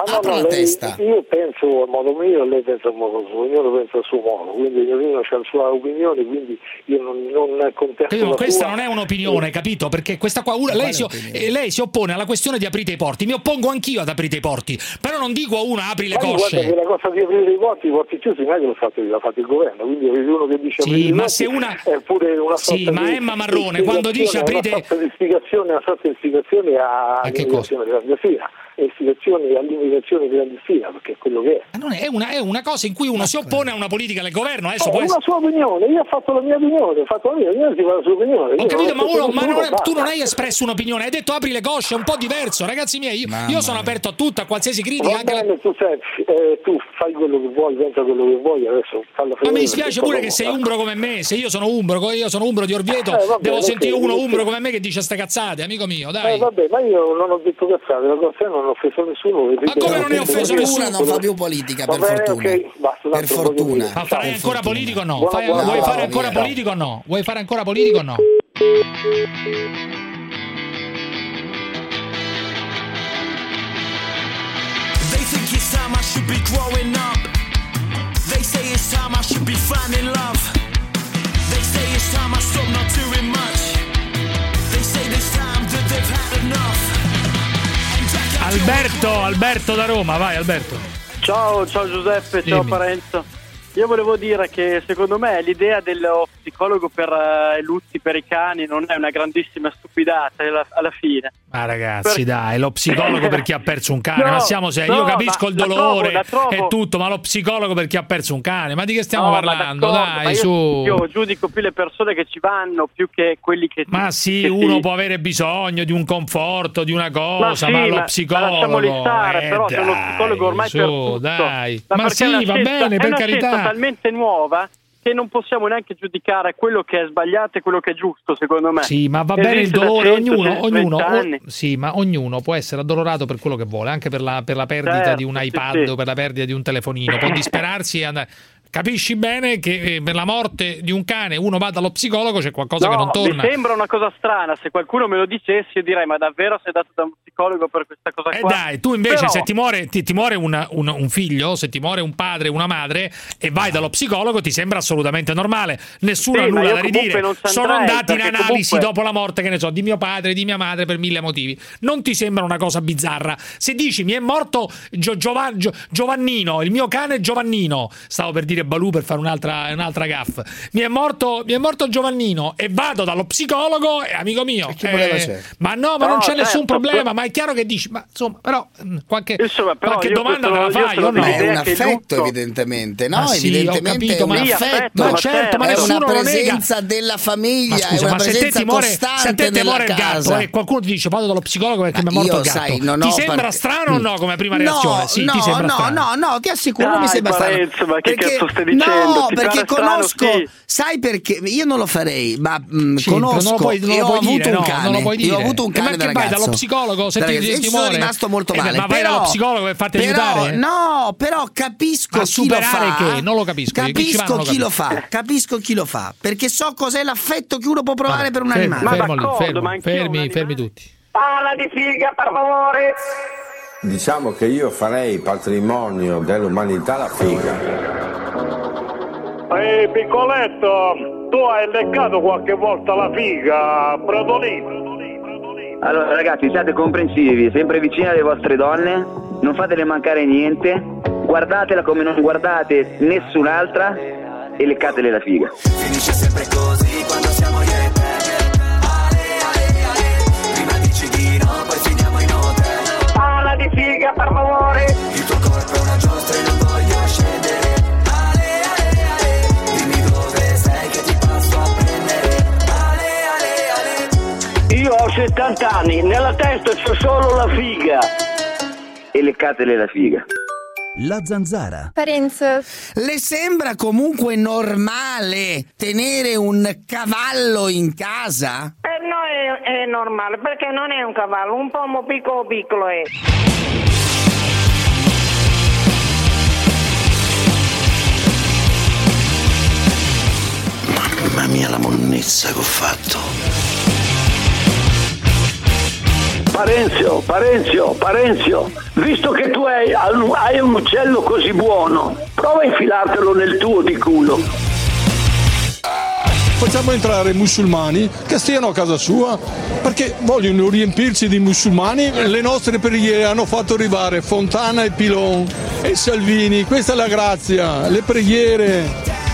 Ma no, apra no, la lei, testa. io penso a modo mio e lei pensa a modo suo, ognuno pensa a suo modo, quindi ognuno ha la sua opinione, quindi io non, non contesto Capito? la Questa sua. non è un'opinione, capito? Perché questa qua, una, lei, si, eh, lei si oppone alla questione di aprite i porti, mi oppongo anch'io ad aprite i porti, però non dico a una apri le Ma cosce. guarda che la cosa di aprire i porti, i porti chiusi non è che l'ha fatto, l'ha fatto il governo, quindi uno che dice Sì, aprire i ma porti se una- è pure una Sì, sorta ma di, Emma Marrone, di quando dice spiegazione, aprite- una sorta di spiegazione, una sorta di spiegazione all'immigrazione clandestina, e spiegazioni all'immigrazione clandestina, perché è quello che è. Ma non è, è, una, è una cosa in cui uno si oppone a una politica del governo. Adesso È può una essere- sua opinione, io ho fatto la mia opinione, ho fatto la mia, ognuno si fa la sua opinione. Ho Io capito, non ma, ho uno, detto ma non è- nessuno, tu non basta. hai espresso un'opinione, hai detto apri le cosce, è un po' diverso, ragazzi miei. Io, io sono aperto a tutto, a qualsiasi critica. Va Anche la- bene, tu, senti, eh, tu fai quello che vuoi, pensa quello che vuoi, adesso falla Ma finire. mi dispiace perché pure poi- che sei umbro come me. Se io sono umbro, io sono umbro di Orvieto, Eh, va devo bene, sentire ok, uno ok. umbro come me che dice ste cazzate, amico mio, dai. Eh, vabbè, ma io non ho detto cazzate, la cosa è non ho offeso nessuno. Ma come non hai offeso nessuno? Non fa più politica, Va per bene, fortuna. ok, basta, Per tanto voglio fortuna. dire. Ma farai Per ancora fortuna. politico o no? Buona- Fai- buona- vuoi buona- fare ancora via. politico o no? Vuoi fare ancora politico o no? They think it's time I should be growing up. They say it's time I should be finding love. They say it's time I stop not doing much. They say this time that they've had enough. And Jack, I Alberto, Alberto da Roma, vai Alberto. Ciao, ciao Giuseppe, ciao Dimmi. Parenzo. Io volevo dire che secondo me l'idea dello psicologo per uh, i lutti per i cani non è una grandissima stupidata alla, alla fine. Ma ragazzi, Per- dai, lo psicologo per chi ha perso un cane. No, ma siamo se no, io capisco ma il la trovo- dolore la trovo- e tutto, ma lo psicologo per chi ha perso un cane. Ma di che stiamo No, ma parlando? d'accordo, Dai, ma io, su. io giudico più le persone che ci vanno più che quelli che Ma sì, che uno si- può avere bisogno di un conforto, di una cosa, sì, ma, lo ma- psicologo. ma lasciamoli stare, eh, però se uno dai, psicologo ormai su, per tutto. dai. Ma, Ma perché sì, è una va scienza- bene, è per una carità. scienza talmente nuova che non possiamo neanche giudicare quello che è sbagliato e quello che è giusto, secondo me. Sì, ma va bene il Esiste da dolore, cento, ognuno, ognuno, venti anni. o- sì, ma ognuno può essere addolorato per quello che vuole, anche per la, per la perdita Certo, di un sì, iPad sì. o per la perdita di un telefonino, può disperarsi e andare. Capisci bene che eh, per la morte di un cane uno va dallo psicologo, c'è qualcosa No, che non torna. mi sembra una cosa strana, se qualcuno me lo dicesse io direi ma davvero sei dato da un psicologo per questa cosa E qua? dai, tu invece Però- se ti muore, ti, ti muore un, un- un figlio, se ti muore un padre, una madre e vai dallo psicologo ti sembra assolutamente normale, nessuno Sì, ha ma nulla io da comunque ridire, non ci sono andrei, andati in perché analisi comunque- dopo la morte, che ne so, di mio padre, di mia madre per mille motivi, non ti sembra una cosa bizzarra? Se dici mi è morto Gio- Giovan- Gio- Giovannino, il mio cane è Giovannino, stavo per dire Balù per fare un'altra, un'altra gaffa, mi è, morto, mi è morto Giovannino e vado dallo psicologo e amico mio, che problema eh, c'è? ma no, ma No, non c'è certo, nessun problema, però- ma è chiaro che dici, ma insomma, però mh, qualche, Insomma, però qualche io domanda te sono- la io fai sono o no? Ma è un dell'idea che affetto, lutto- evidentemente, no? Ma sì, ho evidentemente capito, è un ma- affetto, ma certo, ma è nessuno una lo nega. presenza della famiglia, Ma scusa, è una ma se te presenza ti muore, se a costante te ti nella muore il gatto casa. e qualcuno ti dice vado dallo psicologo perché Ma mi è morto io, il gatto, sai, non ti ho sembra par- strano o no come prima No, reazione? Sì, no, ti sembra no, strano. no, no, ti assicuro, non mi Dai, sembra strano. Parenzo, ma che Perché- cazzo stai dicendo? No, Ti perché pare strano, conosco, sì. sai perché io non lo farei, ma mh, Sì, però non lo conosco, puoi- non lo io ho puoi avuto dire, un no, cane, non lo puoi io ho dire. avuto un E cane ma da che vai ragazzo. dallo psicologo se Da ti- ragazzo. ti Io ci sono muore? rimasto molto Eh beh, male, ma vai però- dallo psicologo per farti però, aiutare? No, però capisco Ma chi lo superare fa. che? Non lo capisco, io chi ci va Capisco non lo chi lo capisco. fa, capisco chi lo fa, perché so cos'è l'affetto che uno può provare per un Fermo, animale. fermo lì, d'accordo, fermo, ma anch'io fermi, un fermi tutti. Palla di figa, per favore! Diciamo che io farei patrimonio dell'umanità la figa. Ehi piccoletto, tu hai leccato qualche volta la figa, Bradolino? Allora ragazzi, siate comprensivi, sempre vicini alle vostre donne, non fatele mancare niente, guardatela come non guardate nessun'altra e leccatele la figa. Finisce sempre così quando siamo io e te. Ale, ale, ale. Prima dici di no, poi finiamo in hotel. Palla di figa, per favore! Il tuo corpo è una giostra e non voglio scendere. Ale, ale, ale. Dimmi dove sei che ti passo a prendere. Ale, ale, ale. Io ho settanta anni, nella testa c'ho solo la figa. E leccatele la figa. La zanzara. Parenzo, Le sembra comunque normale tenere un cavallo in casa? Per noi è, è normale, perché non è un cavallo, un pomo piccolo piccolo è. Mamma mia la monnezza che ho fatto. Parenzio, Parenzio, Parenzio, visto che tu hai, hai un uccello così buono, prova a infilartelo nel tuo di culo. Facciamo entrare i musulmani che stiano a casa sua, perché vogliono riempirsi di musulmani. Le nostre preghiere hanno fatto arrivare Fontana e Pilon e Salvini, questa è la grazia, le preghiere.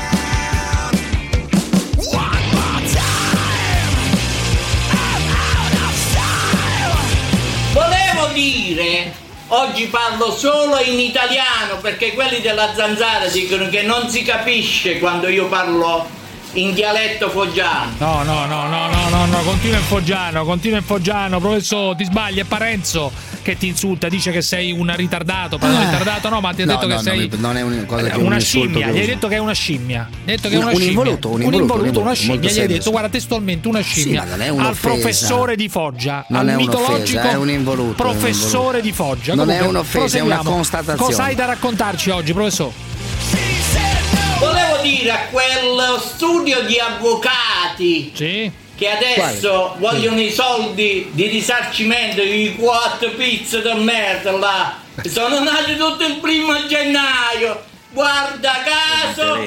Volevo dire, oggi parlo solo in italiano perché quelli della Zanzara dicono che non si capisce quando io parlo in dialetto foggiano. No, no, no, no, no, no, no, continua in foggiano, continua in foggiano, professore, ti sbagli, è Parenzo che ti insulta, dice che sei un ritardato, parlo Ah. ritardato, no, ma ti ha No, detto no, che sei non è una cosa che una un insulto scimmia, che gli hai uso. detto che è una scimmia, gli hai detto che è Un- una un scimmia, involuto, un un involuto, involuto, una molto scimmia, gli hai serio. detto guarda testualmente una scimmia, ma non è al un'offesa. professore di Foggia, Non al è un'offesa, mitologico è un involuto, è un professore involuto. di Foggia. Non è Comunque, un'offesa, è una proseguiamo. constatazione. Cosa hai da raccontarci oggi, professore? Volevo dire a quello studio di avvocati che adesso Quale? vogliono i soldi di risarcimento, i quattro pizze di merda là. Sono nati tutto il primo gennaio. Guarda caso,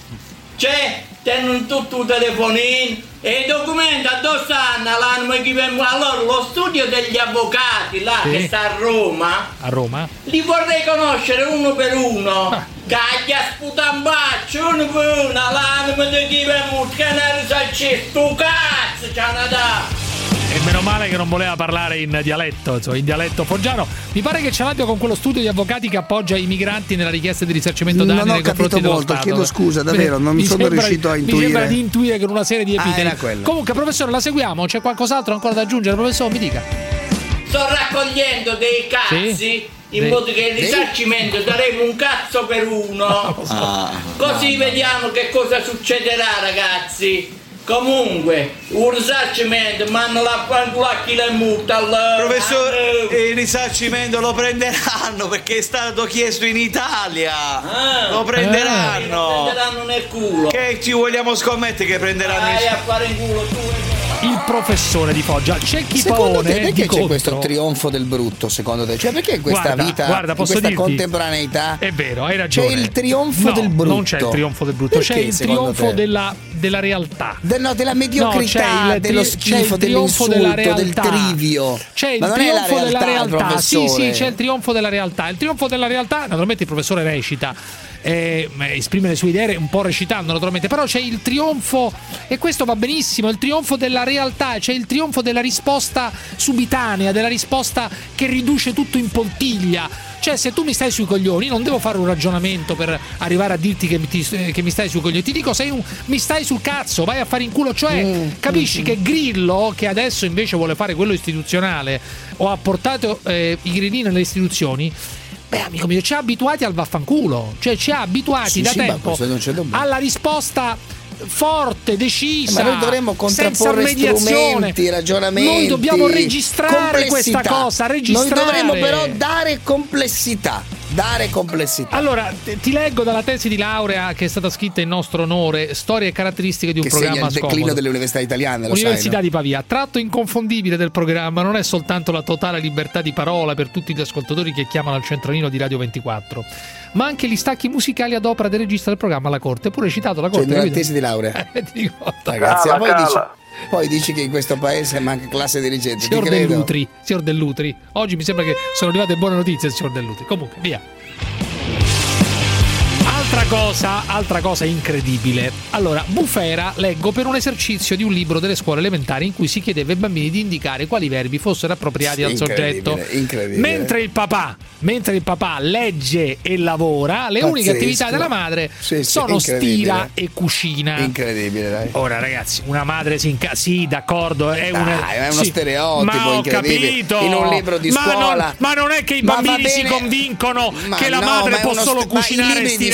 c'è, tengono tutto il telefonino e i documenti addosso stanno l'anima che vengono. Allora lo studio degli avvocati là Sì. che sta a Roma A Roma? li vorrei conoscere uno per uno. Caglia sputambaccio, uno per uno, l'anima di chi vengono, che ne risarci, stu cazzo c'ha una da. E meno male che non voleva parlare in dialetto, insomma, in dialetto foggiano. Mi pare che ce l'abbia con quello studio di avvocati che appoggia i migranti nella richiesta di risarcimento danni Non ho nei confronti capito dello molto, Stato. chiedo scusa, davvero, non Mi sono sembra- riuscito a Mi intuire. sembra di intuire con una serie di Ah, epiteti. era quello. Comunque, professore, la seguiamo? C'è qualcos'altro ancora da aggiungere? Professore, mi dica. Sto raccogliendo dei cazzi Sì? in Dei- modo che il dei- risarcimento daremo un cazzo per uno. Ah, Così vediamo che cosa succederà, ragazzi. Comunque, un risarcimento, ma hanno la fanculo chi le multa al Professore, il risarcimento lo prenderanno perché è stato chiesto in Italia. Ah. Lo prenderanno. Lo prenderanno nel culo. Che ci vogliamo scommettere che prenderanno Vai il a fare in culo tu. Il professore di Foggia. C'è chi Secondo paone te perché di c'è contro. questo trionfo del brutto, secondo te? Cioè perché questa Guarda, vita, guarda, in posso questa dirti? contemporaneità È vero, hai ragione. c'è il trionfo No, del brutto? non c'è il trionfo del brutto, Perché, c'è il secondo trionfo te? della, della realtà. De- no, della mediocrità, No, c'è il tri- dello c'è schifo, il trionfo della dell'insulto, del realtà. trivio. C'è il Ma non è la trionfo della realtà, realtà. Sì, professore. sì, c'è il trionfo della realtà. Il trionfo della realtà, naturalmente il professore recita. Eh, esprime le sue idee un po' recitando naturalmente, però c'è il trionfo, e questo va benissimo, il trionfo della realtà, c'è il trionfo della risposta subitanea, della risposta che riduce tutto in poltiglia. Cioè, se tu mi stai sui coglioni, non devo fare un ragionamento per arrivare a dirti che mi, ti- che mi stai sui coglioni. Ti dico, sei un, mi stai sul cazzo, vai a fare in culo. Cioè, Mm, capisci che Grillo, che adesso invece vuole fare quello istituzionale, o ha portato eh, i grillini nelle istituzioni. Beh, amico mio, ci ha abituati al vaffanculo. Cioè, ci ha abituati Sì, da sì, ma tempo questo non c'è dubbio. alla risposta forte, decisa, Ma noi dovremmo senza contrapporre mediazione. strumenti, ragionamenti. Noi dobbiamo registrare complessità. questa cosa, registrare. Noi dovremmo però dare complessità. Dare complessità. Allora, t- ti leggo dalla tesi di laurea che è stata scritta in nostro onore, storie e caratteristiche di un Che segna programma il declino scomodo. delle università italiane, lo Università sai, no? di Pavia. Tratto inconfondibile del programma non è soltanto la totale libertà di parola per tutti gli ascoltatori che chiamano al centralino di Radio ventiquattro, ma anche gli stacchi musicali ad opera del regista del programma La Corte, pure citato la Cioè, Corte. nella capito? tesi di laurea. Eh, ti ricordo. Ragazzi, Cala, poi, dici, cala. poi dici che in questo paese manca classe dirigente. Signor Ti credo. Dell'Utri, signor Dell'Utri. Oggi mi sembra che sono arrivate buone notizie, signor Dell'Utri. Comunque, via. Altra cosa, altra cosa incredibile. Allora, Bufera leggo per un esercizio di un libro delle scuole elementari in cui si chiedeva ai bambini di indicare quali verbi fossero appropriati al soggetto. Incredibile, incredibile. Mentre il papà, mentre il papà legge e lavora, le Pazzesco. uniche attività della madre Sì, sì, sono incredibile. stira e cucina. Incredibile, dai. Ora, ragazzi, una madre si inca- sì, d'accordo, è, Dai, una- è uno sì, stereotipo ma ho incredibile. capito. In un libro di ma scuola. Non, ma non è che i Ma va bambini si bene. convincono Ma che la no, madre ma è può uno solo st- ma i cucinare e libri di stirare. scuola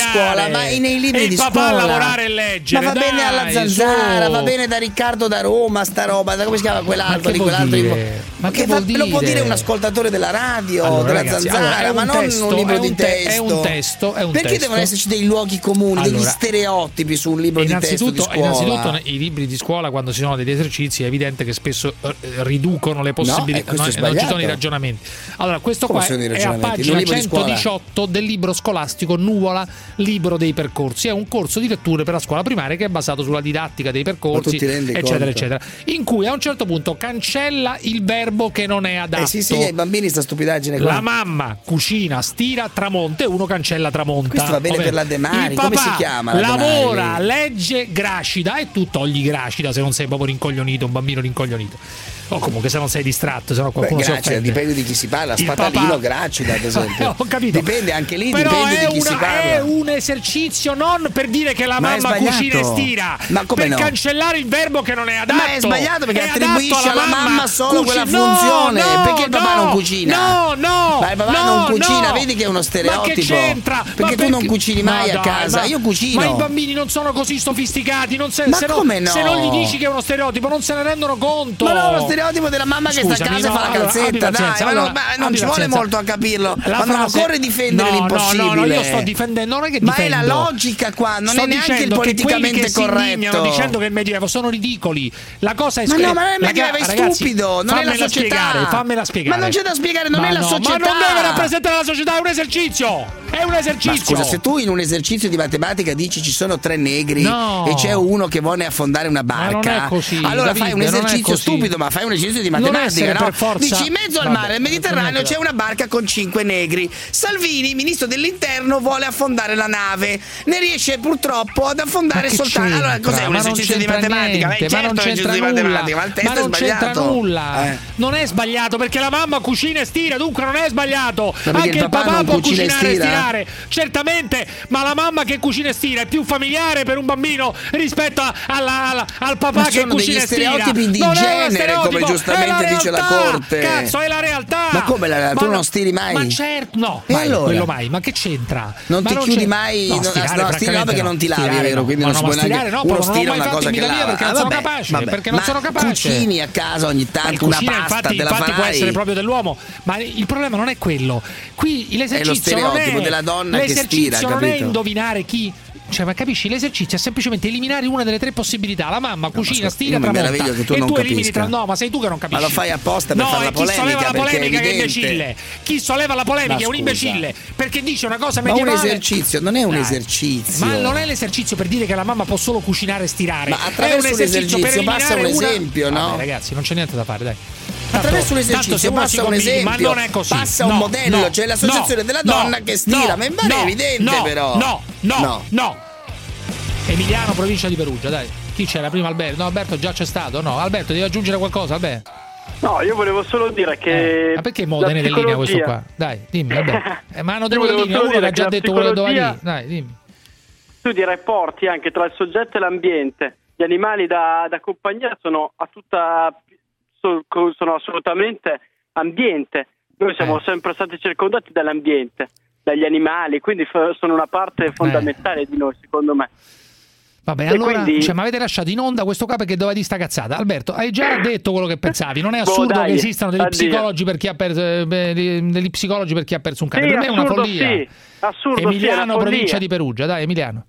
scuola, ma nei libri e di il papà scuola. a lavorare e leggere. Ma va dai, bene alla Zanzara, su. va bene da Riccardo da Roma, sta roba, da come si chiama quell'altro Ma di che vuol quell'altro dire? di- Ma che va- vuol lo può dire? dire un ascoltatore della radio, Allora, della ragazzi, Zanzara, allora, è ma un non testo, un libro è di un te- testo. è un testo, è un Perché testo. devono esserci dei luoghi comuni, degli Allora, stereotipi su un libro di testo di Innanzitutto, scuola? innanzitutto i libri di scuola, quando ci sono degli esercizi, è evidente che spesso eh, riducono le eh, possibilità, questo è non ci sono sbagliato. i ragionamenti. Allora, questo Come qua sono i è a ragionamenti? In un pagina libro di scuola? centodiciotto del libro scolastico Nuvola, libro dei percorsi. È un corso di letture per la scuola primaria che è basato sulla didattica dei percorsi, Ma tu ti rendi eccetera, conto? eccetera. In cui a un certo punto cancella il verbo che non è adatto. Eh sì, sì, ai bambini sta stupidaggine qua. La mamma cucina, stira, tramonta e uno cancella tramonta. Questo va bene per la De Mari, Il come papà si chiama la De lavora, Mari? legge, gracida e tu togli gracida se non sei proprio rincoglionito, un bambino rincoglionito. O comunque se non sei distratto, se no qualcuno Beh, si gracida, offende. dipende di chi si parla, Il spatalino, papà- gracida ad esempio. Ho capito. Dipende anche lì, Però dipende è di chi si una- parla. È un esercizio non per dire che la Ma è mamma sbagliato. cucina e stira, Ma come per no? cancellare il verbo che non è adatto. Ma è sbagliato perché È attribuisce adatto alla mamma solo quella cuci- funzione. No, no, Perché il papà no, non cucina? No, no. Ma il papà no, non cucina, no. vedi che è uno stereotipo. Ma che c'entra? Perché Ma tu non cucini mai Ma a dai, casa, ma- io cucino. Ma i bambini non sono così sofisticati, non se, Ma se, no- come no? se non gli dici che è uno stereotipo non se ne rendono conto. Ma no, lo stereotipo della mamma che sta a Scusami, casa e no, fa la allora, calzetta, abbi dai, pazienza, ma allora, non, ma non abbi ci vuole pazienza. molto a capirlo. La ma non frase- occorre difendere no, l'impossibile. No, no, no, io sto difendendo, non è che Ma è difendo. la logica qua, non Sto è neanche il dicendo che quelli politicamente che si indignano corretto. dicendo che il Medioevo sono ridicoli. La cosa è Ma no, ma non è il la- Medioevo, è ragazzi, stupido, non è la fammela società. Spiegare, fammela spiegare. Ma non c'è da spiegare, non Ma è la no, società. Ma non deve rappresentare la società, è un esercizio. È un Ma esercizio. scusa, se tu in un esercizio di matematica dici ci sono tre negri No. e c'è uno che vuole affondare una Ma non barca, è così, allora Davide, fai un non è esercizio così. stupido, ma fai un esercizio di Non matematica, essere no? per forza- Dici in mezzo al Vabbè, mare, al Mediterraneo, non c'è una barca con cinque negri. Salvini, ministro dell'interno, vuole affondare la nave. Ne riesce purtroppo ad affondare Ma che soltanto. Allora c'entra? cos'è un Ma non esercizio di c'entra matematica? niente, Beh, ma certo, non è un esercizio c'entra di nulla. matematica, ma il testo Ma è non c'entra sbagliato. nulla. Eh. Non è sbagliato perché la mamma cucina e stira, dunque non è sbagliato. perché Anche il il papà papà non può cucina e cucinare e stira? stirare, certamente, ma la mamma che cucina e stira è più familiare per un bambino rispetto a- alla- alla- al papà Ma che sono cucina degli e stira. stereotipi di Non è uno genere, stereotipo, come è giustamente dice la realtà. Corte. Cazzo, è la realtà. Ma come la realtà? Tu no- non stiri mai? Ma certo, no, E mai, allora? quello mai. Ma che c'entra? Non Ma ti chiudi c'è- mai- no, stirare, no, stiri no, francamente perché non ti lavi, Stirare vero? no. Quindi Ma non no, si ma può stirare neanche- no, uno però non ho stira mai una fatto cosa in che vita mia lava. perché Ah, non sono vabbè, capace, vabbè. perché non Ma sono capace. cucini a casa ogni Ma il tanto una cucina pasta, infatti, te la infatti può farai? essere proprio dell'uomo, ma il problema non è quello. Qui l'esercizio non stereotipo è della donna che l'esercizio stira, non è capito? indovinare chi. Cioè, ma capisci? L'esercizio è semplicemente eliminare una delle tre possibilità. La mamma cucina, scusa, stira, io mi tramonta. meraviglio che tu e non tu elimini capisca. tra. No, ma sei tu che non capisci. Ma lo fai apposta per no, fare la e chi solleva polemica, la perché è polemica è evidente. imbecille. Chi solleva la polemica Ma è un scusa. imbecille. Perché dice una cosa Ma un medievale. esercizio non è un Dai. esercizio. Ma non è l'esercizio per dire che la mamma può solo cucinare e stirare. Ma attraverso è un esercizio, un per esercizio, basta eliminare un una- esempio, no? Vabbè, ragazzi, non c'è niente da fare, dai. Attraverso un Tanto- tanto se esercizio uno si passa un convince- esempio, ma non è così. passa un No, modello, no, c'è l'associazione no, della no, donna che stira, no, ma è no, evidente no, però. No, no, No. no. Emiliano, provincia di Perugia, dai. Chi c'era prima? Alberto? No, Alberto già c'è stato. No, Alberto, devi aggiungere qualcosa, Alberto? No, io volevo solo dire che. Ma perché Modena è in linea questo qua? Dai, dimmi, Alberto. Eh, ma hanno Io delle volevo linee, solo uno che dire ha già che la detto quello che doveva dire. psicologia- Dai, dimmi. Studi rapporti anche tra il soggetto e l'ambiente. Gli animali da, da compagnia sono a tutta so- sono assolutamente ambiente. Noi siamo sempre stati circondati dall'ambiente, dagli animali, quindi f- sono una parte fondamentale di noi, secondo me. Vabbè, E allora, quindi- cioè, mi avete lasciato in onda questo qua perché doveva di sta cazzata. Alberto, hai già detto quello che pensavi. Non è Boh, assurdo dai, che esistano degli addio. psicologi per chi ha perso eh, beh, degli psicologi per chi ha perso un cane. Sì, per me è una assurdo, follia. sì. Assurdo, sì, è Emiliano, una follia. provincia di Perugia, dai, Emiliano.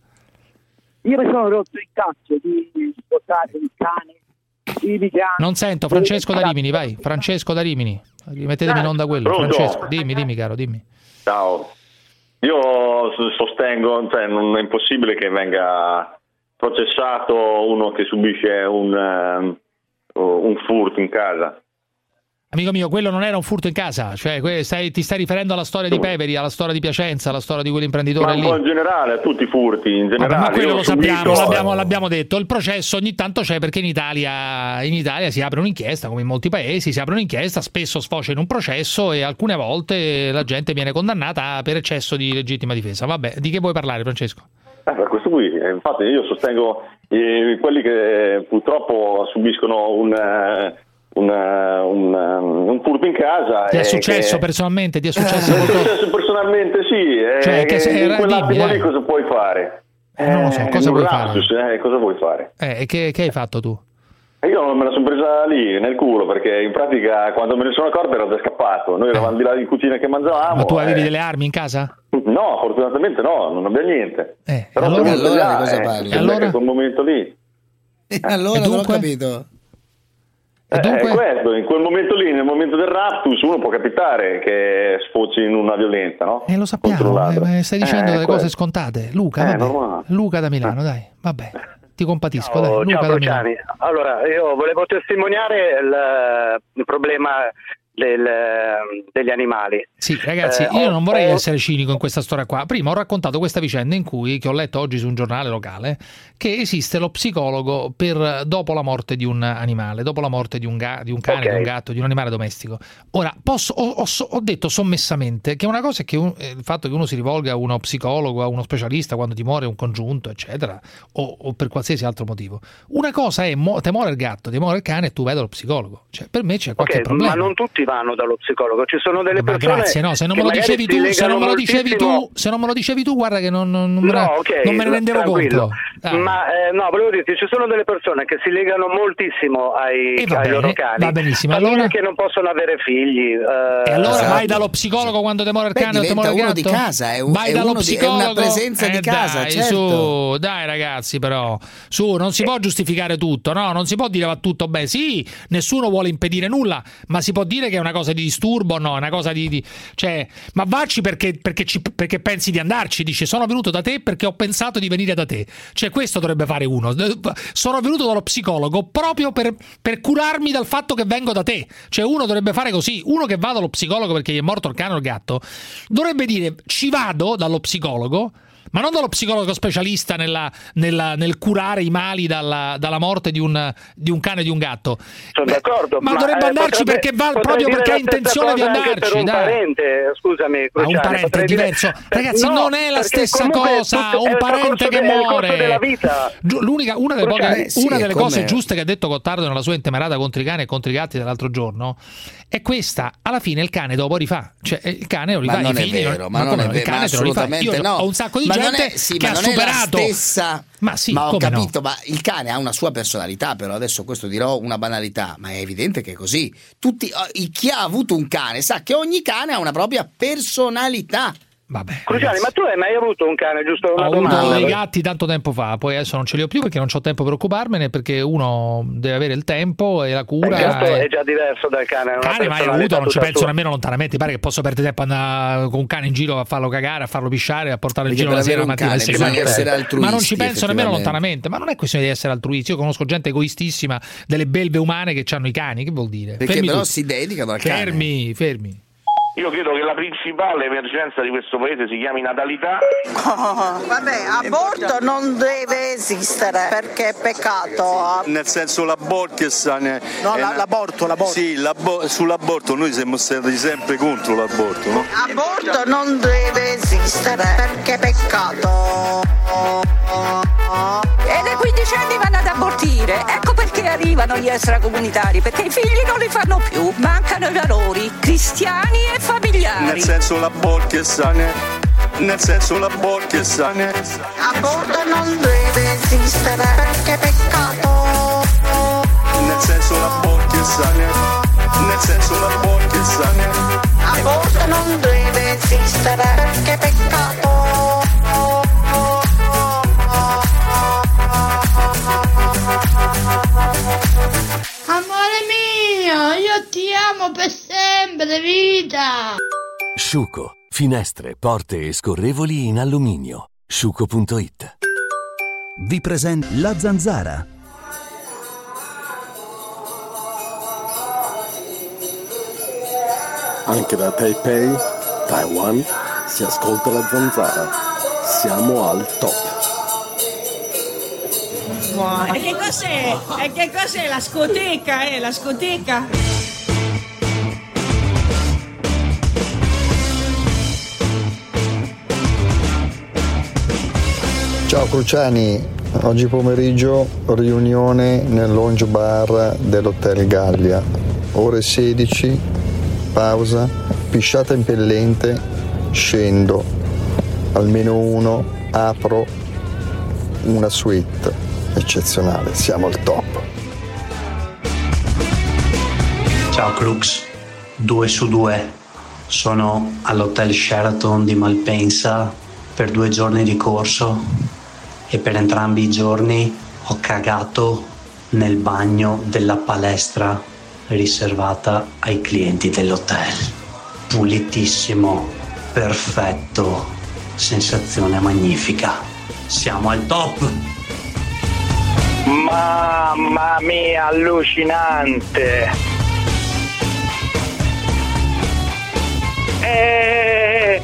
Io mi sono rotto il cazzo di portare il cane. Di diciamo, Non sento, Francesco da Rimini, vai. Francesco da Rimini. Rimettetemi in onda quello. Pronto? Francesco, dimmi, dimmi, caro, dimmi. Ciao, io s- sostengo, cioè non è impossibile che venga processato uno che subisce un, ehm, un furto in casa. Amico mio, quello non era un furto in casa, cioè que- stai- ti stai riferendo alla storia di Peveri, alla storia di Piacenza, alla storia di quell'imprenditore Ma un lì. po' in generale, a tutti i furti in Vabbè, generale. ma quello Io lo ho sappiamo, subito- l'abbiamo, l'abbiamo detto. Il processo ogni tanto c'è perché in Italia, in Italia si apre un'inchiesta, come in molti paesi, si apre un'inchiesta, spesso sfocia in un processo e alcune volte la gente viene condannata per eccesso di legittima difesa. Vabbè, di che vuoi parlare, Francesco? Eh, per questo qui, eh, infatti io sostengo eh, quelli che purtroppo subiscono un, eh, un, un, un furto in casa. Ti è successo che... personalmente? Ti è successo Mi è qualcosa? successo personalmente, sì. Cioè, che se in era- quell'attimo dimmi, lì dai. cosa puoi fare? Eh, non lo so, Eh, cosa un vuoi lapsus, eh, cosa vuoi fare? Eh, e che, che hai fatto tu? E io me la sono presa lì, nel culo, perché in pratica quando me ne sono accorto ero già scappato. Noi eravamo di là in cucina che mangiavamo. Ma tu avevi eh. delle armi in casa? No, fortunatamente no, non abbiamo niente. Eh, Però allora- comunque allora là, di cosa eh, parli? si Allora? becca quel momento lì. Allora E non ho dunque? capito. Eh, dunque? è questo, in quel momento lì, nel momento del raptus, uno può capitare che sfoci in una violenza, no? Eh, lo sappiamo, Contro eh, l'altro. ma stai dicendo Eh, delle è cose questo. scontate. Luca, Eh, vabbè. normale. Luca da Milano, dai, vabbè. Ti compatisco, dai. Ciao, Luca ciao da Milano. Cruciani. Allora, io volevo testimoniare il, il problema del, degli animali. Sì, ragazzi, Eh, io ho- non vorrei ho- essere cinico in questa storia qua. Prima ho raccontato questa vicenda in cui, che ho letto oggi su un giornale locale, che esiste lo psicologo per dopo la morte di un animale, dopo la morte di un, ga- di un cane, Ok. di un gatto, di un animale domestico. Ora, posso, ho, ho so- ho detto sommessamente che una cosa è che un- eh, il fatto che uno si rivolga a uno psicologo, a uno specialista quando ti muore un congiunto, eccetera, o, o per qualsiasi altro motivo. Una cosa è mo- te muore il gatto, ti muore il cane e tu vai dallo psicologo. Cioè, per me c'è qualche Ok, problema. ma non tutti vanno dallo psicologo, ci sono delle Ma persone grazie, no, se non che me lo magari dicevi si tu, se non me lo legano dicevi moltissimo- tu, se non me lo dicevi tu, guarda che non, non, non me, No, ne- ok, non me ne rendevo tranquillo. conto. Dai. Ma eh, no, volevo dirti, ci sono delle persone che si legano moltissimo ai, E va ai loro bene, cani. va benissimo, Famiglie allora- che non possono avere figli. eh, E allora esatto. vai dallo psicologo quando ti muore il Beh, cane o ti diventa muore il uno gatto? di casa, è un- vai è dallo uno di- è psicologo. una presenza di Eh, casa, dai, certo. su, dai ragazzi, però, su, non si può giustificare tutto, no? Non si può dire va tutto bene. Sì, nessuno vuole impedire nulla, ma si può dire che è una cosa di disturbo, no? È una cosa di, di- cioè, ma vacci perché, perché, ci- perché pensi di andarci, dice sono venuto da te perché ho pensato di venire da te. Cioè, questo dovrebbe fare uno. Sono venuto dallo psicologo proprio per, per curarmi dal fatto che vengo da te. Cioè, uno dovrebbe fare così. Uno che va dallo psicologo perché gli è morto il cane o il gatto dovrebbe dire ci vado dallo psicologo, ma non dallo psicologo specialista nella, nella- nel curare i mali dalla, dalla morte di un, di un cane e di un gatto. Sono d'accordo, ma dovrebbe eh, andarci potrebbe- perché va- potrei proprio dire perché la ha stessa intenzione di cosa anche andarci, per un dai. parente, scusami, Ma un Cruciani, parente è potrei dire- diverso. Ragazzi, No, non è la perché stessa comunque cosa. tutto- è Un il parente corso che de- è il corso muore. della vita. Giu- L'unica, una delle, poche- Cruciani. Eh, sì, una è delle come- cose giuste che ha detto Gottardo nella sua intemerata contro i cani e contro i gatti dell'altro giorno è questa: alla fine il cane dopo rifà, cioè il cane lo Ma rifà, non i è figli non- vero, ma non come è no? vero, il cane ma te lo rifà. assolutamente Io no. ho un sacco di Ma non gente è- sì, che ma ha non è la superato stessa. ma sì, ma ho come no? capito, ma il cane ha una sua personalità, però adesso questo dirò una banalità, ma è evidente che è così. Tutti, eh, chi ha avuto un cane sa che ogni cane ha una propria personalità. Vabbè, Cruciani, ma tu hai mai avuto un cane, giusto una ho avuto domanda? dei gatti tanto tempo fa, poi adesso non ce li ho più perché non ho tempo per occuparmene, perché uno deve avere il tempo e la cura. Il gatto e- è già diverso dal cane, è una cane mai personalità avuto, non ci tutta penso sua. nemmeno lontanamente. Pare che posso perdere tempo andare con un cane in giro a farlo cagare, a farlo pisciare, a portarlo in Perché giro la per sera, la avere un mattina, cane la sera. bisogna essere altruisti, Ma non ci penso nemmeno effettivamente. lontanamente. Ma non è questione di essere altruisti. Io conosco gente egoistissima, delle belve umane che hanno i cani. Che vuol dire? Perché Fermi però tutti. si dedicano al cane. Fermi, fermi. Io credo che la principale emergenza di questo paese si chiami natalità. Oh, vabbè, aborto non deve esistere perché è peccato. Nel senso l'aborto che sa ne- No, è la- una- l'aborto, l'aborto. Sì, l'abo- sull'aborto noi siamo stati sempre contro l'aborto, no? Aborto non deve esistere perché è peccato. E dai quindici anni vanno ad abortire. Ecco perché arrivano gli extracomunitari, perché i figli non li fanno più. Mancano i valori cristiani e familiari. Nel senso l'aborto che sa ne- Nel senso l'aborto che sa ne- Aborto non deve esistere perché è peccato. Nel senso l'aborto che sa ne- Nel senso l'aborto che sa ne- Aborto non deve esistere perché è peccato. Amore mio, io ti amo per sempre, vita! Sciuco, finestre, porte e scorrevoli in alluminio. sciuco punto it. Vi presenta La Zanzara. Anche da Taipei, Taiwan, si ascolta La Zanzara. Siamo al top. E che cos'è? E che cos'è la scoteca, eh? La scoteca? Ciao Cruciani, Oggi pomeriggio riunione nel lounge bar dell'Hotel Gallia, ore sedici, pausa, pisciata impellente, scendo, almeno uno, apro una suite eccezionale, siamo al top. Ciao Crux, due su due, sono all'Hotel Sheraton di Malpensa per due giorni di corso e per entrambi i giorni ho cagato nel bagno della palestra riservata ai clienti dell'hotel. Pulitissimo, perfetto, sensazione magnifica. Siamo al top! Mamma mia, allucinante! Eh...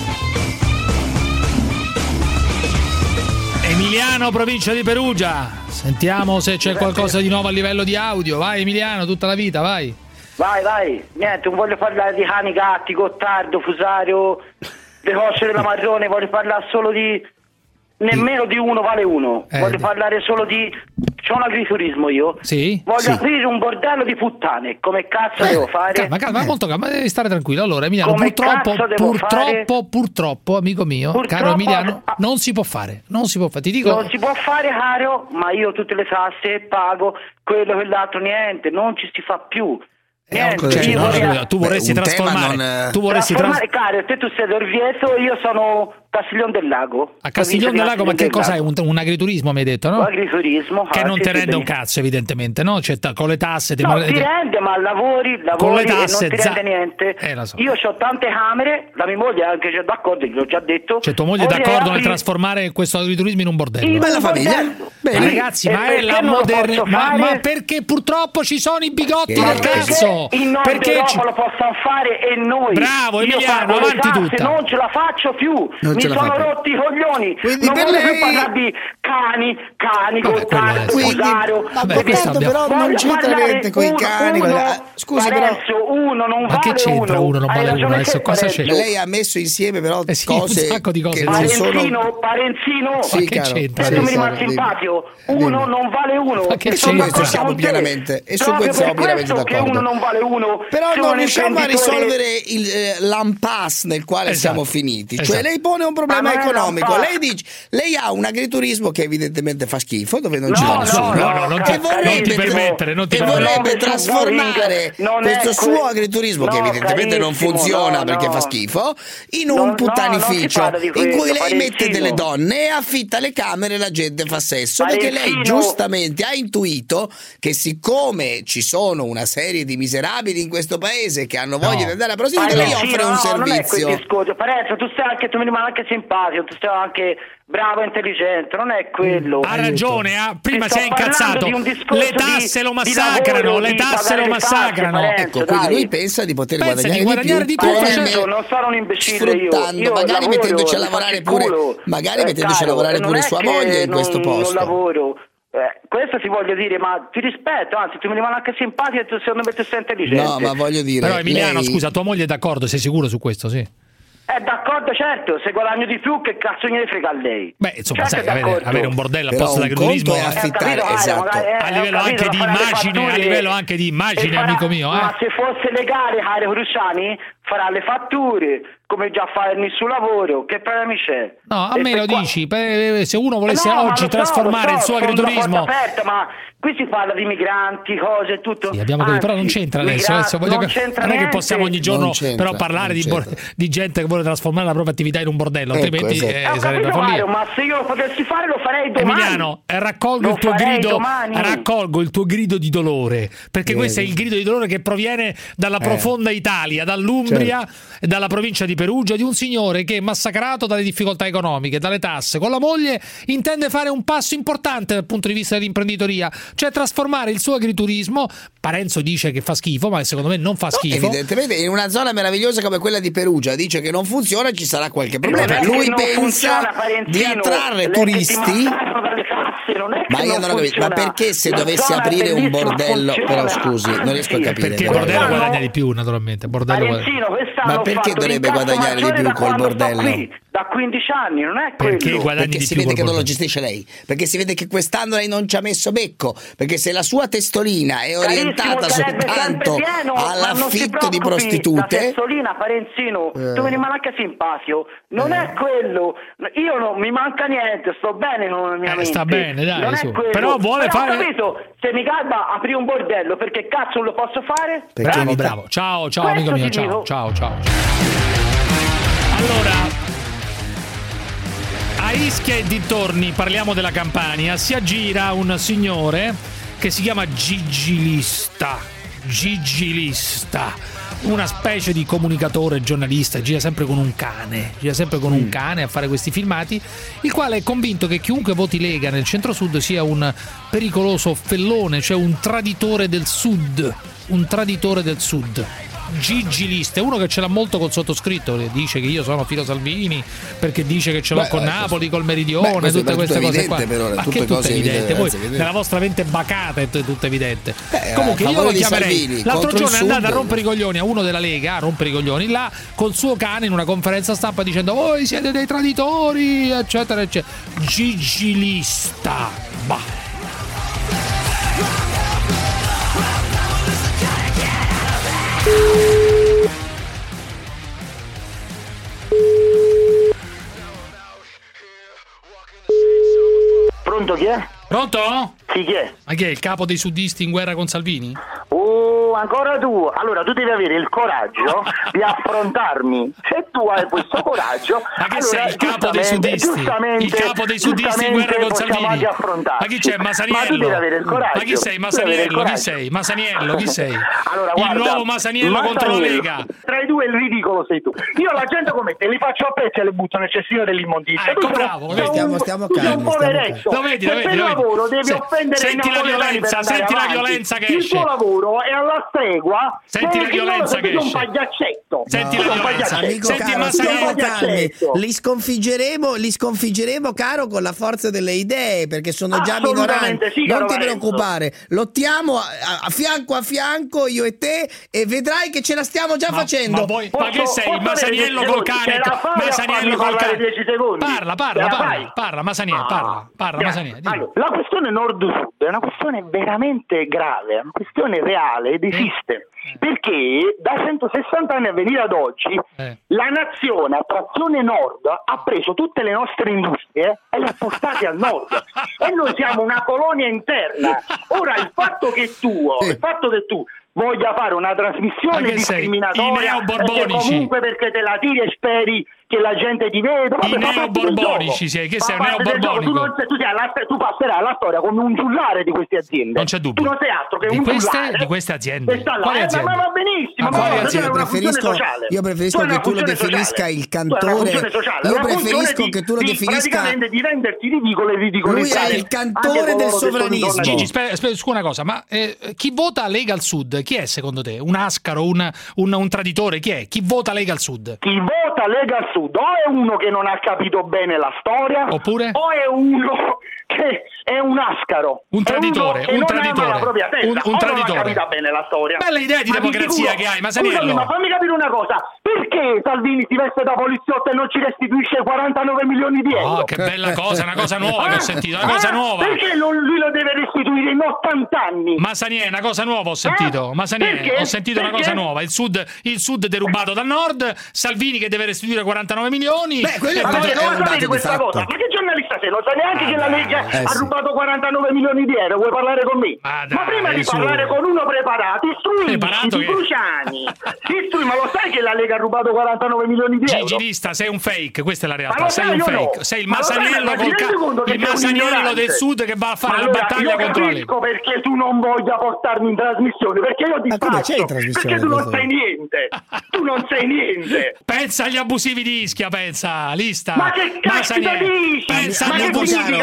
Emiliano, provincia di Perugia. Sentiamo se c'è qualcosa di nuovo a livello di audio. Vai Emiliano, tutta la vita, vai. Vai, vai. Niente, non voglio parlare di cani, gatti, Gottardo, Fusario, le cosce della Marrone, voglio parlare solo di... Nemmeno di uno vale uno. Eh, voglio parlare solo di... C'ho un agriturismo io. Sì? Voglio Sì. aprire un bordello di puttane. Come cazzo devo fare? Calma, calma, molto calma, devi stare tranquillo. Allora, Emiliano, Come purtroppo, cazzo devo purtroppo, fare? purtroppo, amico mio, Purtroppo- caro Emiliano, non si può fare. Non si può fare. Ti dico. Non si può fare, caro, ma io tutte le tasse pago, quello, quell'altro, niente, non ci si fa più. Niente, Cioè, io no, vorrei- no, tu vorresti Beh, un tema trasformare. non, eh, Tu vorresti Trasformare, trasformare. caro, te tu sei d'Orvieto, io sono Castiglion del Lago. A Castiglione del Lago, ma che Castiglion cos'è? del Un, un agriturismo, mi hai detto, no? Lago. Agriturismo. Che ah, non sì, ti sì, rende un benissimo. cazzo, evidentemente, no? Cioè, ta- con le tasse ti No, morde- ti rende, ma lavori, lavori Con le e non tasse, ti za- rende niente. Eh, lo so. Io ho tante camere, la mia moglie è anche già d'accordo, gliel'ho già detto. Cioè, tua moglie è Vorrei d'accordo nel aprire- trasformare questo agriturismo in un bordello? In un Bella famiglia. bordello. Ma Bene. ragazzi, E ma è perché la non lo modernità. posso Ma, fare? ma perché purtroppo ci sono i bigotti Ma del perché cazzo? in Nord Perché Europa ci- lo possono fare e noi. Bravo, Io Emiliano, pago le avanti tasse, tutta. non ce la faccio più. Non Mi ce la sono fai più. rotti i coglioni. Quindi non per voglio lei- più parlare di cani, cani, Vabbè, quello è- Gottardo, Quindi, Fusario. vabbè, Perché questo abbiamo- però non voglio c'entra parlare niente con i uno, cani. con- uno, ah, Scusi, però. Parenzo, uno non Ma che vale c'entra uno, non Hai vale uno? ragione Adesso te, cosa Parenzo. c'è? Lei ha messo insieme però Eh sì, cose, un sacco di cose, che non sì. sono... Parenzino, Parenzino. Sì, Ma che caro. c'entra? Se Sì, tu mi caro, rimani dimmi. simpatico, Dimmi. uno non vale uno. Ma che E sono c'entra? d'accordo Siamo con te. pienamente- e su Proprio questo siamo per pienamente questo che d'accordo. uno non vale uno. Però sono non riusciamo a imprenditori- risolvere il, eh, l'impasse nel quale Esatto. siamo finiti. Cioè Esatto. lei pone un problema Ma non è economico. l'impasse. Lei dice, lei ha un agriturismo che evidentemente fa schifo, dove non No, ci va no, nessuno. no, no, non ti- e vorrebbe, non ti permettere, non ti e permettere. vorrebbe No, trasformare non è questo que- suo agriturismo, che no, evidentemente non carissimo, funziona no, perché no. fa schifo, in No, un no, non puttanificio si parla di in cui quello, lei mette Parenzino. delle donne e affitta le camere e la gente fa sesso, perché lei Parenzino. giustamente ha intuito che siccome ci sono una serie di miserabili in questo paese che hanno voglia No. di andare a prostituta, lei Parenzino, offre un no, non è quel servizio. discorso. Parenzo, tu sei anche, tu mi rimani anche simpatico, tu sei anche bravo e intelligente, non è quello. Ha ragione, ah, prima Ti si è sto parlando incazzato. di un discorso Le tasse di- lo di massacrano, lavoro, le di tasse pagare lo le tasse, massacrano. Parenzo, Ecco, quindi dai. lui pensa di poter Pensa guadagnare di guadagnare di di più, più, facendo- Parenzo, non sono un imbecille io. sfruttando, Io magari lavoro, mettendoci a mi lavorare faccio il pure, culo. magari Eh, mettendoci a caro, lavorare non pure è sua che moglie in non- questo posto. Non lavoro. Eh, questo ti voglio dire, ma ti rispetto, anzi tu mi rimani anche simpatico e tu secondo me tu sei intelligente. No, ma voglio dire, Però Emiliano, lei- scusa, tua moglie è d'accordo, sei sicuro su questo? Sì. Eh, d'accordo, certo, se guadagno di più che cazzo gliene frega a lei. Beh, insomma, Certo, sai, avere, d'accordo. avere un bordello a Però posto un dell'agriturismo conto è affittare, Eh, ho capito, esatto. magari, eh, a ho livello capito, anche da di fare le immagine, a fatture livello anche di e immagine, farà- amico mio, Ma eh. se fosse legale, caro Cruciani, farà le fatture, come già fa il suo lavoro, che problemi c'è? No, a E me per lo qua- dici, per- se uno volesse Eh no, ma oggi lo so, trasformare lo il so, suo sono una agriturismo. porta aperta, ma qui si parla di migranti, cose e tutto. Sì, abbiamo capito, però non Anzi, c'entra adesso. migra- adesso voglio non cap- c'entra non è che niente. possiamo ogni giorno Non c'entra, però parlare non di, bor- c'entra. di gente che vuole trasformare la propria attività in un bordello, Ecco, altrimenti esatto. eh, Eh, ho sarebbe capito, follia. Mario, ma se io lo potessi fare lo farei domani. Emiliano, eh, raccolgo Lo il tuo farei grido, domani. raccolgo il tuo grido di dolore, perché Eh, questo è il grido di dolore che proviene dalla profonda Italia, dall'Umbria e dalla provincia di Perugia, di un signore che, massacrato dalle difficoltà economiche, dalle tasse, con la moglie intende fare un passo importante dal punto di vista dell'imprenditoria, cioè trasformare il suo agriturismo. Parenzo dice che fa schifo, ma secondo me non fa schifo. Evidentemente in una zona meravigliosa come quella di Perugia dice che non funziona, ci sarà qualche problema. Non è che Lui non pensa funziona, di Parenzino. attrarre Le- turisti. ti massacrano dalle tasse, non è che Ma io non ho capito, funziona. ma perché se La dovessi zona è aprire un bellissima, bordello, funziona. però scusi, non riesco a capire. Perché il però. bordello Quest'anno- guadagna di più, naturalmente. Bordello guadagna- Parenzino, quest'anno Ma ho perché fatto dovrebbe l'incasso guadagnare di maggiore più da col quando sto bordello? qui. da quindici anni, non è quello. Perché guadagni Perché di si più vede che col non lo bordello. gestisce lei, perché si vede che quest'anno lei non ci ha messo becco, perché se la sua testolina è orientata Carissimo, sarebbe soltanto sempre pieno, ma non si all'affitto di preoccupi, prostitute, la testolina, Parenzino, Eh. tu mi rimane anche simpatico, non Eh. è quello, io non mi manca niente, sto bene con la mia Eh, mente. sta bene, dai, non su. è quello. Però vuole Però ho fare- capito, se mi garba aprire un bordello, perché cazzo non lo posso fare? Bravo, bravo. Ciao, ciao amico Questo mio, ti ciao, dico. ciao, ciao. Allora, a Ischia e dintorni, parliamo della Campania, si aggira un signore che si chiama Gigilista. Gigilista. Una specie di comunicatore, giornalista, gira sempre con un cane, gira sempre con un cane a fare questi filmati, il quale è convinto che chiunque voti Lega nel centro-sud sia un pericoloso fellone, cioè un traditore del sud, un traditore del sud. Gigilista è uno che ce l'ha molto col sottoscritto, che dice che io sono Filo Salvini perché dice che ce l'ho Beh, con eh, Napoli, col Meridione, beh, questo tutte è queste tutto cose qua. evidente, però, Ma tutte che tutto cose evidente, evidenti, voi evidenti. nella vostra mente bacata è tutto evidente. Beh, Comunque a io lo favore di chiamerei. Salvini, L'altro contro il giorno è andato Sud. a rompere i coglioni a uno della Lega, a rompere i coglioni là col suo cane in una conferenza stampa dicendo voi siete dei traditori, eccetera eccetera. Gigilista. Bah. Pronto, chi è? Pronto? Sì, chi è? Ma chi è il capo dei sudisti in guerra con Salvini? Oh, ancora tu? Allora, tu devi avere il coraggio di affrontarmi. Se tu hai questo coraggio, Ma che allora, sei il capo dei giustamente- sudisti? giustamente- Il capo dei sudisti in guerra con possiamo Salvini? anche affrontarci. Ma chi c'è? Masaniello? Ma tu devi avere il coraggio. Ma chi sei? Tu devi avere il Masaniello? Chi coraggio. sei? Masaniello? Chi sei? Allora, il guarda, nuovo Masaniello contro la Masaniello. Lega. Tra i due il ridicolo sei tu. Io la gente come te li faccio a pezzi e le butto nel cestino dell'immondizia. Ecco, Tu sei- bravo, sei vedi? un- Stiamo- stiamo tu sei calmi, un stiamo poveretto. Lo vedi, che lo vedi, per lo vedi? lavoro devi Se- offendere i senti la napoletani per violenza, andare senti la avanti. violenza che Il esce. tuo lavoro è alla stregua. Senti eh, la che loro violenza sei che più un esce. pagliaccetto. Senti Tu la sei un violenza. pagliaccetto. Amico Senti, caro, ma stiamo sai- calmi. Pagliaccetto. Li sconfiggeremo, li sconfiggeremo, caro, con la forza delle idee, perché sono già Assolutamente minoranti. sì, Non caro ti Lorenzo. preoccupare, lottiamo a, a- a fianco a fianco io e te e vedrai che ce la stiamo già Ma- facendo. Ma, voi, ma che Posso- sei? posso Masaniello avere col dieci cane. secondi? Ce la fai a Masaniello farmi col parlare cane. dieci secondi? Parla, parla, Ce la parla, fai? parla, Masaniello, parla, parla, Ah, Masaniello. dimmi. allora, la questione nord-sud è una questione veramente grave, è una questione reale ed esiste. Perché da centosessanta anni a venire ad oggi Eh. la nazione a trazione nord ha preso tutte le nostre industrie e le ha portate al nord e noi siamo una colonia interna. Ora il fatto che tu, il fatto che tu voglia fare una Ma trasmissione che sei? I discriminatoria neoborbonici. e che comunque perché te la tiri e speri che la gente ti veda, I vabbè, fa parte del neoborbonici gioco. sei, che Fa sei un parte del gioco. Tu, neoborbonico. non sei- tu, sei alla- tu passerai alla storia come un giullare di queste aziende. Non c'è dubbio. Tu non sei altro che Di un queste- giullare di queste aziende. e sta là. Quali Eh, aziende? Ma, ma va benissimo, Ma ma quali guarda, aziende? tu hai una funzione Preferisco- sociale. io preferisco Tu hai che una tu lo funzione definisca sociale. il Tu hai una cantore- funzione sociale, io una funzione preferisco di- che tu lo di- definisca- praticamente di renderti ridicolo e ridicolizzare. Lui è il cantore anche del coloro che sono sovranismo. intorno a te. Gigi, aspetta, aspetta, scusa una cosa, ma eh, chi vota Lega al Sud? Chi è secondo te? Un ascaro, un, un, un traditore? Chi è? Chi vota Lega al Sud? Chi vota Lega al Sud o è uno che non ha capito bene la storia, Oppure? o è uno che è un ascaro, Un traditore, è uno un che non ama traditore, la propria testa, un- un o non ha traditore. capito bene la storia. Bella idea di Ma democrazia sicuro- che hai, Masaniello. Scusami, ma fammi capire una cosa, perché Salvini si veste da poliziotto e non ci restituisce quarantanove milioni di euro? Oh, che bella cosa, una cosa nuova che ho Eh? sentito, una cosa Eh? nuova. Perché non- lui lo deve restituire in ottanta anni? Masaniello, una cosa nuova ho sentito. Eh? Masaniello, Perché? ho sentito una cosa Perché? nuova. Il sud, il sud derubato dal nord, Salvini che deve restituire quarantanove milioni. Beh, quello e è Ma un poi- perché non dato lo sapete di questa fatto. cosa? Ma che giornalista sei? Non sai neanche che la Lega Eh, ha sì. rubato quarantanove milioni di euro. Vuoi parlare con me? Ma dai, prima di su. parlare con uno preparato, istruisci Preparato di che- Cruciani. Istrui, ma lo sai che la Lega ha rubato quarantanove milioni di euro? Gigilista, sei un fake, questa è la Ma realtà. lo Sei sai un o no? fake. Sei il Ma lo sai, Masaniello ma ti col rendi conto ca- che il sei un Masaniello ignorante? del sud che va a fare Ma la allora, battaglia io contro la Lega. capisco perché tu non voglia portarmi in trasmissione, perché io ti Ma come c'è spazzo, in trasmissione perché tu non questo? sai niente. Tu non sai niente. Pensa agli abusivi di Ischia, pensa, lista. Ma che cazzo Masaniello. dici? Pensa Ma agli che abusivi. significa tu da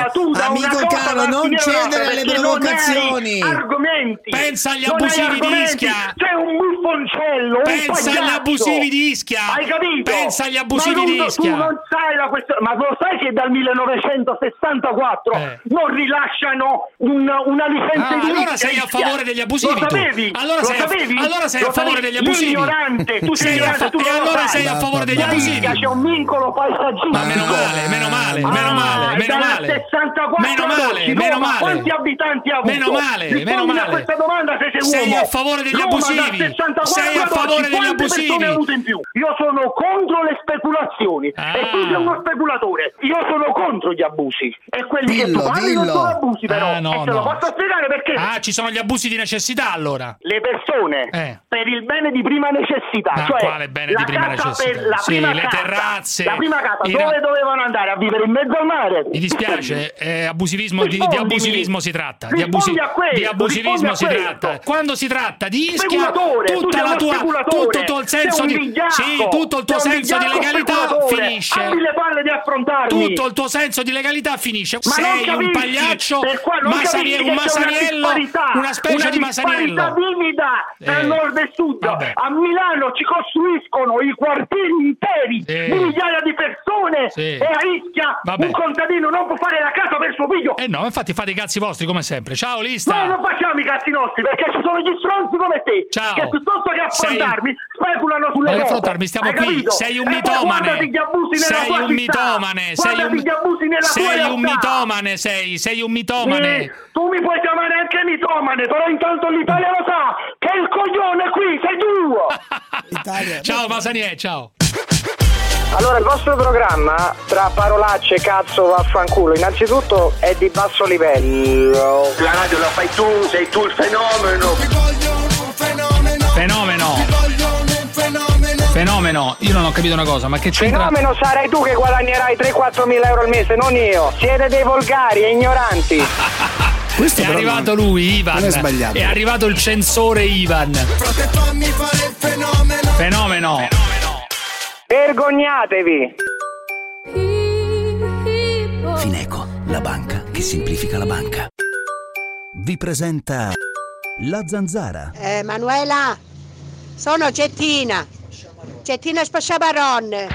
amico caro, non cedere alle provocazioni. Argomenti. Pensa agli Non hai abusivi di argomenti. Ischia. Sei un buffoncello. Pensa un agli pagliaccio. abusivi di Ischia. Hai capito? Pensa agli abusivi ma tu, di Ischia. Tu non sai la questione, ma lo sai che dal millenovecentosessantaquattro Eh. non rilasciano un, una licenza Ah, di allora Ischia. sei a favore degli abusivi Lo tu. sapevi? Allora Lo sei a- sapevi? allora sei a Lo favore sapevi? degli abusivi. L'ignorante, tu sei Sei a ignorante, fa- tu e non lo allora sai. sei a favore degli Da abusivi. Ischia c'è un vincolo paesaggistico. Ma meno male, meno male, meno male, Ah, meno dal male. sessantaquattro Meno ad male, oggi, meno Roma male. Quanti abitanti ha avuto? Meno male, meno Rispondi a male. questa domanda se sei Sei uomo. a favore degli Roma abusivi. dal sessantaquattro Sei a ad oggi, favore degli quante abusivi. persone ha avuto in più? Io sono contro le speculazioni Ah. e tu sei uno speculatore. Io sono contro gli abusi e quelli che Dillo, tu parli non dillo. sono abusi però. Ah, no, e te lo no. posso spiegare perché? Ah, ci sono gli abusi di necessità allora. Le persone Eh. per il bene di prima necessità, Ma cioè quale bene la di prima casa necessità? per la Sì, prima le casa, terrazze, la prima casa i dove ra- dovevano andare a vivere in mezzo al mare? Mi dispiace, eh, abusivismo, di, di Rispondimi. abusivismo si tratta. Di, Rispondi abusi- a questo, di abusivismo rispondi si a questo. tratta. Quando si tratta di Ischia, Speculatore, tu tutta sei la uno tua, speculatore. tutto il senso Sei un di vigliacco. sì, tutto il tuo Sei un senso di vigliacco legalità speculatore. finisce. Abbi le palle di affrontarmi. Tutto il tuo senso di legalità finisce. Ma non Sei un capisci, pagliaccio, per qua non masanie- capisci un che c'è masaniello, una, disparità, una specie una di masaniello. disparità vivida tra Eh. nord e sud. Vabbè. A Milano ci costruiscono i quartieri interi Eh. di migliaia di persone Sì. e a Ischia Vabbè. un contadino non può fare la casa per suo figlio. Eh no, infatti fate i cazzi vostri come sempre. Ciao Noi Lista. non facciamo i cazzi nostri perché ci sono gli stronzi come te Ciao. che piuttosto che Sei- affrontarmi speculano sulle Ma che cose. affrontarmi, stiamo Hai qui. capito? Sei un E poi mitomane. guardati gli abusi nella Sei tua un città. mitomane. Sei Guardati un, gli abusi nella tua sei un realtà. mitomane. Sei, sei un mitomane. Sì, tu mi puoi chiamare anche mitomane, però intanto l'Italia lo sa che il coglione qui sei tu. Ciao Masaniè, ciao. Allora, il vostro programma, tra parolacce, cazzo, vaffanculo, innanzitutto è di basso livello. La radio la fai tu, sei tu il fenomeno. Fenomeno. Fenomeno. Io non ho capito una cosa, ma che c'entra? Fenomeno sarai tu che guadagnerai tre quattro mila euro al mese, non io. Siete dei volgari e ignoranti. Questo È però arrivato non- lui, Ivan. non è sbagliato. È arrivato il censore Ivan. Fenomeno. Vergognatevi. Fineco, la banca che semplifica la banca. Vi presenta La Zanzara. Eh, Manuela, sono Cettina. Cettina Spasciabaron.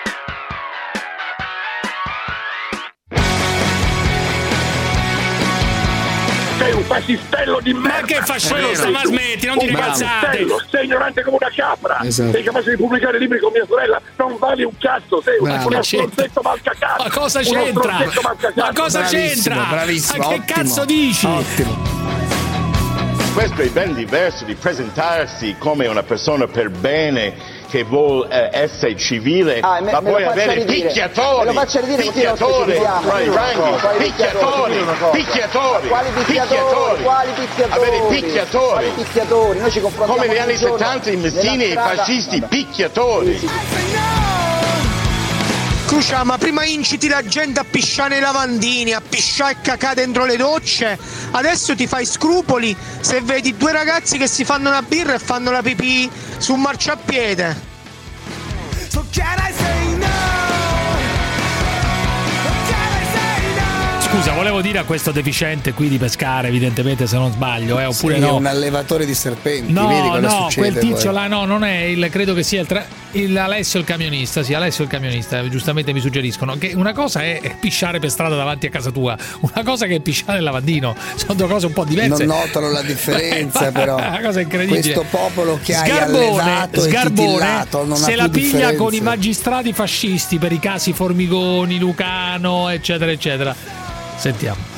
Sei un fascistello di merda. Ma che fascista, ma smetti, non Un dire cazzate. fascistello, sei ignorante come una capra. Esatto. Sei capace di pubblicare libri con mia sorella. Non vali un cazzo, sei un- Bravo. uno C'entra. stronzetto malcacazzo. Ma cosa Uno c'entra? stronzetto malcacazzo. Ma cosa Bravissimo, c'entra? bravissimo, Ma che ottimo. cazzo dici? Ottimo. Questo è ben diverso di presentarsi come una persona per bene che vuol eh, essere civile, Ah, me- ma me lo poi faccia avere ridire. picchiatori, Me lo faccia ridire così lo picchiatori, specifichiamo. tra i Dimmi una ranghi, cosa, quali picchiatori, dimmi una cosa. picchiatori, Quali picchiatori? Quali picchiatori? avere picchiatori, Quali picchiatori? Noi ci confrontiamo come negli anni ogni giorno settanta i messini e i nella strada. fascisti, picchiatori. Crucia, ma prima inciti la gente a pisciare nei lavandini, a pisciare e cacare dentro le docce, adesso ti fai scrupoli se vedi due ragazzi che si fanno una birra e fanno la pipì su un marciapiede. Scusa, volevo dire a questo deficiente qui di pescare, evidentemente, se non sbaglio, eh, oppure Sì, no. è un allevatore di serpenti, No, vedi cosa no, succede quel tizio poi. là, no, non è il, credo che sia il, tra, il Alessio il camionista, sì, Alessio il camionista, giustamente mi suggeriscono che una cosa è pisciare per strada davanti a casa tua, una cosa che è pisciare nel lavandino, sono due cose un po' diverse. Non notano la differenza, però. Una cosa incredibile. Questo popolo che hai Sgarbone, allevato e Sgarbone titillato non se ha la più piglia differenza. con i magistrati fascisti per i casi Formigoni, Lucano, eccetera, eccetera. Sentiamo.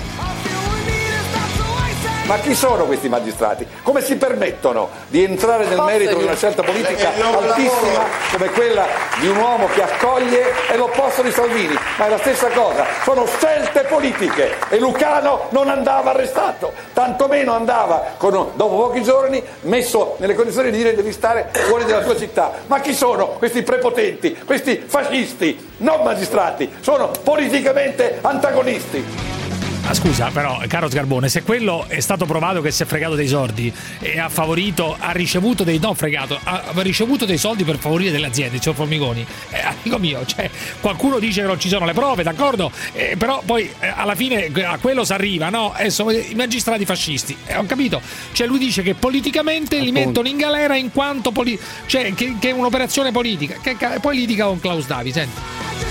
Ma chi sono questi magistrati? Come si permettono di entrare nel merito di una scelta politica altissima come quella di un uomo che accoglie è l'opposto di Salvini? Ma è la stessa cosa, sono scelte politiche e Lucano non andava arrestato, tantomeno andava con, dopo pochi giorni messo nelle condizioni di dire devi stare fuori dalla tua città. Ma chi sono questi prepotenti, questi fascisti, non magistrati, sono politicamente antagonisti? Ah, scusa, però, caro Sgarbone, se quello è stato provato che si è fregato dei soldi e ha favorito, ha ricevuto dei, no fregato, ha ricevuto dei soldi per favorire delle aziende, il signor Formigoni, eh, amico mio, cioè, qualcuno dice che non ci sono le prove, d'accordo, eh, però poi eh, alla fine a quello si arriva, no? Eh, sono i magistrati fascisti, eh, ho capito, cioè lui dice che politicamente Appunto. li mettono in galera in quanto, poli- cioè che, che è un'operazione politica, che, che, poi litiga con Klaus Davi, senti.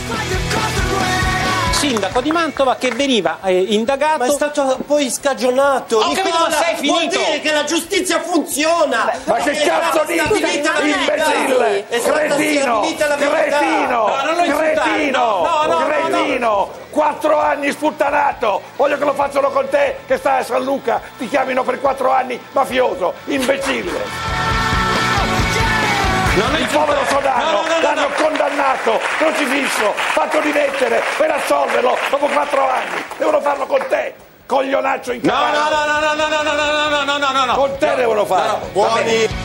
Sindaco di Mantova che veniva eh, indagato, ma è stato poi scagionato. Ho capito, ma sei finito. Vuol dire che la giustizia funziona. Beh, ma che cazzo dici? Imbecille, cretino, cretino, cretino, cretino, quattro anni sputtanato. Voglio che lo facciano con te che stai a San Luca, ti chiamino per quattro anni mafioso, imbecille. Il povero Sodano no, no, no, l'hanno no. condannato, crocifisso, fatto dimettere per assolverlo dopo quattro anni. Devono farlo con te, coglionaccio in casa. No, no, no, no, no, no, no, no, no, no, no, no. Con te no, devono farlo. No, buoni.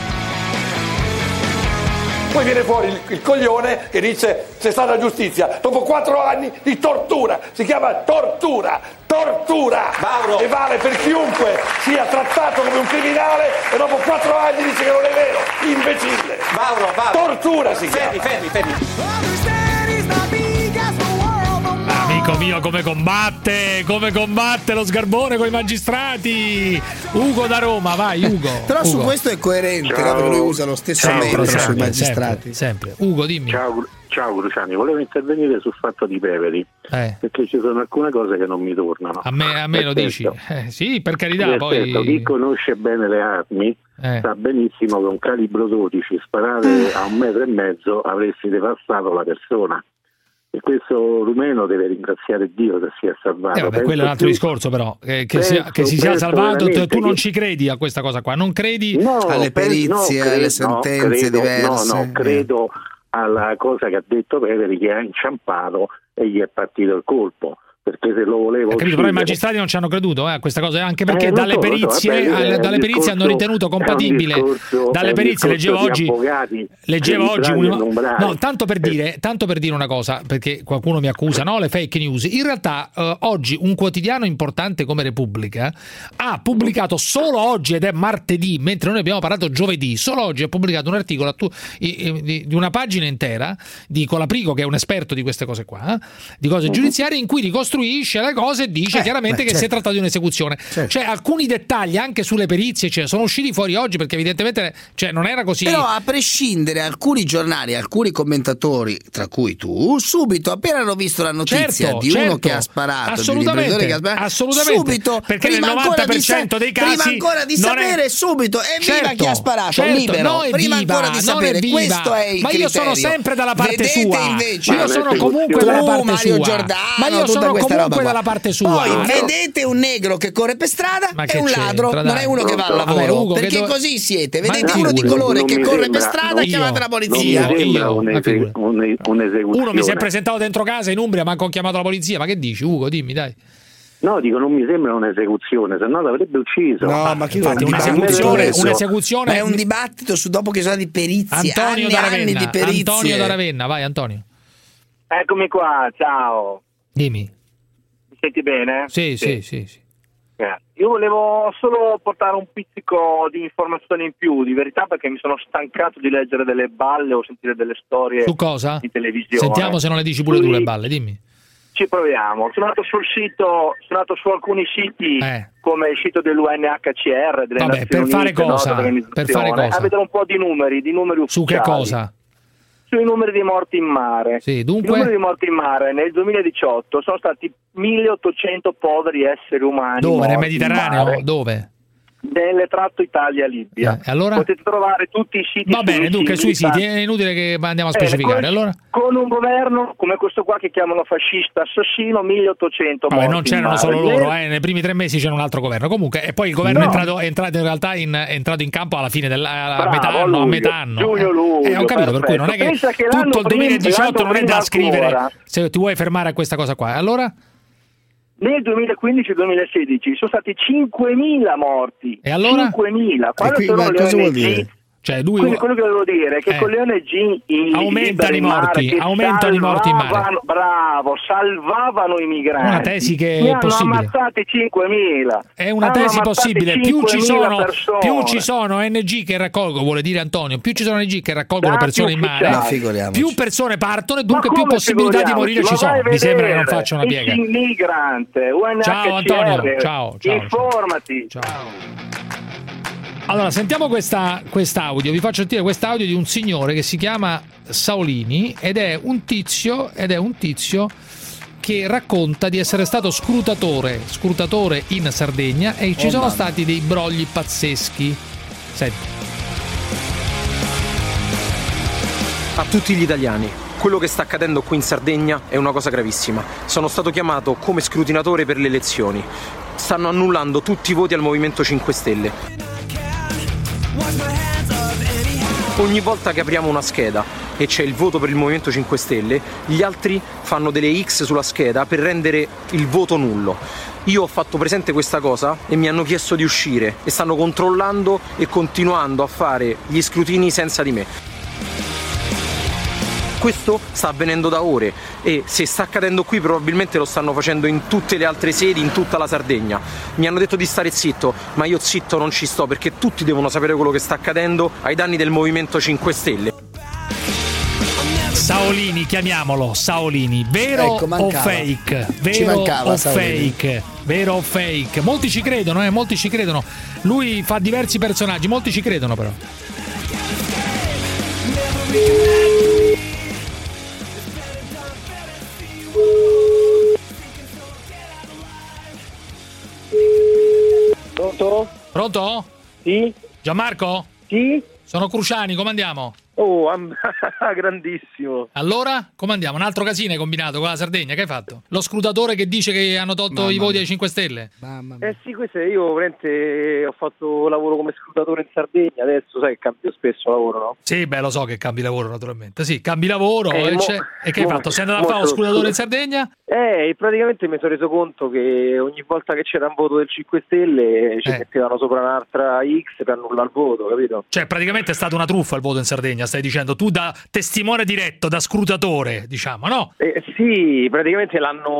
Poi viene fuori il, il coglione che dice c'è stata giustizia dopo quattro anni di tortura, si chiama tortura, tortura Mauro. E vale per chiunque sia trattato come un criminale e dopo quattro anni dice che non è vero, imbecille. Mauro, Mauro. Tortura si fermi, chiama. Fermi, fermi, fermi. Amico mio, come combatte, come combatte lo Sgarbone con i magistrati. Ugo da Roma, vai Ugo. Però Ugo. su questo è coerente, no? Perché lui usa lo stesso sempre, metodo sempre, sui magistrati. Sempre, sempre. Ugo, dimmi. Ciao, ciao Cruciani, volevo intervenire sul fatto di Peveri, eh. perché ci sono alcune cose che non mi tornano. A me, a me lo dici? Eh, sì, per carità. Sì, poi certo, chi conosce bene le armi eh. sa benissimo che un calibro dodici sparare a un metro e mezzo avresti devastato la persona. E questo rumeno deve ringraziare Dio che sia salvato. Eh vabbè, quello è un altro più... discorso però, eh, che, penso, sia, che si sia salvato, tu non che... ci credi a questa cosa qua, non credi no, alle perizie, no, credo, alle sentenze no, credo, diverse. No, no, credo alla cosa che ha detto Peveri, che ha inciampato e gli è partito il colpo. Perché se lo volevo capito, però i magistrati non ci hanno creduto eh, a questa cosa, anche perché eh, dalle so, perizie, vabbè, al, dalle perizie hanno ritenuto compatibile. Discorso, dalle perizie leggevo oggi, avvocati, leggevo oggi un, no, tanto per dire, tanto per dire una cosa, perché qualcuno mi accusa, no, le fake news. In realtà eh, oggi un quotidiano importante come Repubblica ha pubblicato solo oggi, ed è martedì, mentre noi abbiamo parlato giovedì, solo oggi ha pubblicato un articolo tu, di, di, di una pagina intera di Colaprico, che è un esperto di queste cose qua, eh, di cose giudiziarie, in cui ricostruisce le cose e dice eh, chiaramente beh, che certo. si è trattato di un'esecuzione. Certo. Cioè alcuni dettagli anche sulle perizie cioè, sono usciti fuori oggi perché evidentemente cioè, non era così. Però a prescindere, alcuni giornali, alcuni commentatori, tra cui tu, subito appena hanno visto la notizia certo, di certo. uno che ha sparato, assolutamente, che ha sparato assolutamente. subito, perché nel novanta per cento dei casi prima ancora di sapere è... subito evviva certo, chi ha sparato, certo, libero, no, prima viva, ancora di sapere, questo è il ma io criterio. sono sempre dalla parte Vedete sua. Invece, ma io sono comunque tu, dalla parte Mario sua. Giordano, ma io sono comunque dalla parte sua. Poi no. vedete un negro che corre per strada, ma è un ladro, c'entra, non è uno che va al lavoro. Vabbè, Ugo, perché do... così siete. Vedete uno di colore che corre per strada, chiamate la polizia. Io, un'ese- un- un'esecuzione. Uno mi si è presentato dentro casa in Umbria, ma ho chiamato la polizia. Ma che dici, Ugo? Dimmi, dai. No, dico, non mi sembra un'esecuzione, se no l'avrebbe ucciso. No, ah, ma chi infatti, un'esecuzione, un'esecuzione è un dibattito su dopo che sono di perizie, Antonio anni, da Ravenna, anni di perizie. Antonio da Ravenna, vai Antonio. Eccomi qua, ciao. Dimmi. Mi senti bene? Sì, sì, sì, sì. sì. Eh, io volevo solo portare un pizzico di informazioni in più, di verità, perché mi sono stancato di leggere delle balle o sentire delle storie su cosa? Di televisione. Sentiamo se non le dici pure tu le balle, dimmi. Ci proviamo. Sono andato sul sito, sono andato su alcuni siti eh. come il sito dell'U N H C R, delle Vabbè, Nazioni per fare Unite, cosa? No, per fare cosa? A vedere un po' di numeri, di numeri ufficiali. Su che cosa? Sui numeri di morti in mare. Sì, dunque... I numeri di morti in mare nel duemiladiciotto sono stati milleottocento poveri esseri umani. Dove? Nel Mediterraneo? Dove? Nelle tratto Italia-Libia. Eh, allora? Potete trovare tutti i siti. Va bene, dunque sui siti è inutile che andiamo a specificare. Eh, con, allora? con un governo come questo qua che chiamano fascista assassino, milleottocento Vabbè, morti non c'erano in solo mare. loro, eh. Nei primi tre mesi c'era un altro governo. Comunque, e poi il governo no. è, entrato, è entrato in realtà in, è entrato in campo alla fine del a Bravo, metà anno, luglio, a metà anno. Giugno, luglio, eh, ho capito, perfetto. per cui non è che, che tutto il duemiladiciotto prima, non è da scrivere ancora. se ti vuoi fermare a questa cosa qua. Allora? Nel duemilaquindici duemilasedici sono stati cinquemila morti. E allora? cinquemila. Quando qui, sono le cosa O N G, vuol dire? Cioè lui... Quindi quello che volevo dire è che eh. con le O N G i aumentano i morti, mare, aumentano i morti in mare. Bravo, salvavano i migranti. Una tesi che ne è hanno possibile. ammazzati cinquemila. È una hanno tesi possibile. Più ci sono persone. più ci sono O N G che raccolgono, vuole dire Antonio, più ci sono O N G che raccolgono Dati persone in mare, più persone partono e dunque più possibilità di morire ci sono. Mi sembra che non faccia una piega. Il migrante, U N H C R, ciao Antonio, ciao, ciao. Informati. Ciao. Allora, sentiamo questa quest'audio, vi faccio sentire quest'audio di un signore che si chiama Saolini ed è un tizio ed è un tizio che racconta di essere stato scrutatore, scrutatore in Sardegna e ci Oh, sono mamma. stati dei brogli pazzeschi. Senti. A tutti gli italiani, quello che sta accadendo qui in Sardegna è una cosa gravissima. Sono stato chiamato come scrutinatore per le elezioni. Stanno annullando tutti i voti al Movimento cinque Stelle. Ogni volta che apriamo una scheda e c'è il voto per il Movimento cinque Stelle, gli altri fanno delle X sulla scheda per rendere il voto nullo. Io ho fatto presente questa cosa e mi hanno chiesto di uscire e stanno controllando e continuando a fare gli scrutini senza di me. Questo sta avvenendo da ore e se sta accadendo qui probabilmente lo stanno facendo in tutte le altre sedi, in tutta la Sardegna. Mi hanno detto di stare zitto, ma io zitto non ci sto perché tutti devono sapere quello che sta accadendo ai danni del Movimento cinque Stelle. Saolini, chiamiamolo Saolini, vero Ecco, o mancava. fake? Ci Vero mancava, o Saolini. fake? Vero o fake? Molti ci credono, eh, molti ci credono. Lui fa diversi personaggi, molti ci credono però. Pronto? Pronto? Sì? Gianmarco? Sì? Sono Cruciani, come andiamo? Oh, am- grandissimo. Allora, come andiamo? Un altro casino hai combinato con la Sardegna, che hai fatto? Lo scrutatore che dice che hanno tolto Mamma i voti mia. ai cinque Stelle? Eh sì, questo è, io veramente ho fatto lavoro come scrutatore in Sardegna, adesso sai che cambio spesso lavoro, no? Sì, beh, lo so che cambi lavoro naturalmente. Sì, cambi lavoro Eh, e, mo- c'è- e che hai mo- fatto? Sei andato a fare lo molto- scrutatore in Sardegna? Eh, e praticamente mi sono reso conto che ogni volta che c'era un voto del cinque Stelle ci Eh. mettevano sopra un'altra X per annullare il voto, capito? Cioè, praticamente è stata una truffa il voto in Sardegna, stai dicendo tu da testimone diretto, da scrutatore, diciamo, no? Eh, sì, praticamente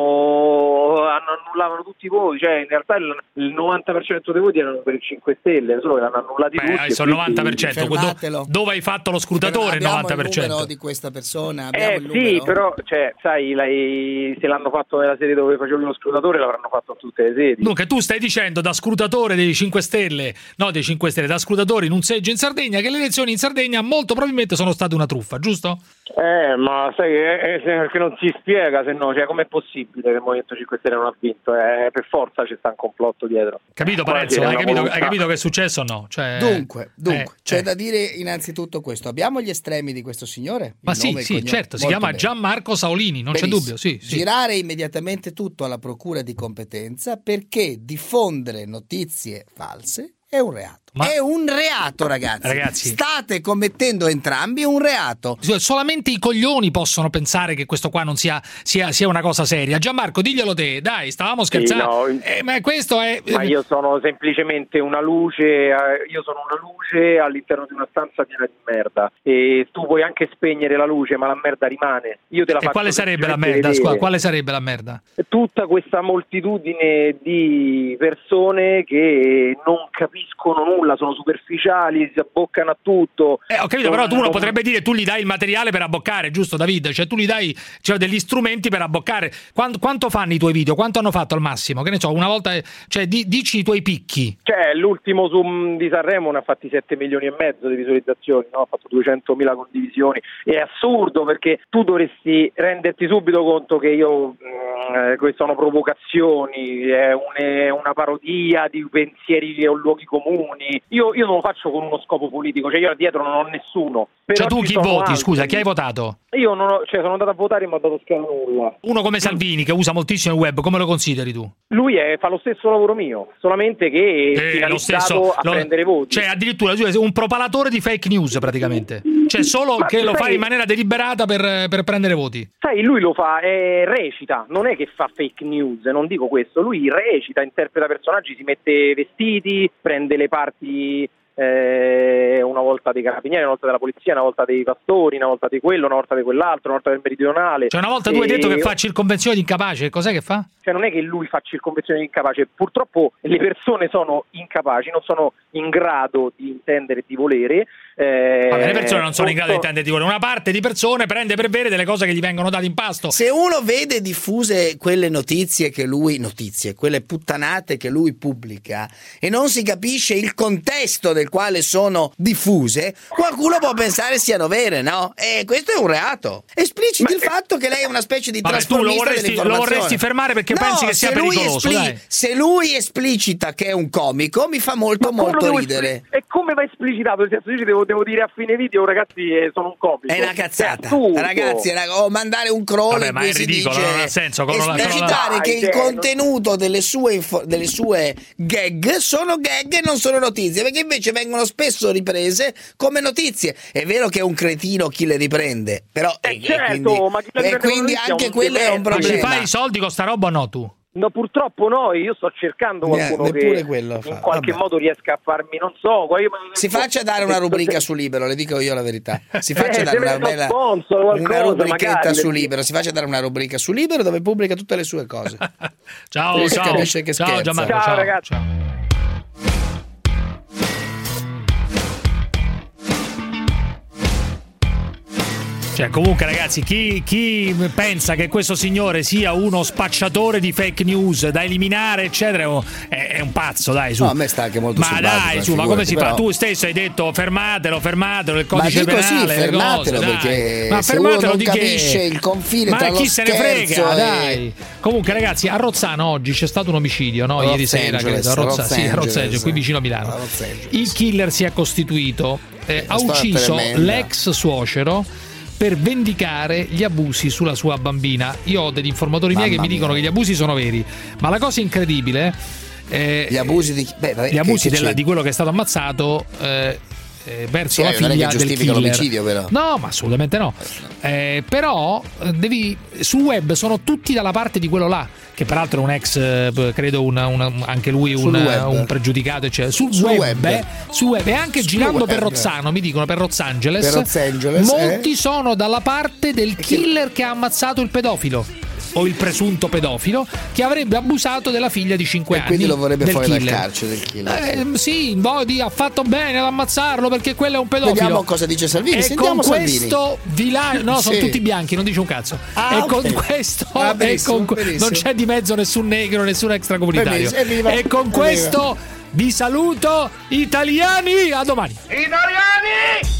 l'hanno hanno annullavano tutti i voti, cioè in realtà il, il novanta per cento dei voti erano per il cinque Stelle, solo che l'hanno annullati Beh, tutti. e sono il quindi- novanta per cento. Fermatelo. Do- dove hai fatto lo scrutatore il Abbiamo novanta per il numero cento? di questa persona, abbiamo Eh il numero. sì, però cioè, sai, l'hai- se l'hanno fatto nella sede dove facevo lo scrutatore l'avranno fatto in tutte le sedi. Dunque tu stai dicendo da scrutatore dei cinque Stelle, no dei cinque Stelle, da scrutatore in un seggio in Sardegna, che le elezioni in Sardegna molto probabilmente sono state una truffa, giusto? Eh, ma sai che, eh, se- che non si spiega, se no, cioè com'è possibile che il Movimento cinque Stelle non ha vinto? Eh, per forza ci sta un complotto dietro. Capito Parenzo? Guarda, Hai è una capito, hai volontà. capito che è successo o no? Cioè, Dunque, dunque eh, c'è eh. da dire innanzitutto questo. Abbiamo gli estremi di questo signore? Ma Il sì, nome e sì, cognome? certo, si Molto chiama bene. Gianmarco Saolini, non c'è Benissimo. dubbio, sì, sì. Girare immediatamente tutto alla procura di competenza perché diffondere notizie false è un reato. Ma- È un reato, ragazzi. Ragazzi. State commettendo entrambi un reato. Solamente i coglioni possono pensare che questo qua non sia, sia, sia una cosa seria. Gianmarco, diglielo te, dai, stavamo scherzando. no, Eh, ma questo è... Ma io sono semplicemente una luce, eh, io sono una luce all'interno di una stanza piena di merda e tu puoi anche spegnere la luce, ma la merda rimane. Io te la E faccio quale sarebbe la semplicemente merda? vedere. Scusa, quale sarebbe la merda? Tutta questa moltitudine di persone che non capiscono nulla, sono superficiali, si abboccano a tutto. Eh, ho capito, però tu uno potrebbe dire tu gli dai il materiale per abboccare, giusto David? Cioè tu gli dai cioè, degli strumenti per abboccare. Quanto, quanto fanno i tuoi video? Quanto hanno fatto al massimo? Che ne so, una volta... Cioè di, dici i tuoi picchi. Cioè, l'ultimo Zoom di Sanremo ne ha fatti sette milioni e mezzo di visualizzazioni, no? Ha fatto duecentomila condivisioni. È assurdo perché tu dovresti renderti subito conto che io mh, queste sono provocazioni, è un- è una parodia di pensieri o luoghi comuni. Io, io non lo faccio con uno scopo politico, cioè io dietro non ho nessuno. Però Cioè tu ci chi sono voti? altri. Scusa, chi hai votato? Io non ho, cioè, sono andato a votare e mi ha dato scheda nulla. Uno come Salvini che usa moltissimo il web, come lo consideri tu? Lui è, fa lo stesso lavoro mio, solamente che è Eh, finalizzato lo stesso, a lo- prendere voti. Cioè addirittura tu sei un propalatore di fake news praticamente. Cioè solo Ma che lo sai- fai in maniera deliberata per, per prendere voti. Sai, lui lo fa, eh, recita, non è che fa fake news, non dico questo, lui recita, interpreta personaggi, si mette vestiti, prende le parti eh, una volta dei carabinieri, una volta della polizia, una volta dei pastori, una volta di quello, una volta di quell'altro, una volta del meridionale. Cioè una volta tu hai detto che fa circonvenzione di incapace, cos'è che fa? Cioè non è che lui fa circonvenzione di incapace, purtroppo le persone sono incapaci, non sono in grado di intendere e di volere. Eh, Vabbè, le persone non sono in grado di intendere e di volere. Una parte di persone prende per vere delle cose che gli vengono date in pasto. Se uno vede diffuse quelle notizie che lui, notizie, quelle puttanate che lui pubblica e non si capisce il contesto del quale sono diffuse, qualcuno può pensare siano vere, no? E questo è un reato. Espliciti Ma il è... fatto che lei è una specie di Vabbè, trasformista tu lo vorresti, lo vorresti fermare perché no, pensi che sia pericoloso, espli- dai. Se lui esplicita che è un comico, mi fa molto Ma molto ridere. Espli- e come va esplicitato? Nel senso, io devo, devo dire a fine video, ragazzi, eh, sono un comico. È una cazzata, ragazzi. O mandare un crawl Vabbè, in ma cui è si ridicolo, dice non ha senso. Con esplicitare la... che Dai, il che contenuto delle sue, info- delle sue gag sono gag e non sono notizie, perché invece vengono spesso riprese come notizie. È vero che è un cretino chi le riprende, però eh, e, certo, e quindi, ma chi le e quindi anche quello è un problema. Ma ci fai i soldi con sta roba o no tu? No, purtroppo no, io sto cercando qualcuno Neppure che quello in fa. qualche Vabbè. modo riesca a farmi, non so, io... Si faccia dare una rubrica su Libero, le dico io la verità. Si faccia eh, dare una bella sponsor, qualcosa, una rubrichetta magari. su Libero, si faccia dare una rubrica su Libero dove pubblica tutte le sue cose. Ciao, Così ciao. capisce che Ciao, scherza. Gianmarco, Ciao, ciao, ragazzi. ciao. Cioè, comunque, ragazzi, chi, chi pensa che questo signore sia uno spacciatore di fake news da eliminare, eccetera, è, è un pazzo, dai, su. No, a me sta anche molto ma simpatico, dai, su, ma come si però... fa? Tu stesso hai detto fermatelo, fermatelo, il codice ma dico penale, sì, le fermatelo, cose, perché ma se fermatelo uno non di capisce che? il confine ma tra chi lo se ne frega, e... dai. Comunque, ragazzi, a Rozzano oggi c'è stato un omicidio, no? Los Ieri sera, Angeles, credo, a Rozzano, Los sì, a Rozzano, Angeles. qui vicino a Milano. Il killer si è costituito, eh, ha ucciso tremenda. l'ex suocero per vendicare gli abusi sulla sua bambina. Io ho degli informatori miei Mamma che mi dicono mia. che gli abusi sono veri, ma la cosa incredibile eh, Gli abusi di, beh, vabbè, gli abusi che della- c'è? di quello che è stato ammazzato eh, eh, verso Sì, la non è che figlia del giustifica killer. l'omicidio, però. No, ma assolutamente no. Eh, però eh, devi sul web sono tutti dalla parte di quello là, che peraltro è un ex, eh, credo una, una- anche lui Sul un, web. un pregiudicato, eccetera. Sul, Sul web, web. eh, sul web e anche Sul girando per web. Rozzano, mi dicono per Los Angeles, Per Los Angeles, molti eh? sono dalla parte del killer che ha ammazzato il pedofilo o il presunto pedofilo che avrebbe abusato della figlia di cinque E anni. quindi lo vorrebbe del fuori dal killer. carcere del killer. Eh, sì, Bodi ha fatto bene ad ammazzarlo perché quello è un pedofilo. Vediamo cosa dice Salvini. E Sentiamo con Salvini. questo vilaggio, no, sono Sì. tutti bianchi, non dice un cazzo. Ah, e ok. con questo, Ah, e benissimo, con que- benissimo. non c'è di mezzo nessun negro, nessun extracomunitario. Benissimo, evviva, E con evviva. questo vi saluto, italiani. A domani. Italiani!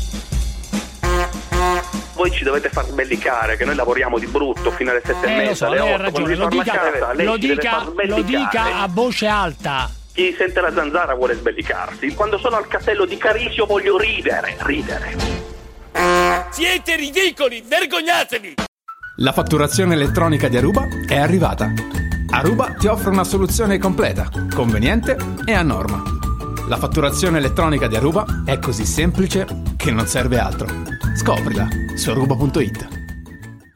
Voi ci dovete far sbellicare che noi lavoriamo di brutto fino alle sette e Eh, lo mezza, so, alle lei ha otto, ragione, quando lo ritorna a dica, casa, lei lo ci deve dica, far lo sbellicare. dica a voce alta. Chi sente la zanzara vuole sbellicarsi. Quando sono al castello di Carisio voglio ridere, ridere. Siete ridicoli, vergognatevi! La fatturazione elettronica di Aruba è arrivata. Aruba ti offre una soluzione completa, conveniente e a norma. La fatturazione elettronica di Aruba è così semplice che non serve altro. Scoprila su aruba punto it.